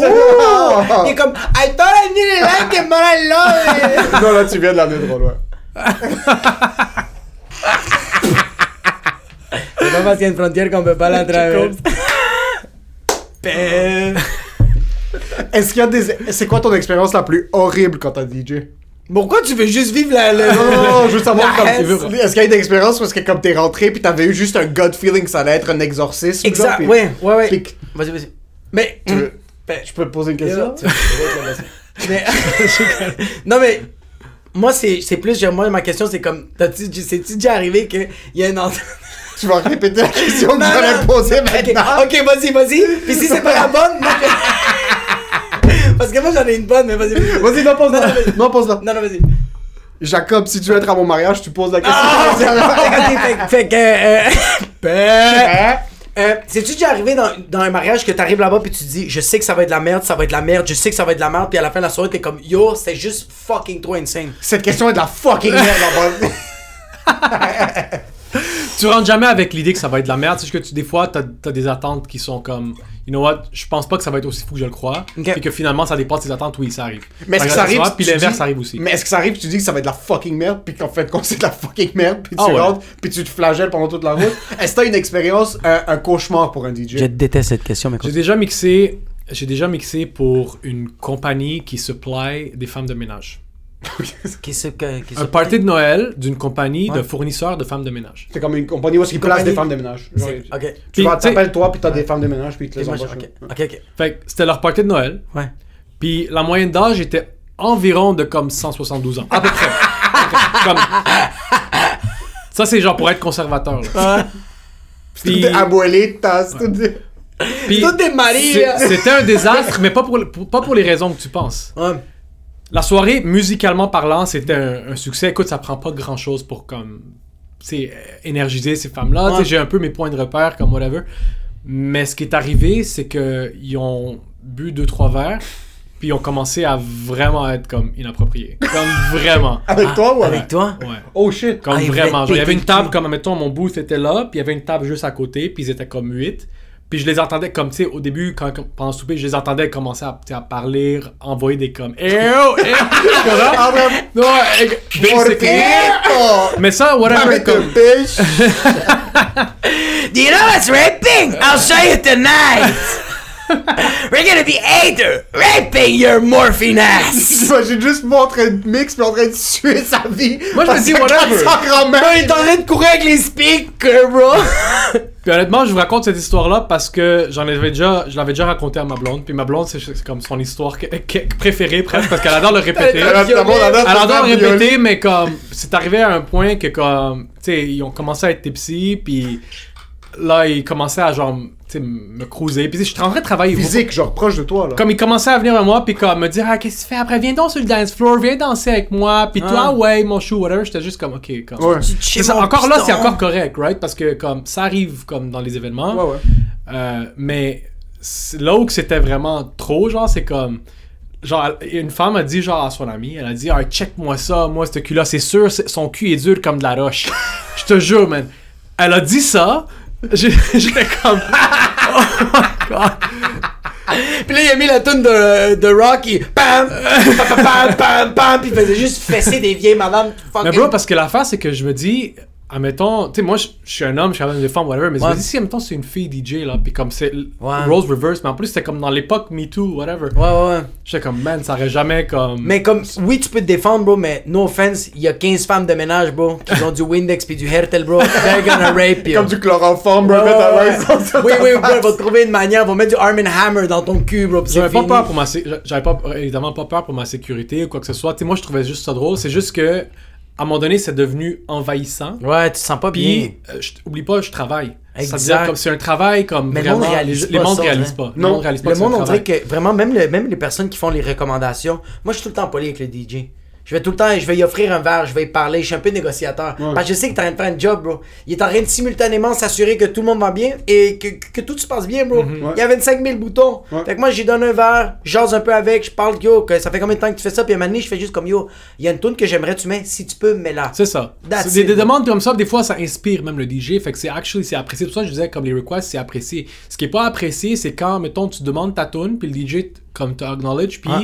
Speaker 2: Il est comme, I thought I didn't like it, but I love it.
Speaker 3: Non, là, tu viens de l'amener drôle, ouais.
Speaker 2: pas parce qu'il y a une frontière qu'on peut pas la traverser. Ben...
Speaker 3: Est-ce qu'il y a des... C'est quoi ton expérience la plus horrible quand t'as D J?
Speaker 2: Pourquoi tu veux juste vivre la... la...
Speaker 3: Non, non, non, je veux savoir
Speaker 2: La
Speaker 3: comme... Est-ce qu'il y a une expérience parce que comme t'es rentré puis t'avais eu juste un gut feeling que ça allait être un exorcisme?
Speaker 2: Exact,
Speaker 3: genre, puis-
Speaker 2: ouais, ouais, ouais.
Speaker 3: puis-
Speaker 2: Vas-y, vas-y. Mais...
Speaker 3: Tu veux-
Speaker 2: Ben,
Speaker 3: Je peux te poser une question?
Speaker 2: mais... non, mais... Moi, c'est, c'est plus... genre, Moi, ma question, c'est comme... T'as-tu, c'est-tu déjà arrivé qu'il y a une... ent-
Speaker 3: Tu vas répéter la question que
Speaker 2: Non,
Speaker 3: j'allais
Speaker 2: non.
Speaker 3: poser
Speaker 2: Ok,
Speaker 3: maintenant?
Speaker 2: ok, vas-y, vas-y. Puis si c'est pas la bonne, moi, je- Parce que moi, j'en ai une bonne, mais vas-y. Vas-y,
Speaker 3: Vas-y, non, pose-la.
Speaker 2: Non, non, vas-y.
Speaker 3: Non, pose-la.
Speaker 2: Non, non, vas-y.
Speaker 3: Jacob, si tu veux être à mon mariage, tu poses la question.
Speaker 2: Ah! Ok, fait, fait que... Euh, ben, euh, c'est-tu déjà arrivé dans, dans un mariage que t'arrives là-bas puis tu te dis je sais que ça va être de la merde, ça va être de la merde, je sais que ça va être de la merde, puis à la fin de la soirée t'es comme yo, c'était juste fucking trop insane.
Speaker 3: Cette question est de la fucking merde là-bas.
Speaker 4: Tu rentres jamais avec l'idée que ça va être de la merde. C'est juste que tu, des fois, t'as, t'as des attentes qui sont comme, you know what, je pense pas que ça va être aussi fou que je le crois.
Speaker 2: Ok.
Speaker 4: Et que finalement, ça dépasse tes attentes, oui, ça arrive.
Speaker 3: Mais est-ce que ça arrive?
Speaker 4: Puis
Speaker 3: tu
Speaker 4: l'inverse
Speaker 3: dis-
Speaker 4: arrive aussi.
Speaker 3: Mais est-ce que ça arrive, tu dis que ça va être de la fucking merde, puis qu'en fait, quand c'est de la fucking merde, puis tu
Speaker 4: Ah ouais.
Speaker 3: rentres, puis tu te flagelles pendant toute la route? Est-ce que t'as une expérience, un, un cauchemar pour un D J?
Speaker 2: Je déteste cette question, mais
Speaker 4: J'ai déjà mixé, j'ai déjà mixé pour une compagnie qui supply des femmes de ménage.
Speaker 2: Qu'est-ce que... qu'est-ce
Speaker 4: Un
Speaker 2: que-
Speaker 4: party de Noël d'une compagnie
Speaker 2: Ouais.
Speaker 4: de fournisseurs de femmes de ménage.
Speaker 3: C'est comme une compagnie où ils placent
Speaker 2: compagnie-
Speaker 3: des femmes de ménage. Genre,
Speaker 2: C'est- Ok.
Speaker 3: tu
Speaker 4: Puis,
Speaker 3: vas,
Speaker 4: tu sais-
Speaker 3: t'appelles toi, puis t'as des femmes de ménage, puis ils te les
Speaker 2: Moi, je-
Speaker 3: envoient.
Speaker 2: ok, ok, ok.
Speaker 4: Fait que c'était leur party de Noël.
Speaker 2: Ouais.
Speaker 4: Puis la moyenne d'âge était environ de comme cent soixante-douze ans. À peu près. Comme... Ça, c'est genre pour être conservateur. Là.
Speaker 3: Puis... T'es aboilé, t'as... c'est tout des-
Speaker 4: Puis,
Speaker 2: Toutes des maris,
Speaker 4: c'est-
Speaker 2: là.
Speaker 4: c'était un désastre, mais pas pour, pour- pas pour les raisons que tu penses.
Speaker 2: Ouais.
Speaker 4: La soirée, musicalement parlant, c'était un, un succès. Écoute, ça prend pas grand-chose pour comme... C'est énergiser ces femmes-là. Tu sais,
Speaker 2: Ouais.
Speaker 4: j'ai un peu mes points de repère, comme whatever. Mais ce qui est arrivé, c'est qu'ils ont bu deux, trois verres, puis ils ont commencé à vraiment être comme inappropriés. Comme vraiment.
Speaker 3: Avec toi ou
Speaker 2: Avec
Speaker 3: avec...
Speaker 2: toi?
Speaker 4: Ouais.
Speaker 3: Oh shit.
Speaker 4: Comme
Speaker 2: Ah, ils
Speaker 4: vraiment.
Speaker 2: voulaient
Speaker 4: Genre, il y avait
Speaker 2: péter
Speaker 4: une
Speaker 2: le
Speaker 4: table,
Speaker 2: cul.
Speaker 4: comme, mettons, mon booth était là, puis il y avait une table juste à côté, puis ils étaient comme huit. Puis je les entendais comme, tu sais, au début, quand, quand- pendant le souper, je les entendais commencer à, tu sais, à parler, envoyer des comme, eh oh, eh,
Speaker 3: Ah, ouais.
Speaker 4: non, eh, basically.
Speaker 3: Portito!
Speaker 4: Mais ça, whatever,
Speaker 3: Avec
Speaker 4: comme,
Speaker 3: le bitch!
Speaker 2: Do you know what's raping? I'll show you tonight! We're gonna be either raping your morphine ass!
Speaker 3: J'imagine juste moi en train de mix puis en train de tuer sa vie.
Speaker 4: Moi, je me
Speaker 3: parce
Speaker 4: dis
Speaker 3: que
Speaker 4: whatever.
Speaker 3: Sa grand-mère.
Speaker 2: Il est en train de courir avec les speakers, bro!
Speaker 4: Puis honnêtement, je vous raconte cette histoire-là parce que j'en avais déjà, je l'avais déjà raconté à ma blonde. Puis ma blonde, c'est, c'est comme son histoire que- que- préférée presque parce qu'elle adore le répéter.
Speaker 3: Elle adore- elle adore-
Speaker 4: Elle adore
Speaker 3: elle adore
Speaker 4: répéter, mais comme c'est arrivé à un point que comme tu sais, ils ont commencé à être tipsy, puis là ils commençaient à genre tu sais me cruiser. Puis tu sais, je suis en train de travailler
Speaker 3: Physique, genre proche de toi là.
Speaker 4: Comme ils commençaient à venir à moi, puis comme me dire ah qu'est-ce que tu fais après, viens donc sur le dance floor, viens danser avec moi, puis toi
Speaker 2: Ah.
Speaker 4: ouais mon chou whatever. J'étais juste comme ok comme.
Speaker 3: Ouais.
Speaker 4: C'est ça, encore là, c'est encore correct, right? Parce que comme ça arrive comme dans les événements.
Speaker 3: Ouais, ouais.
Speaker 4: Euh, mais c'est- là où que c'était vraiment trop, genre, c'est comme. Genre, elle- une femme a dit, genre, à son amie, elle a dit, ah, check-moi ça, moi, ce cul-là, c'est sûr, c'est- son cul est dur comme de la roche. Je te jure, man. Elle a dit ça, j'ai- j'étais comme. Oh my god.
Speaker 2: Pis là, il a mis la toune de, de Rocky. Pam! Pam, pam, pam, pam! Pis il faisait juste fesser des vieilles madames.
Speaker 4: Mais bro, parce que l'affaire, c'est que je me dis, admettons, tu sais, moi, je je suis un homme, je suis capable de défendre, whatever, mais je
Speaker 2: Ouais.
Speaker 4: me dis, si, admettons, c'est une fille D J, là, puis comme c'est
Speaker 2: Ouais.
Speaker 4: Rose Reverse, mais en plus, c'était comme dans l'époque Me Too, whatever.
Speaker 2: Ouais, ouais, ouais.
Speaker 4: J'étais comme, man, ça aurait jamais comme.
Speaker 2: Mais comme, oui, tu peux te défendre, bro, mais no offense, il y a quinze femmes de ménage, bro, qui ont du Windex pis du Hertel, bro. They're gonna rape you.
Speaker 3: Comme du chloroforme, bro.
Speaker 2: Ouais,
Speaker 3: mettre
Speaker 2: ouais,
Speaker 3: la
Speaker 2: ouais.
Speaker 3: main sur
Speaker 2: Oui,
Speaker 3: ta
Speaker 2: oui, bro,
Speaker 3: face.
Speaker 2: ils vont trouver une manière, ils vont mettre du Arm and Hammer dans ton cul, bro, pis c'est
Speaker 4: J'avais pas
Speaker 2: fini.
Speaker 4: peur pour ma sé- j'avais pas évidemment pas peur pour ma sécurité ou quoi que ce soit. Tu sais, moi je trouvais juste ça drôle, c'est juste que à un moment donné c'est devenu envahissant.
Speaker 2: Ouais, tu te sens pas bien.
Speaker 4: Puis euh, je- oublie pas, je travaille.
Speaker 2: Exact.
Speaker 4: Ça veut dire comme c'est un travail comme
Speaker 2: Mais le
Speaker 4: vraiment
Speaker 2: monde réalise
Speaker 4: les, les
Speaker 2: pas
Speaker 4: mondes
Speaker 2: ça,
Speaker 4: réalisent
Speaker 2: hein.
Speaker 4: pas.
Speaker 3: Non.
Speaker 4: Le monde réalise pas
Speaker 2: Le
Speaker 4: que c'est un
Speaker 2: monde, on dirait
Speaker 4: travail.
Speaker 2: que vraiment, même, le, même les personnes qui font les recommandations, moi je suis tout le temps poli avec le D J. Je vais tout le temps, je vais y offrir un verre, je vais y parler, je suis un peu négociateur.
Speaker 3: Ouais.
Speaker 2: Parce que je sais que t'es en train de faire un job, bro. Il est en train de simultanément s'assurer que tout le monde va bien et que, que, que tout se passe bien, bro.
Speaker 4: Mhm.
Speaker 3: Ouais.
Speaker 2: Il y a vingt-cinq mille boutons.
Speaker 3: Ouais.
Speaker 2: Fait que moi, j'y donne un verre, j'ose un peu avec, je parle, yo, que ça fait combien de temps que tu fais ça, puis à un moment donné, je fais juste comme, yo, il y a une tune que j'aimerais tu mets, si tu peux, mets-la.
Speaker 4: C'est ça.
Speaker 2: That's
Speaker 4: C'est des,
Speaker 2: it.
Speaker 4: des demandes comme ça, des fois ça inspire même le D J, fait que c'est actually c'est apprécié. Pour ça je disais comme les requests c'est apprécié. Ce qui est pas apprécié, c'est quand mettons tu demandes ta tune puis le D J t- comme te acknowledge puis
Speaker 2: Ah.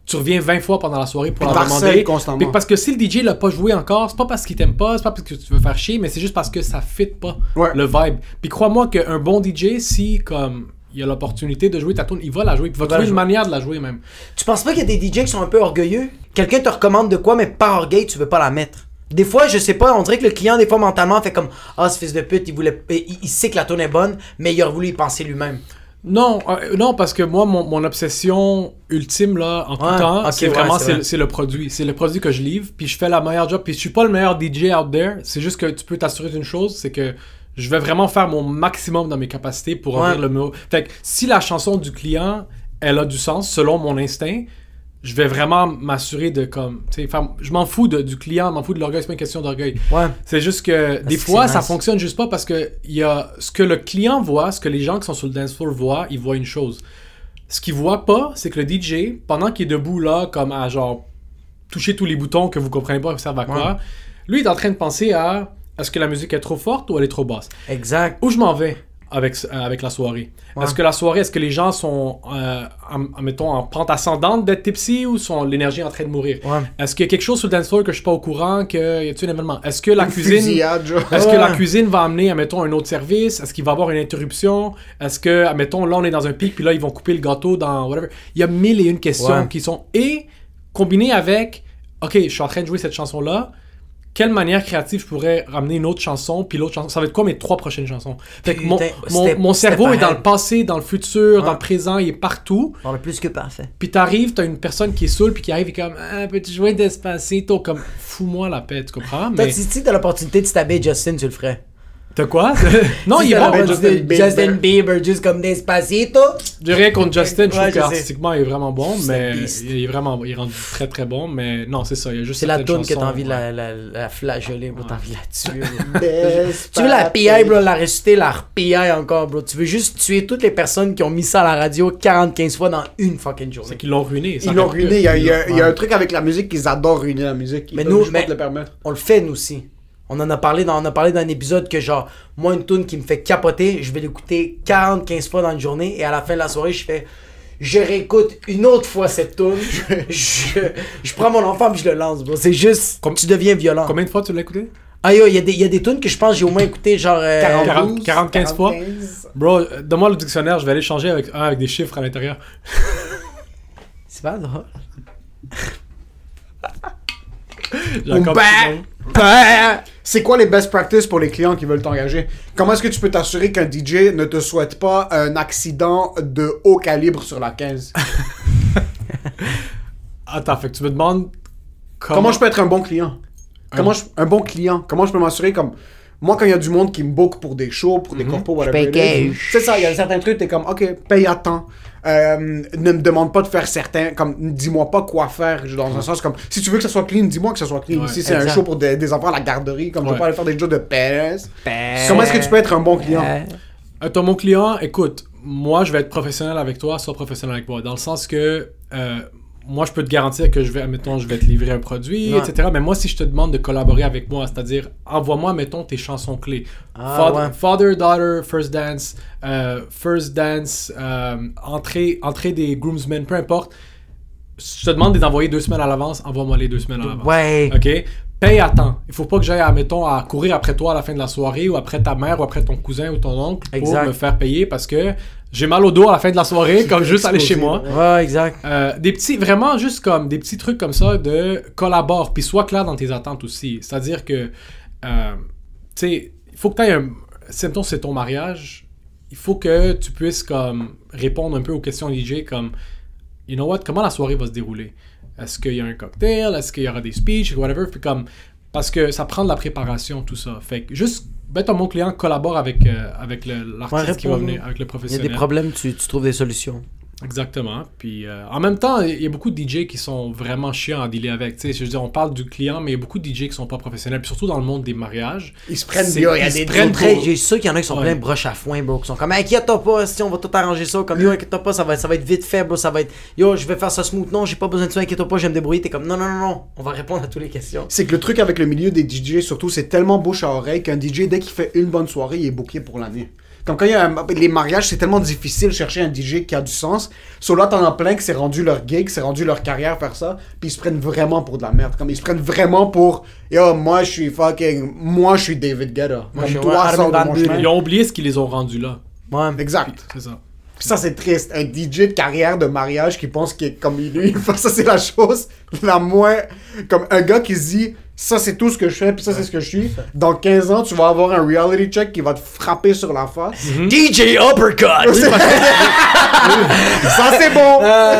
Speaker 4: tu reviens vingt fois pendant la soirée pour
Speaker 3: Puis
Speaker 4: leur
Speaker 3: t'harcèles
Speaker 4: demander.
Speaker 3: constamment.
Speaker 4: Puis parce que si le D J l'a pas joué encore, c'est pas parce qu'il t'aime pas, c'est pas parce que tu veux faire chier, mais c'est juste parce que ça fit pas
Speaker 3: Ouais.
Speaker 4: le vibe. Puis crois-moi qu'un bon D J, si comme il a l'opportunité de jouer ta tune, il va la jouer, puis il va
Speaker 2: va
Speaker 4: trouver
Speaker 2: la
Speaker 4: une
Speaker 2: jouer.
Speaker 4: manière de la jouer même.
Speaker 2: Tu penses pas qu'il y a des D J qui sont un peu orgueilleux? Quelqu'un te recommande de quoi, mais par orgueil, tu veux pas la mettre. Des fois, je sais pas, on dirait que le client, des fois, mentalement, fait comme « Ah, ce fils de pute, il voulait, il, il sait que la tune est bonne, mais il aurait voulu y penser lui-même. »
Speaker 4: Non, euh, non, parce que moi, mon, mon obsession ultime, là, en tout
Speaker 2: Ouais,
Speaker 4: temps,
Speaker 2: ok,
Speaker 4: c'est
Speaker 2: ouais,
Speaker 4: vraiment,
Speaker 2: c'est
Speaker 4: c'est,
Speaker 2: vrai.
Speaker 4: c'est le produit. C'est le produit que je livre, puis je fais la meilleure job, puis je suis pas le meilleur D J out there. C'est juste que tu peux t'assurer d'une chose, c'est que je vais vraiment faire mon maximum dans mes capacités pour
Speaker 2: Ouais.
Speaker 4: ouvrir le mot. Fait que si la chanson du client, elle a du sens, selon mon instinct, je vais vraiment m'assurer de comme, tu sais, faire- je m'en fous de, du client, je m'en fous de l'orgueil, c'est pas une question d'orgueil.
Speaker 2: Ouais.
Speaker 4: C'est juste que des
Speaker 2: que
Speaker 4: fois,
Speaker 2: c'est
Speaker 4: ça
Speaker 2: nice.
Speaker 4: fonctionne juste pas parce que il y a ce que le client voit, ce que les gens qui sont sur le dance floor voient, ils voient une chose. Ce qu'ils voient pas, c'est que le D J, pendant qu'il est debout là, comme à genre toucher tous les boutons que vous comprenez pas servent à quoi,
Speaker 2: Ouais.
Speaker 4: lui il est en train de penser à est-ce que la musique est trop forte ou elle est trop basse.
Speaker 2: Exact.
Speaker 4: Où je m'en vais avec, euh, avec la soirée.
Speaker 2: Ouais.
Speaker 4: Est-ce que la soirée, est-ce que les gens sont, euh, en, en- mettons, en pente ascendante d'être tipsy ou sont l'énergie en train de mourir?
Speaker 2: Ouais.
Speaker 4: Est-ce qu'il y a quelque chose sur le dance floor que je suis pas au courant, qu'il y a-t-il un événement? Est-ce que la
Speaker 3: Une
Speaker 4: cuisine...
Speaker 3: fusillade, genre.
Speaker 4: Est-ce que
Speaker 2: Ouais.
Speaker 4: la cuisine va amener, admettons, un autre service? Est-ce qu'il va y avoir une interruption? Est-ce que, admettons, là, on est dans un pic, puis là, ils vont couper le gâteau dans whatever. Il y a mille et une questions
Speaker 2: Ouais.
Speaker 4: qui sont... Et, combinées avec, OK, je suis en train de jouer cette chanson-là, quelle manière créative je pourrais ramener une autre chanson, puis l'autre chanson... Ça va être quoi mes trois prochaines chansons? Fait que mon,
Speaker 2: Putain,
Speaker 4: mon,
Speaker 2: c'était-
Speaker 4: mon cerveau
Speaker 2: c'était
Speaker 4: est dans
Speaker 2: pareil.
Speaker 4: le passé, dans le futur,
Speaker 2: Ouais.
Speaker 4: dans le présent, il est partout.
Speaker 2: On est plus que parfait.
Speaker 4: Puis t'arrives, t'as une personne qui est saoule, puis qui arrive et comme ah, peux-tu jouer Despacito? Comme fous-moi la paix, tu comprends?
Speaker 2: Toi,
Speaker 4: Mais
Speaker 2: si si t'as l'opportunité de stabber Justin, tu le ferais.
Speaker 4: t'as quoi? non,
Speaker 2: Si
Speaker 4: il est
Speaker 2: t'as
Speaker 4: bon.
Speaker 2: l'opportunité de
Speaker 3: Justin
Speaker 2: Justin
Speaker 3: Bieber.
Speaker 2: Bieber, juste comme Despacito.
Speaker 4: J'ai rien contre Justin, je
Speaker 2: Ouais,
Speaker 4: trouve
Speaker 2: je sais.
Speaker 4: qu'artistiquement il est vraiment bon,
Speaker 2: C'est
Speaker 4: mais
Speaker 2: un beast.
Speaker 4: il est vraiment, il est rendu très très bon, mais non, c'est ça, il y a juste
Speaker 2: C'est la
Speaker 4: certaines
Speaker 2: toune que t'as
Speaker 4: chansons,
Speaker 2: envie de
Speaker 4: ouais.
Speaker 2: la, la, la flageoler, bro. T'as envie de la tuer, bro.
Speaker 3: Best
Speaker 2: Tu veux la P I,
Speaker 3: package.
Speaker 2: bro, la ressusciter, la P I encore, bro. Tu veux juste tuer toutes les personnes qui ont mis ça à la radio quarante quinze fois dans une fucking
Speaker 4: C'est
Speaker 2: journée.
Speaker 4: qu'ils l'ont ruiné. ça
Speaker 3: Ils l'ont
Speaker 4: aurait pu-
Speaker 3: ruiné. Il y a, il y a- il y a
Speaker 2: Ouais.
Speaker 3: un truc avec la musique qu'ils adorent ruiner la musique. Ils
Speaker 2: Mais
Speaker 3: peuvent
Speaker 2: nous-
Speaker 3: juste pas
Speaker 2: mais-
Speaker 3: te le permettre.
Speaker 2: On le fait, nous aussi. On en a parlé dans, on a parlé dans un épisode que genre, moi, une tune qui me fait capoter, je vais l'écouter quarante quinze fois dans une journée et à la fin de la soirée, je fais, je réécoute une autre fois cette tune, je, je prends mon enfant et je le lance, bro. C'est juste,
Speaker 4: Com-
Speaker 2: tu deviens violent.
Speaker 4: Combien de fois tu l'as écouté?
Speaker 2: Ah yo, il y a des, il y a des tunes que je pense que j'ai au moins écouté genre... euh,
Speaker 4: quarante, quarante, quinze fois.
Speaker 3: quarante-quinze.
Speaker 4: Bro, euh, donne-moi le dictionnaire, je vais aller changer avec, un avec des chiffres à l'intérieur.
Speaker 2: C'est pas drôle.
Speaker 4: J'ai encore
Speaker 3: Bah,
Speaker 4: petit nom.
Speaker 3: bah. C'est quoi les best practices pour les clients qui veulent t'engager? Comment est-ce que tu peux t'assurer qu'un D J ne te souhaite pas un accident de haut calibre sur la quinze?
Speaker 4: Attends, fait que tu me demandes comment,
Speaker 3: Comment je peux être un bon client? Comment je... Un bon client? Comment je peux m'assurer comme... Moi, quand il y a du monde qui me book pour des shows, pour des corpos, whatever
Speaker 2: paye
Speaker 3: it is, c'est ça, il y a certains trucs, t'es comme, OK, paye à temps. Euh, ne me demande pas de faire certains... Comme, dis-moi pas quoi faire, dans un sens comme... Si tu veux que ça soit clean, dis-moi que ça soit clean.
Speaker 4: Ouais,
Speaker 3: si c'est un
Speaker 2: exact.
Speaker 3: show pour des, des enfants à la garderie, comme je
Speaker 4: Ouais.
Speaker 3: vais pas aller faire des jeux de P S. Comment est-ce que tu peux être un bon client?
Speaker 4: Attends, mon client, écoute, moi, je vais être professionnel avec toi, sois professionnel avec moi. Dans le sens que, euh, moi, je peux te garantir que je vais, admettons, je vais te livrer un produit,
Speaker 2: Ouais.
Speaker 4: et cetera. Mais moi, si je te demande de collaborer avec moi, c'est-à-dire, envoie-moi, mettons, tes chansons clés.
Speaker 2: Ah,
Speaker 4: Father,
Speaker 2: ouais.
Speaker 4: Father, Daughter, First Dance, euh, First Dance, euh, entrée, entrée des groomsmen, peu importe. Je te demande de les envoyer deux semaines à l'avance, envoie-moi les deux semaines à l'avance.
Speaker 2: Ouais.
Speaker 4: OK? Paye à temps. Il faut pas que j'aille, admettons, à courir après toi à la fin de la soirée ou après ta mère ou après ton cousin ou ton oncle pour
Speaker 2: Exact.
Speaker 4: me faire payer parce que j'ai mal au dos à la fin de la soirée comme juste aller chez moi.
Speaker 2: Ouais, exact.
Speaker 4: Euh, des petits, vraiment juste comme des petits trucs comme ça de collabore puis sois clair dans tes attentes aussi. C'est-à-dire que, euh, tu sais, il faut que tu aies un... Si mettons, c'est ton mariage, il faut que tu puisses comme répondre un peu aux questions D J comme, you know what, comment la soirée va se dérouler? Est-ce qu'il y a un cocktail? Est-ce qu'il y aura des speeches? Whatever. Puis comme, parce que ça prend de la préparation, tout ça. Fait que juste, ben, ton mon client collabore avec, euh, avec le- l'artiste
Speaker 2: Ouais,
Speaker 4: qui va
Speaker 2: réponds-nous.
Speaker 4: venir, avec le
Speaker 2: Il y a
Speaker 4: professionnel.
Speaker 2: des problèmes, tu, tu trouves des solutions.
Speaker 4: Exactement. Puis euh, en même temps, il y a beaucoup de D J qui sont vraiment chiants à dealer avec. Tu sais, je veux dire, on parle du client, mais il y a beaucoup de D J qui sont pas professionnels. Puis surtout dans le monde des mariages.
Speaker 3: Ils se prennent
Speaker 4: C'est-
Speaker 3: bien, il y a
Speaker 4: ils se
Speaker 3: des
Speaker 4: prennent
Speaker 2: Très,
Speaker 4: pour-
Speaker 2: j'ai sûr qu'il y en a qui sont
Speaker 4: Ouais.
Speaker 2: pleins de broches à foin, bro. Qui sont comme, inquiète-toi pas, si on va tout arranger ça. Comme, yo, inquiète-toi pas, ça va, ça va être vite fait, bro. Ça va être, yo, je vais faire ça smooth. Non, j'ai pas besoin de ça, inquiète-toi pas, je vais me débrouiller. T'es comme, non, non, non, non, on va répondre à toutes les questions.
Speaker 3: C'est que le truc avec le milieu des D J, surtout, c'est tellement bouche à oreille qu'un D J, dès qu'il fait une bonne soirée, il est booké pour l'année. Comme quand il y a un, les mariages, c'est tellement difficile de chercher un D J qui a du sens. So là, t'en as plein que c'est rendu leur gig, c'est rendu leur carrière faire ça, puis ils se prennent vraiment pour de la merde. Comme ils se prennent vraiment pour, yo, moi je suis fucking, moi je suis David Guetta.
Speaker 2: Moi,
Speaker 3: Comme
Speaker 2: je suis
Speaker 3: toi,
Speaker 2: Armin
Speaker 3: sors de
Speaker 2: Van
Speaker 3: mon
Speaker 2: Buuren.
Speaker 3: chemin.
Speaker 4: Ils ont oublié ce qu'ils les ont rendus là.
Speaker 2: Ouais.
Speaker 3: Exact.
Speaker 4: C'est ça.
Speaker 3: Puis ça, c'est triste. Un D J de carrière de mariage qui pense qu'il est comme lui. Ça, c'est la chose la moins... Comme un gars qui se dit, ça, c'est tout ce que je fais, puis ça, c'est ce que je suis. Dans quinze ans, tu vas avoir un reality check qui va te frapper sur la face.
Speaker 4: Mm-hmm.
Speaker 2: D J Uppercut!
Speaker 3: Ça, c'est bon!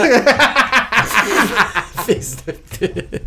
Speaker 2: Fils de pute.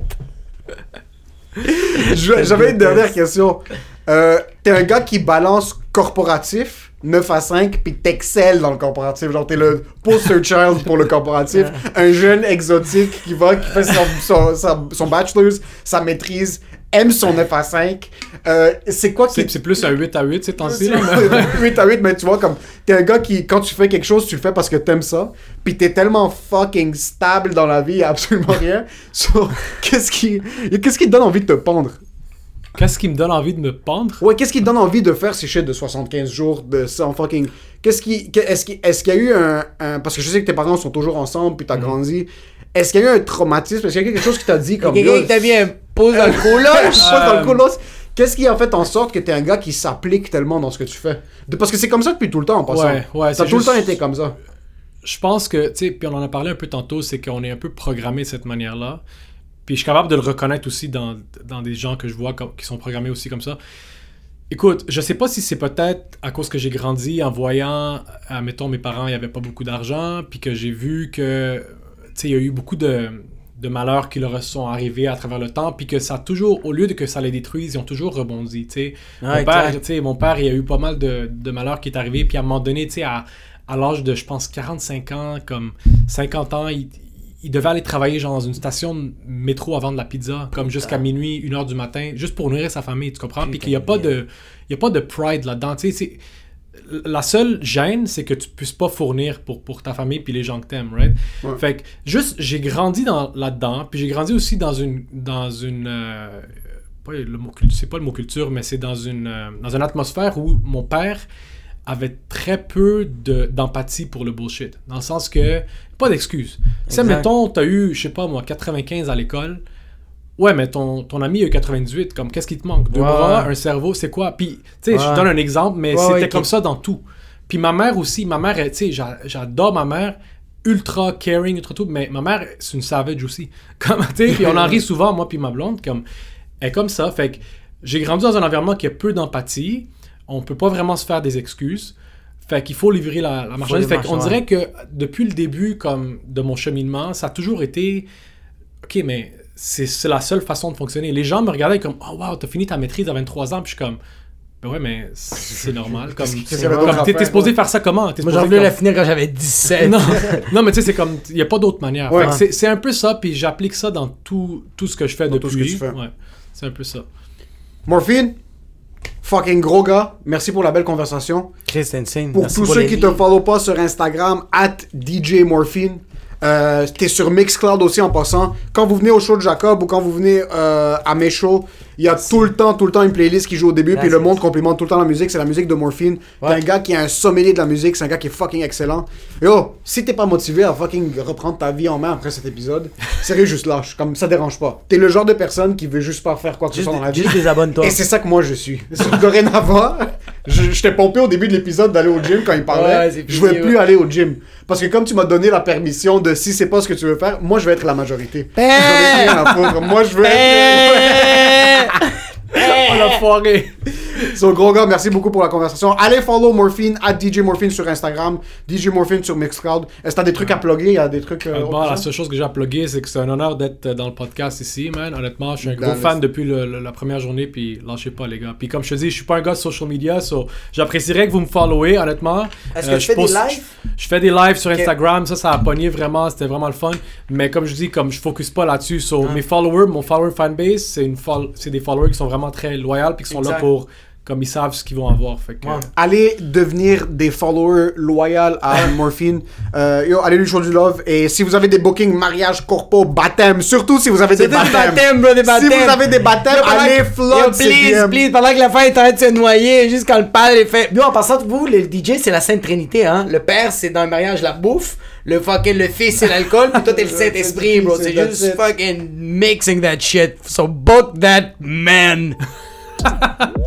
Speaker 3: Je- J'avais une dernière question. Euh, T'es un gars qui balance corporatif, neuf à cinq, puis t'excelles dans le corporatif. Genre, t'es le poster child pour le corporatif. Un jeune exotique qui va, qui fait son, son, sa- son bachelor's, sa maîtrise, aime son neuf à cinq. Euh, c'est quoi qui...
Speaker 4: C'est c'est plus un huit à huit ces temps-ci. là, mais-
Speaker 3: huit à huit, mais tu vois, comme, t'es un gars qui, quand tu fais quelque chose, tu le fais parce que t'aimes ça, pis t'es tellement fucking stable dans la vie, y a absolument rien. So, qu'est-ce qui, qu'est-ce qui te donne envie de te pendre?
Speaker 4: Qu'est-ce qui me donne envie de me pendre?
Speaker 3: Ouais, qu'est-ce qui te donne envie de faire ces shit de soixante-quinze jours, de sans fucking... Qu'est-ce qui... que- Est-ce qu'il est-ce qu'il y a eu un, un... Parce que je sais que tes parents sont toujours ensemble, puis t'as
Speaker 4: Mm-hmm.
Speaker 3: grandi. Est-ce qu'il y a eu un traumatisme? Est-ce qu'il y a quelque chose qui t'a dit comme...
Speaker 2: Quelqu'un
Speaker 3: yo,
Speaker 2: qui t'a mis un pouce dans le coloche.
Speaker 3: pas dans le
Speaker 4: Euh,
Speaker 3: colosse. Qu'est-ce qui a fait en sorte que t'es un gars qui s'applique tellement dans ce que tu fais? De- parce que c'est comme ça depuis tout le temps en passant.
Speaker 4: Ouais, ouais,
Speaker 3: Ça a
Speaker 4: c'est
Speaker 3: tout
Speaker 4: juste-
Speaker 3: le temps été comme ça.
Speaker 4: Je pense que, tu sais, puis on en a parlé un peu tantôt, c'est qu'on est un peu programmé de cette manière-là. Puis je suis capable de le reconnaître aussi dans, dans des gens que je vois comme- qui sont programmés aussi comme ça. Écoute, je sais pas si c'est peut-être à cause que j'ai grandi en voyant, admettons, mes parents, il y avait pas beaucoup d'argent, puis que j'ai vu que, tu sais, il y a eu beaucoup de, de malheurs qui leur sont arrivés à travers le temps, puis que ça a toujours, au lieu de que ça les détruise, ils ont toujours rebondi, tu sais.
Speaker 2: Ouais,
Speaker 4: mon père,
Speaker 2: exact.
Speaker 4: tu sais, mon père, il y a eu pas mal de, de malheurs qui est arrivé, puis à un moment donné, tu sais, à, à l'âge de, je pense, quarante-cinq ans, comme cinquante ans, il, il devait aller travailler genre dans une station de métro à vendre de la pizza, comme jusqu'à minuit, une heure du matin, juste pour nourrir sa famille, tu comprends? Puis qu'il n'y a pas de, il y a pas de pride là-dedans, tu sais, c'est... La seule gêne, c'est que tu puisses pas fournir pour, pour ta famille puis les gens que t'aimes, right?
Speaker 3: Ouais.
Speaker 4: Fait que, juste, j'ai grandi dans, là-dedans, puis j'ai grandi aussi dans une... Dans une euh, pas le mot culture, c'est pas le mot culture, mais c'est dans une, euh, dans une atmosphère où mon père avait très peu de, d'empathie pour le bullshit. Dans le sens que, pas d'excuses. Tu sais,
Speaker 2: Exact.
Speaker 4: mettons, t'as eu, je sais pas moi, quatre-vingt-quinze à l'école. Ouais, mais ton, ton ami a eu quatre-vingt-dix-huit. Comme, qu'est-ce qui te manque? Deux
Speaker 2: Ouais,
Speaker 4: bras,
Speaker 2: ouais.
Speaker 4: un cerveau, c'est quoi? Puis, tu sais, je
Speaker 2: Ouais.
Speaker 4: te donne un exemple, mais
Speaker 2: Ouais,
Speaker 4: c'était
Speaker 2: ouais,
Speaker 4: comme
Speaker 2: qui-
Speaker 4: ça dans tout. Puis ma mère aussi, ma mère, elle, tu sais, j'a- j'adore ma mère, ultra caring, ultra tout, mais ma mère, c'est une savage aussi. Comme, tu sais, puis on en rit souvent, moi puis ma blonde, comme, elle est comme ça. Fait que j'ai grandi dans un environnement qui a peu d'empathie. On peut pas vraiment se faire des excuses. Fait qu'il faut livrer la, la marchandise.
Speaker 2: les
Speaker 4: Fait qu'on
Speaker 2: marchands,
Speaker 4: dirait que depuis le début comme de mon cheminement, ça a toujours été OK, mais c'est c'est la seule façon de fonctionner. Les gens me regardaient comme oh wow, t'as fini ta maîtrise à vingt-trois ans, puis je suis comme ben ouais, mais c'est normal. Comme,
Speaker 3: qu'il y
Speaker 4: c'est
Speaker 3: avait
Speaker 4: comme-
Speaker 3: d'autres
Speaker 4: t'es, t'es
Speaker 3: affaires,
Speaker 4: supposé
Speaker 3: ouais.
Speaker 4: faire ça comment? T'es
Speaker 2: Moi,
Speaker 4: supposé
Speaker 2: j'aurais voulu
Speaker 4: comme-
Speaker 2: la finir quand j'avais dix-sept.
Speaker 4: non, non, mais tu sais, c'est comme, il n'y a pas d'autre manière.
Speaker 3: Ouais.
Speaker 4: Fait que c'est, c'est un peu ça, puis j'applique ça dans tout, tout ce que je fais
Speaker 3: Dans
Speaker 4: depuis.
Speaker 3: tout ce que tu fais.
Speaker 4: Ouais, c'est un peu ça.
Speaker 3: Morphine, fucking gros gars, merci pour la belle conversation.
Speaker 2: Chris, c'est insane.
Speaker 3: Pour
Speaker 2: Merci
Speaker 3: tous
Speaker 2: pour
Speaker 3: ceux
Speaker 2: les
Speaker 3: qui
Speaker 2: livres.
Speaker 3: te follow pas sur Instagram, at D J Morphine. Euh, t'es sur Mixcloud aussi en passant. Quand vous venez au show de Jacob ou quand vous venez euh, à mes shows, il y a tout le temps, tout le temps une playlist qui joue au début, puis
Speaker 2: Merci.
Speaker 3: le monde complimente tout le temps la musique. C'est la musique de Morphine. T'es
Speaker 2: Ouais.
Speaker 3: un gars qui est un sommelier de la musique, c'est un gars qui est fucking excellent. Yo, si t'es pas motivé à fucking reprendre ta vie en main après cet épisode, sérieux, juste lâche. Comme ça dérange pas. T'es le genre de personne qui veut juste pas faire quoi que ce
Speaker 2: Juste,
Speaker 3: soit dans la vie.
Speaker 2: juste désabonne-toi.
Speaker 3: Et c'est ça que moi je suis. Dorénavant, je, je t'ai pompé au début de l'épisode d'aller au gym quand il parlait.
Speaker 2: Ouais, c'est
Speaker 3: je veux
Speaker 2: fini,
Speaker 3: plus
Speaker 2: ouais.
Speaker 3: aller au gym. Parce que comme tu m'as donné la permission de si c'est pas ce que tu veux faire, moi je vais être la majorité. J'en ai rien à foutre. Moi je veux être.
Speaker 4: Oh la foirée!
Speaker 3: So, gros gars, merci beaucoup pour la conversation. Allez follow Morphine, at D J Morphine sur Instagram, D J Morphine sur Mixcloud. Est-ce que t'as des trucs à plugger? Il y a des trucs. euh,
Speaker 4: Honnêtement,
Speaker 3: autre
Speaker 4: la
Speaker 3: chose?
Speaker 4: seule chose que j'ai à plugger, c'est que c'est un honneur d'être dans le podcast ici, man. Honnêtement, je suis un gros
Speaker 3: Dallas.
Speaker 4: fan depuis le- le- la première journée, puis lâchez pas, les gars. Puis comme je te dis, je suis pas un gars de social media, so j'apprécierais que vous me followez, honnêtement.
Speaker 2: Est-ce que
Speaker 4: Euh,
Speaker 2: tu
Speaker 4: je
Speaker 2: fais des
Speaker 4: poste-
Speaker 2: lives?
Speaker 4: Je, je fais des lives sur
Speaker 2: Ok.
Speaker 4: Instagram, ça, ça a pogné vraiment, c'était vraiment le fun. Mais comme je dis, comme je focus pas là-dessus, so
Speaker 2: Ah.
Speaker 4: mes followers, mon follower fanbase, c'est une fol- c'est des followers qui sont vraiment très loyaux, puis qui sont là
Speaker 2: Exact.
Speaker 4: pour comme ils savent ce qu'ils vont avoir. Fait que,
Speaker 2: Ouais.
Speaker 3: Allez devenir des followers loyaux à Morphine. Euh, yo, allez lui show du love. Et si vous avez des bookings, mariage, corpo, baptême, surtout si vous avez des
Speaker 2: C'est des
Speaker 3: baptêmes.
Speaker 2: baptêmes, bro, des
Speaker 3: Si
Speaker 2: baptêmes.
Speaker 3: vous avez des baptêmes,
Speaker 2: Yo, pendant
Speaker 3: allez
Speaker 2: que-
Speaker 3: flood
Speaker 2: Yo,
Speaker 3: ces
Speaker 2: please,
Speaker 3: D M.
Speaker 2: please, pendant que la femme est en train de se noyer, juste quand le père est fait. Yo, en passant, vous, le D J, c'est la Sainte Trinité, hein. Le père, c'est dans le mariage la bouffe. Le fucking, le fils, c'est l'alcool. Puis toi, t'es le Saint-Esprit, bro. C'est
Speaker 3: That's
Speaker 2: juste
Speaker 3: it.
Speaker 2: fucking mixing that shit. So book that man.